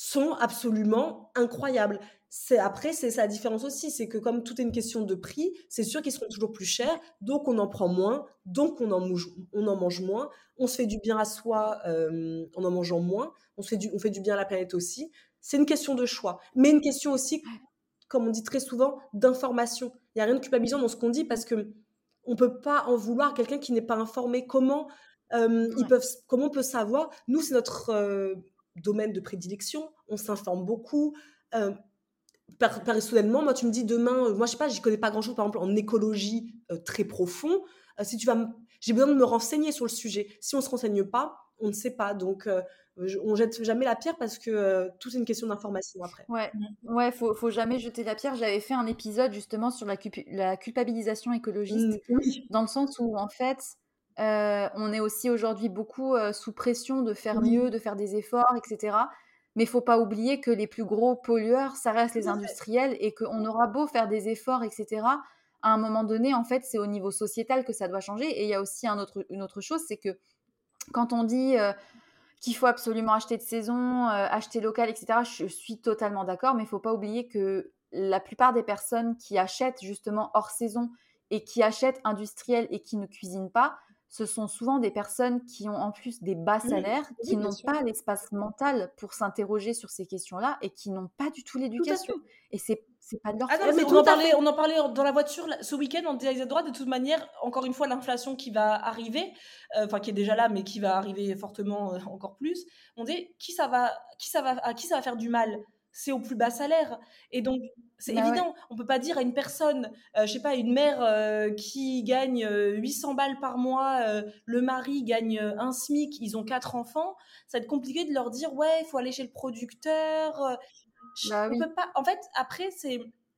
sont absolument incroyables. C'est, après, c'est ça la différence aussi, c'est que comme tout est une question de prix, c'est sûr qu'ils seront toujours plus chers, donc on en prend moins, donc on en mange, on en mange moins, on se fait du bien à soi euh, en en mangeant moins, on, se fait du, on fait du bien à la planète aussi. C'est une question de choix, mais une question aussi, comme on dit très souvent, d'information. Il n'y a rien de culpabilisant dans ce qu'on dit parce que on peut pas en vouloir à quelqu'un qui n'est pas informé. Comment, euh, ils Ouais. peuvent, comment on peut savoir? Nous, c'est notre euh, domaine de prédilection, on s'informe beaucoup. Euh, per- personnellement, moi, tu me dis demain, euh, moi, je sais pas, j'y connais pas grand-chose, par exemple, en écologie euh, très profond. Euh, si tu vas, m- j'ai besoin de me renseigner sur le sujet. Si on se renseigne pas, on ne sait pas. Donc, euh, je- on jette jamais la pierre parce que euh, tout est une question d'information après. Ouais, Mhm. ouais, faut, faut jamais jeter la pierre. J'avais fait un épisode justement sur la, cupu- la culpabilisation écologiste, Mm, oui, dans le sens où en fait, euh, on est aussi aujourd'hui beaucoup euh, sous pression de faire oui, mieux, de faire des efforts, et cetera. Mais faut pas oublier que les plus gros pollueurs, ça reste les tout à fait. industriels et qu'on aura beau faire des efforts, et cetera. À un moment donné, en fait, c'est au niveau sociétal que ça doit changer. Et il y a aussi un autre, une autre chose, c'est que quand on dit euh, qu'il faut absolument acheter de saison, euh, acheter local, et cetera. Je suis totalement d'accord, mais il ne faut pas oublier que la plupart des personnes qui achètent justement hors saison et qui achètent industriel et qui ne cuisinent pas, ce sont souvent des personnes qui ont en plus des bas Mm, salaires, oui, qui bien n'ont sûr. pas l'espace mental pour s'interroger sur ces questions-là et qui n'ont pas du tout Tout à l'éducation. fait. Et c'est c'est pas de leur Ah non, faute. Mais on tout en à parlait, fait. on en parlait dans la voiture là, ce week-end, on disait droit de toute manière, encore une fois, l'inflation qui va arriver, euh, enfin qui est déjà là, mais qui va arriver fortement euh, encore plus. On dit qui ça va, qui ça va, à qui ça va faire du mal? C'est au plus bas salaire. Et donc, c'est Bah ouais. évident, on peut pas dire à une personne, euh, je sais pas, une mère euh, qui gagne euh, huit cents balles par mois, euh, le mari gagne euh, un SMIC, ils ont quatre enfants, ça va être compliqué de leur dire ouais, il faut aller chez le producteur. euh, Bah on oui. peut pas. En fait, après, c'est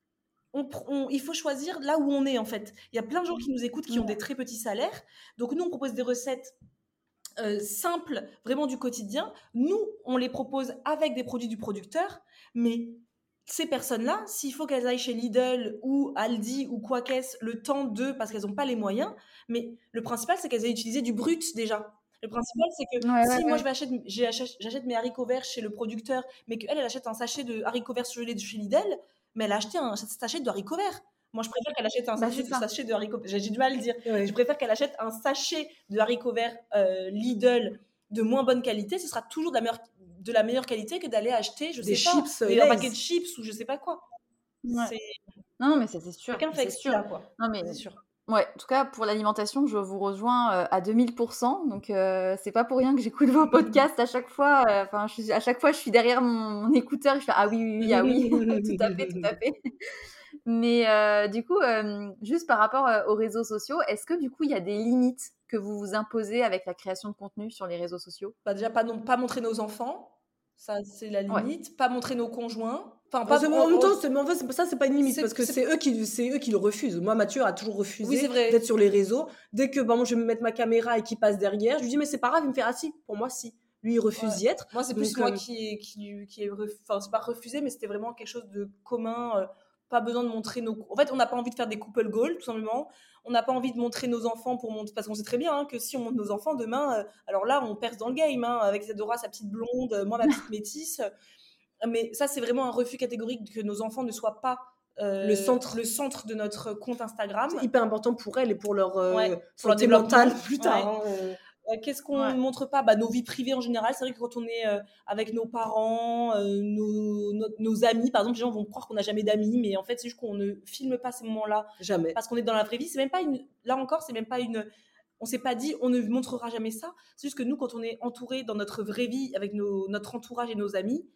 on, on, il faut choisir là où on est en fait. Il y a plein de gens qui nous écoutent qui ont des très petits salaires. Donc nous, on propose des recettes euh, simples, vraiment du quotidien. Nous, on les propose avec des produits du producteur. Mais ces personnes-là, s'il faut qu'elles aillent chez Lidl ou Aldi ou quoi qu'est-ce, le temps d'eux, parce qu'elles n'ont pas les moyens, mais le principal, c'est qu'elles aient utilisé du brut déjà. Le principal, c'est que Ouais, ouais, si moi ouais. je vais acheter, j'achète, j'achète mes haricots verts chez le producteur, mais qu'elle, elle achète un sachet de haricots verts surgelés de chez Lidl, mais elle a acheté un sachet de haricots verts. Moi, je préfère qu'elle achète un Bah sachet, c'est de, ça. sachet de haricots verts. J'ai, j'ai du mal à le dire. Ouais. Je préfère qu'elle achète un sachet de haricots verts euh, Lidl de moins bonne qualité. Ce sera toujours de la meilleure, de la meilleure qualité que d'aller acheter, je Des sais pas, chips, euh, des, un paquet Lay's. de chips ou je sais pas quoi. Ouais. C'est Non, non, mais ça c'est sûr, chacun fait avec c'est ce qu'il sûr. a, quoi. Non mais C'est sûr. ouais, en tout cas pour l'alimentation, je vous rejoins euh, à deux mille pour cent. Donc euh, c'est pas pour rien que j'écoute vos podcasts à chaque fois. euh, Enfin, je suis- à chaque fois, je suis derrière mon, mon écouteur et je fais ah oui, oui, oui, ah oui, tout à fait, tout à fait. Mais euh, du coup, euh, juste par rapport euh, aux réseaux sociaux, est-ce que du coup il y a des limites que vous vous imposez avec la création de contenu sur les réseaux sociaux? Bah, déjà, pas, non, pas montrer nos enfants. Ça, c'est la Ouais. limite. Pas montrer nos conjoints. Enfin, Pas, pas. en on- même on- temps, c'est, mais en fait, c'est- ça, c'est pas une limite C'est- parce que c'est- c'est eux, qui, c'est eux qui le refusent. Moi, Mathieu a toujours refusé Oui, c'est vrai. d'être sur les réseaux. Dès que bah, moi, je vais me mettre ma caméra et qu'il passe derrière, je lui dis, mais c'est pas grave, il me fait, ah si, pour moi, si. Lui, il refuse Ouais. d'y être. Moi, c'est plus Donc, moi euh, qui, qui, qui est. ref- Enfin, c'est pas refusé, mais c'était vraiment quelque chose de commun. euh, pas besoin de montrer nos. En fait, on n'a pas envie de faire des couple goals, tout simplement. On n'a pas envie de montrer nos enfants pour montrer. Parce qu'on sait très bien hein, que si on montre nos enfants demain, euh, alors là, on perce dans le game. Hein, avec Isadora, sa petite blonde, euh, moi, ma petite métisse. Mais ça, c'est vraiment un refus catégorique que nos enfants ne soient pas euh, Le centre. le centre de notre compte Instagram. c'est hyper important pour elle et pour leur euh, Ouais, pour leur santé développement. mentale plus tard. Ouais. hein, euh. Euh, Qu'est-ce qu'on Ouais. ne montre pas bah, nos vies privées en général. C'est vrai que quand on est euh, avec nos parents, euh, nos, nos, nos amis, par exemple, les gens vont croire qu'on n'a jamais d'amis, mais en fait, c'est juste qu'on ne filme pas ces moments-là Jamais. parce qu'on est dans la vraie vie. C'est même pas une. Là encore, c'est même pas une. On s'est pas dit on ne montrera jamais ça. C'est juste que nous, quand on est entouré dans notre vraie vie avec nos, notre entourage et nos amis,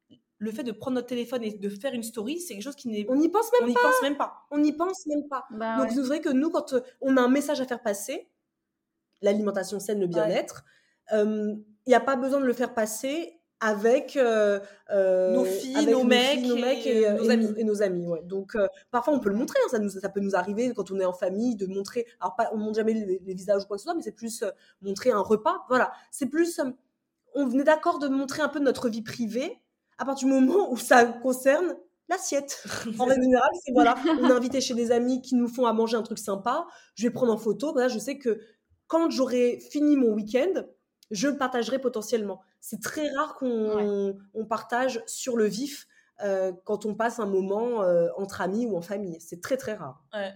le fait de prendre notre téléphone et de faire une story, c'est quelque chose qui n'est. On n'y pense On même n'y pas. pense même pas. On n'y pense même pas. Bah Donc, ouais. c'est vrai que nous, quand euh, on a un message à faire passer, l'alimentation saine, le bien-être, il n'y a pas besoin de le faire passer avec euh, euh, Nos filles, avec nos mecs filles, nos et mecs et, nos et amis. et nos amis. Ouais. Donc euh, parfois on peut le Ouais. montrer, hein, ça, nous, ça peut nous arriver quand on est en famille de montrer. Alors pas, on montre jamais les, les visages ou quoi que ce soit, mais c'est plus euh, montrer un repas. Voilà, c'est plus. euh, on venait d'accord de montrer un peu de notre vie privée à partir du moment où ça concerne l'assiette. En règle générale, c'est voilà, on est invité chez des amis qui nous font à manger un truc sympa. Je vais prendre en photo. Voilà, je sais que quand j'aurai fini mon week-end, je le partagerai potentiellement. C'est très rare qu'on Ouais. on partage sur le vif euh, quand on passe un moment euh, entre amis ou en famille. C'est très très rare. Ouais.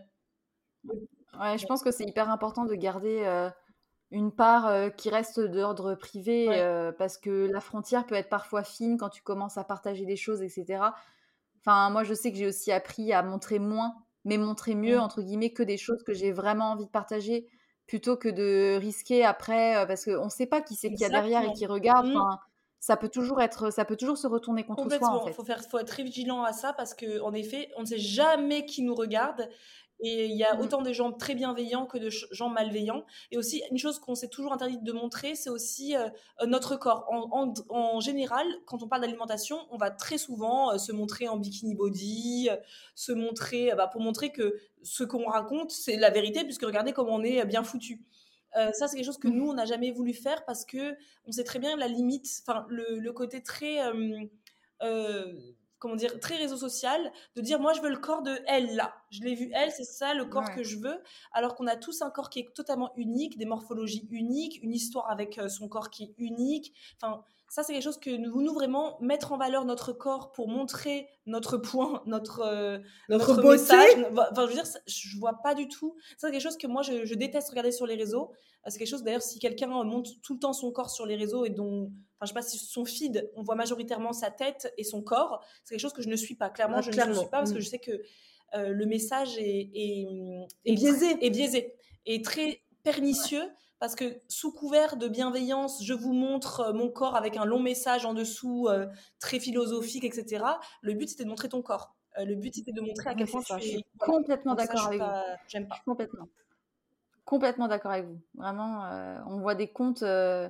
Ouais, je pense que c'est hyper important de garder euh, une part euh, qui reste d'ordre privé Ouais. euh, parce que la frontière peut être parfois fine quand tu commences à partager des choses, et cetera. Enfin, moi, je sais que j'ai aussi appris à montrer moins, mais montrer mieux, Mm. entre guillemets, que des choses que j'ai vraiment envie de partager, plutôt que de risquer après, euh, parce qu'on ne sait pas qui c'est qu'il y a derrière et Exactement. qui regarde. Mm. Enfin, ça peut toujours être, ça peut toujours se retourner contre soi, en Complètement. fait. Faut faire, faut être très vigilant à ça parce que, en effet, on ne sait jamais qui nous regarde. Et il y a Mm. autant de gens très bienveillants que de ch- gens malveillants. Et aussi, une chose qu'on s'est toujours interdit de montrer, c'est aussi euh, euh, notre corps. En, en- en général, quand on parle d'alimentation, on va très souvent euh, se montrer en bikini body, euh, se montrer, euh, bah, pour montrer que ce qu'on raconte, c'est la vérité, puisque regardez comment on est euh, bien foutu. Euh, ça, c'est quelque chose que nous, on n'a jamais voulu faire parce que on sait très bien la limite, enfin, le, le côté très, euh, euh, comment dire, très réseau social, de dire moi, je veux le corps de elle là. Je l'ai vu elle, c'est ça le corps Ouais. que je veux. Alors qu'on a tous un corps qui est totalement unique, des morphologies uniques, une histoire avec euh, son corps qui est unique. Enfin, ça, c'est quelque chose que nous, nous vraiment mettre en valeur notre corps pour montrer notre point, notre, euh, Notre, notre beauté. message. Enfin, je veux dire, ça, je vois pas du tout. Ça, c'est quelque chose que moi, je, je déteste regarder sur les réseaux. Euh, C'est quelque chose, d'ailleurs, si quelqu'un montre tout le temps son corps sur les réseaux et dont, enfin, je sais pas si son feed, on voit majoritairement sa tête et son corps, c'est quelque chose que je ne suis pas. Clairement, Ah, je ne clairement. le suis pas parce Mm. que je sais que euh, le message est, est, Et biaisé. Est biaisé. Et très pernicieux parce que sous couvert de bienveillance, je vous montre euh, mon corps avec un long message en dessous, euh, très philosophique, et cetera. Le but, c'était de montrer ton corps. Euh, le but, c'était de montrer à quel Ouais, point c'est ça. tu Je suis es... Voilà. complètement Donc ça, je d'accord suis avec vous. pas... J'aime Je pas. suis complètement, complètement d'accord avec vous. Vraiment, euh, on voit des comptes euh,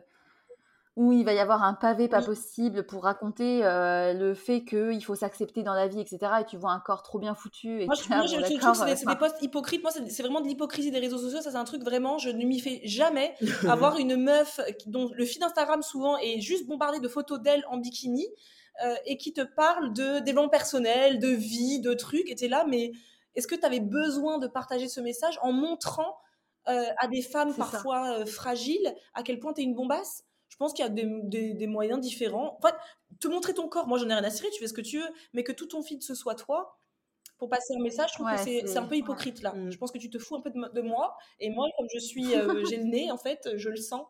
où il va y avoir un pavé pas Oui. possible pour raconter euh, le fait qu'il faut s'accepter dans la vie, et cetera. Et tu vois un corps trop bien foutu. Et Moi, tu je, es là, moi, bon, je, je trouve que d'accord. c'est des, euh, c'est des enfin, posts hypocrites. Moi, c'est, c'est vraiment de l'hypocrisie des réseaux sociaux. Ça, c'est un truc vraiment, je ne m'y fais jamais. Avoir une meuf qui- dont le feed Instagram souvent est juste bombardé de photos d'elle en bikini euh, et qui te parle de développement personnel, de vie, de trucs. Et t'es là, mais est-ce que tu avais besoin de partager ce message en montrant euh, à des femmes c'est ça. parfois euh, fragiles à quel point tu es une bombasse? Je pense qu'il y a des, des- des moyens différents. En fait, te montrer ton corps, moi, j'en ai rien à cirer, tu fais ce que tu veux, mais que tout ton feed ce soit toi pour passer un message, je trouve que Ouais, c'est, c'est un c'est. peu hypocrite là. Mm. Je pense que tu te fous un peu de, mo- de moi. Et moi, comme je suis, euh, j'ai le nez, en fait, je le sens.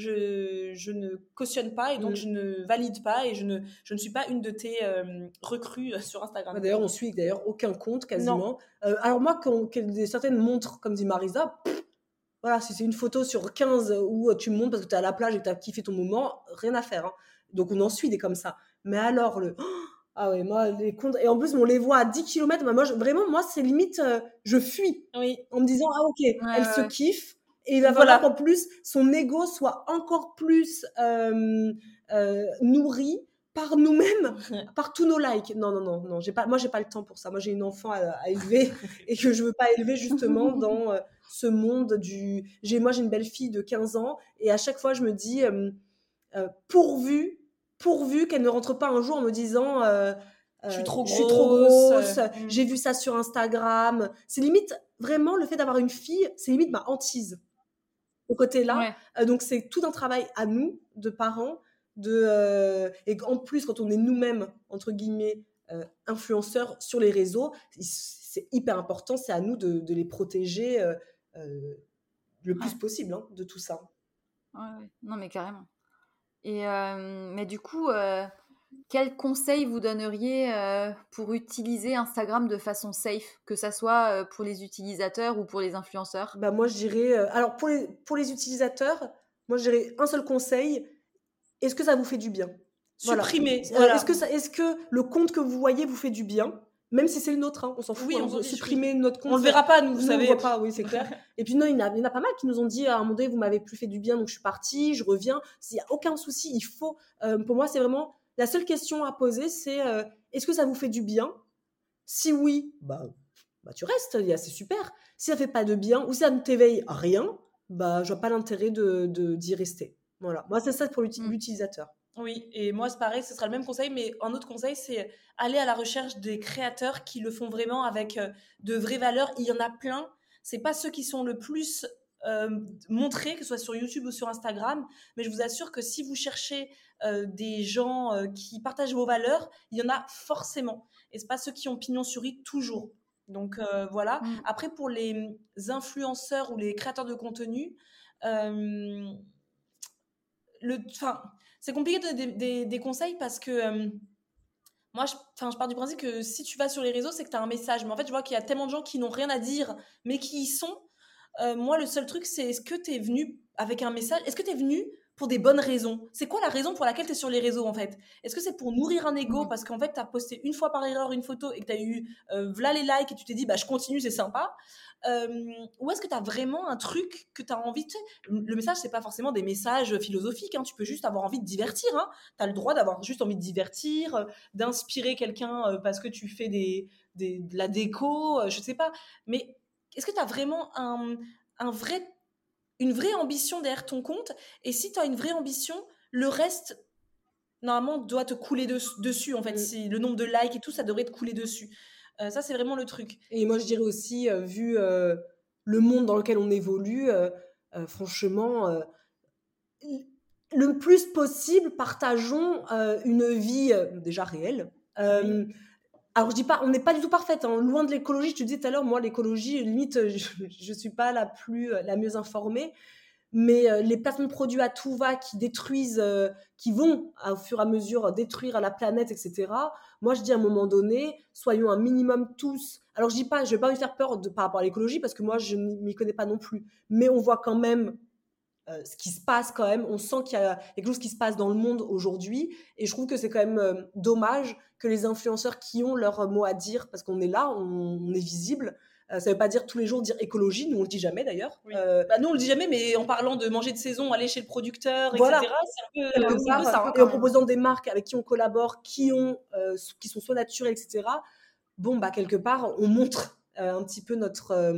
Je, je ne cautionne pas et donc Mm. je ne valide pas et je ne, je ne suis pas une de tes euh, recrues euh, sur Instagram. Ouais, D'ailleurs, on suit d'ailleurs aucun compte Non. quasiment. Euh, alors moi, quand, quand des- certaines montres, comme dit Marisa, pff, voilà, si c'est une photo sur quinze où tu me montres parce que tu es à la plage et que tu as kiffé ton moment, rien à faire. hein. Donc on en suit des comme ça. Mais alors, le... Ah ouais, moi, les comptes... Et en plus, on les voit à dix kilomètres. Bah, moi, je- vraiment, moi, c'est limite, euh, je fuis Oui. en me disant, ah ok, Ouais, elle ouais, se ouais. kiffe. Et il va Voilà. falloir qu'en plus, son ego soit encore plus euh, euh, nourri par nous-mêmes, par tous nos likes. Non, non, non, non. J'ai pas, moi, j'ai pas le temps pour ça. Moi, j'ai une enfant à, à élever et que je veux pas élever justement dans euh, ce monde du... J'ai, moi, j'ai une belle fille de quinze ans et à chaque fois, je me dis, euh, euh, pourvu, pourvu qu'elle ne rentre pas un jour en me disant... Euh, Je suis euh, trop je suis trop grosse. grosse, euh, j'ai vu ça sur Instagram. C'est limite, vraiment, le fait d'avoir une fille, c'est limite ma hantise au côté-là. Ouais. Euh, donc, c'est tout un travail à nous, de parents, de, euh, et en plus, quand on est nous-mêmes, entre guillemets, euh, influenceurs sur les réseaux, c'est hyper important, c'est à nous de, de les protéger euh, euh, le plus Ouais. possible hein, de tout ça. Ouais, ouais. Non, mais carrément. Et euh, mais du coup, euh, quel conseil vous donneriez euh, pour utiliser Instagram de façon safe, que ça soit euh, pour les utilisateurs ou pour les influenceurs? Bah, moi, je dirais... euh, alors, pour les, pour les utilisateurs, moi, je dirais un seul conseil. Est-ce que ça vous fait du bien? Voilà. Supprimer. Euh, Voilà. Est-ce que, ça- est-ce que le compte que vous voyez vous fait du bien? Même si c'est le nôtre, hein, on s'en fout. Oui, hein, on s'en fiche, supprimer notre compte. On le verra pas, nous, vous Nous, on savez. voit pas, oui, c'est clair. Et puis, non, il y, en a, il y en a pas mal qui nous ont dit à un moment donné, vous m'avez plus fait du bien, donc je suis partie, je reviens. Il n'y a aucun souci, il faut. euh, pour moi, c'est vraiment. La seule question à poser, c'est euh, est-ce que ça vous fait du bien? Si oui, bah, bah tu restes, il y a- c'est super. Si ça fait pas de bien ou si ça ne t'éveille à rien, bah, je vois pas l'intérêt de, de- d'y rester. Voilà. Moi, c'est ça pour l'uti- Mm. l'utilisateur. Oui, et moi c'est pareil, ce sera le même conseil, mais un autre conseil, c'est aller à la recherche des créateurs qui le font vraiment avec euh, de vraies valeurs. Il y en a plein. C'est pas ceux qui sont le plus euh, montrer, que ce soit sur YouTube ou sur Instagram. Mais je vous assure que si vous cherchez euh, des gens euh, qui partagent vos valeurs, il y en a forcément. Et c'est pas ceux qui ont pignon sur rue toujours. Donc euh, voilà. Mm. Après, pour les influenceurs ou les créateurs de contenu, euh, le, c'est compliqué de donner des, des, des conseils parce que euh, moi, je, je pars du principe que si tu vas sur les réseaux, c'est que tu as un message. Mais en fait, je vois qu'il y a tellement de gens qui n'ont rien à dire, mais qui y sont. Euh, moi, le seul truc, c'est est-ce que tu es venu avec un message ? Est-ce que tu es venu pour des bonnes raisons ? C'est quoi la raison pour laquelle tu es sur les réseaux, en fait ? Est-ce que c'est pour nourrir un ego parce qu'en fait, tu as posté une fois par erreur une photo et que tu as eu euh, v'là les likes et tu t'es dit, bah, je continue, c'est sympa ? euh, Ou est-ce que tu as vraiment un truc que tu as envie de... Le message, c'est pas forcément des messages philosophiques, hein, tu peux juste avoir envie de divertir. Hein. Tu as le droit d'avoir juste envie de divertir, euh, d'inspirer quelqu'un euh, parce que tu fais des, des, de la déco, euh, je sais pas. Mais est-ce que tu as vraiment un, un vrai, une vraie ambition derrière ton compte ? Et si tu as une vraie ambition, le reste, normalement, doit te couler de, dessus. En fait, mmh. c'est, le nombre de likes et tout, ça devrait te couler dessus. Euh, ça, c'est vraiment le truc. Et moi, je dirais aussi, euh, vu euh, le monde dans lequel on évolue, euh, euh, franchement, euh, le plus possible, partageons euh, une vie euh, déjà réelle. Euh, oui. Alors, je dis pas, on n'est pas du tout parfaite, hein. Loin de l'écologie. Je te disais tout à l'heure, moi, l'écologie, limite, je ne suis pas la, plus, la mieux informée. Mais euh, les placements de produits à tout va qui détruisent, euh, qui vont au fur et à mesure détruire la planète, et cetera. Moi, je dis à un moment donné, soyons un minimum tous. Alors, je dis pas, je vais pas me faire peur de, par rapport à l'écologie parce que moi, je ne m'y connais pas non plus. Mais on voit quand même euh, ce qui se passe quand même. On sent qu'il y a quelque chose qui se passe dans le monde aujourd'hui. Et je trouve que c'est quand même euh, dommage que les influenceurs qui ont leur mot à dire, parce qu'on est là, on, on est visible. Euh, ça ne veut pas dire tous les jours dire écologie, nous on le dit jamais d'ailleurs. Oui. Euh, bah, nous on le dit jamais, mais en parlant de manger de saison, aller chez le producteur, voilà. et cetera. C'est un peu, Quelque c'est un peu part, ça. Et en proposant des marques avec qui on collabore, qui, ont, euh, qui sont soit naturelles, et cetera. Bon, bah quelque part, on montre euh, un petit peu notre, euh,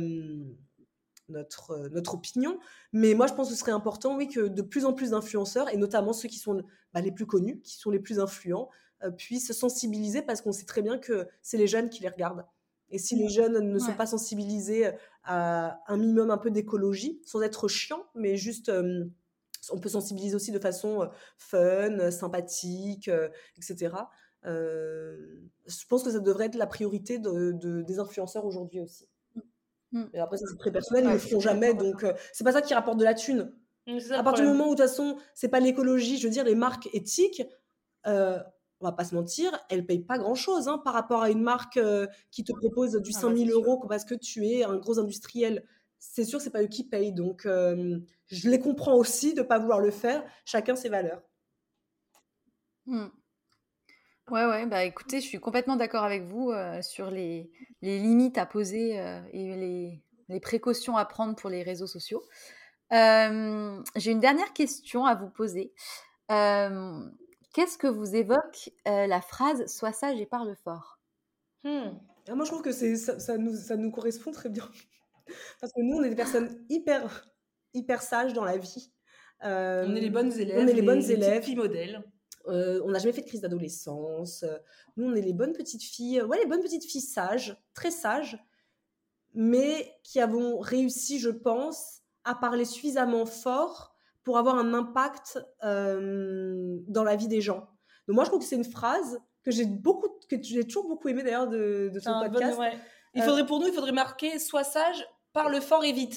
notre, euh, notre opinion. Mais moi, je pense que ce serait important, oui, que de plus en plus d'influenceurs, et notamment ceux qui sont bah, les plus connus, qui sont les plus influents, euh, puissent sensibiliser parce qu'on sait très bien que c'est les jeunes qui les regardent. Et si les jeunes ne ouais. sont pas sensibilisés à un minimum un peu d'écologie, sans être chiant, mais juste, euh, on peut sensibiliser aussi de façon euh, fun, sympathique, euh, et cetera. Euh, je pense que ça devrait être la priorité de, de, des influenceurs aujourd'hui aussi. Mmh. Et après, ça, c'est très personnel, ouais, ils ne le feront jamais, donc euh, c'est pas ça qui rapporte de la thune. Mmh, à partir du moment où, de toute façon, c'est pas l'écologie, je veux dire, les marques éthiques, euh, on va pas se mentir, elles payent pas grand chose hein, par rapport à une marque euh, qui te propose du ah, cinq mille euros parce que tu es un gros industriel. C'est sûr que c'est pas eux qui payent, donc euh, je les comprends aussi de pas vouloir le faire. Chacun ses valeurs. Mmh. Ouais, ouais, bah écoutez, je suis complètement d'accord avec vous euh, sur les, les limites à poser euh, et les, les précautions à prendre pour les réseaux sociaux. Euh, j'ai une dernière question à vous poser. Euh, Qu'est-ce que vous évoque euh, la phrase « Sois sage et parle fort » ? hmm. ah, Moi, je trouve que c'est, ça, ça, nous, ça nous correspond très bien. Parce que nous, on est des personnes hyper, hyper sages dans la vie. Euh, on est les bonnes élèves, on est les, les bonnes les élèves. Petits modèles. Euh, on n'a jamais fait de crise d'adolescence. Nous, on est les bonnes petites filles, ouais, les bonnes petites filles sages, très sages, mais qui avons réussi, je pense, à parler suffisamment fort pour avoir un impact euh, dans la vie des gens. Donc moi, je trouve que c'est une phrase que j'ai beaucoup, que j'ai toujours beaucoup aimée d'ailleurs de, de ton podcast. Bon, ouais. Il faudrait pour nous, il faudrait marquer « Sois sage, parle fort et vite ».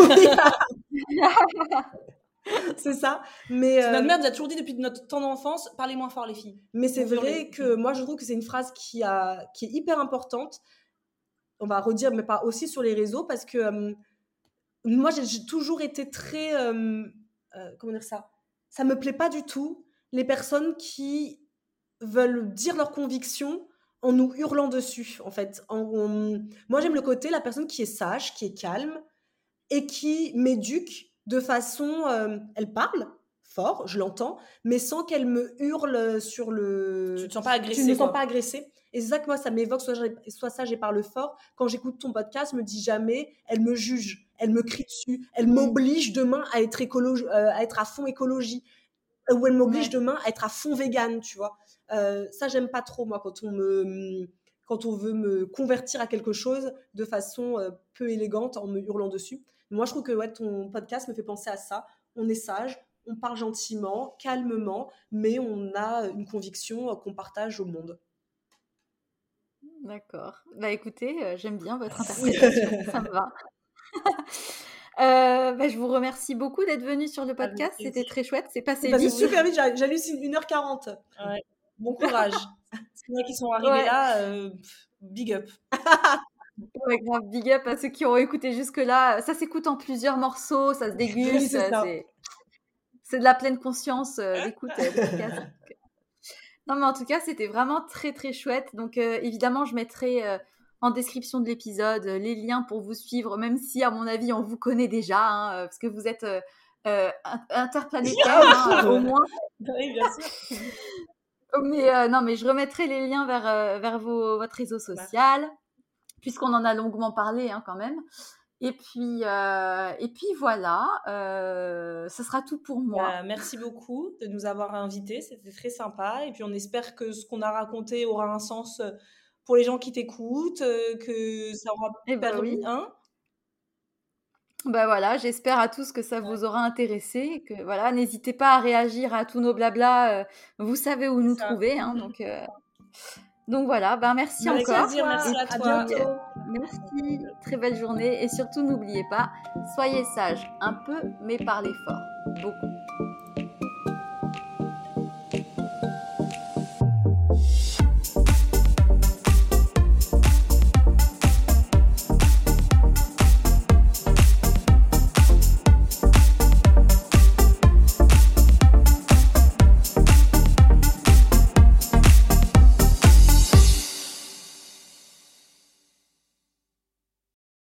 C'est ça. Mais euh... notre mère nous a toujours dit depuis notre temps d'enfance, parlez moins fort les filles. Mais c'est Donc, vrai les... que moi je trouve que c'est une phrase qui, a, qui est hyper importante. On va redire, mais pas aussi sur les réseaux, parce que euh, moi j'ai, j'ai toujours été très, euh, euh, comment dire ça, ça me plaît pas du tout les personnes qui veulent dire leurs convictions en nous hurlant dessus, en fait. En, on... Moi j'aime le côté la personne qui est sage, qui est calme et qui m'éduque de façon, euh, elle parle fort, je l'entends, mais sans qu'elle me hurle sur le... Tu ne te sens pas agressée. Tu ne me sens pas agressée. Et c'est ça que moi, ça m'évoque, soit, soit sage et parle fort. Quand j'écoute ton podcast, je me dis jamais, elle me juge, elle me crie dessus, elle mmh. m'oblige demain à être, écologie, euh, à être à fond écologie, ou elle m'oblige ouais. demain à être à fond vegan, tu vois. Euh, ça, j'aime pas trop, moi, quand on me... quand on veut me convertir à quelque chose de façon euh, peu élégante en me hurlant dessus. Moi, je trouve que ouais, ton podcast me fait penser à ça. On est sage, on parle gentiment, calmement, mais on a une conviction qu'on partage au monde. D'accord. Bah écoutez, euh, j'aime bien votre interprétation, ça me va. euh, bah, je vous remercie beaucoup d'être venu sur le podcast, c'était très chouette, c'est passé bah, vite. C'est super vite, j'hallucine une heure quarante. Ouais. Bon courage. C'est vrai qu'ils sont arrivés ouais. là, euh, big up. Ouais, grave, big up à ceux qui ont écouté jusque-là. Ça s'écoute en plusieurs morceaux, ça se déguste. Oui, c'est, c'est... c'est de la pleine conscience euh, d'écoute euh, de podcast. Non, mais en tout cas, c'était vraiment très, très chouette. Donc, euh, évidemment, je mettrai euh, en description de l'épisode euh, les liens pour vous suivre, même si, à mon avis, on vous connaît déjà, hein, euh, parce que vous êtes euh, euh, interplanétaire, hein, au moins. Oui, bien sûr. Mais euh, non, mais je remettrai les liens vers, euh, vers vos, votre réseau social, ouais. puisqu'on en a longuement parlé hein, quand même. Et puis, euh, et puis voilà, euh, ce sera tout pour moi. Bah, merci beaucoup de nous avoir invités, c'était très sympa. Et puis on espère que ce qu'on a raconté aura un sens pour les gens qui t'écoutent, que ça aura eh ben permis oui. un. Ben voilà, j'espère à tous que ça vous aura intéressé. Que voilà, n'hésitez pas à réagir à tous nos blabla. Euh, vous savez où nous ça. trouver, hein, donc. Euh... Donc voilà, ben merci Avec encore. Plaisir, merci à, à toi. Puis, euh, merci, très belle journée. Et surtout, n'oubliez pas, soyez sages un peu, mais parlez fort, beaucoup.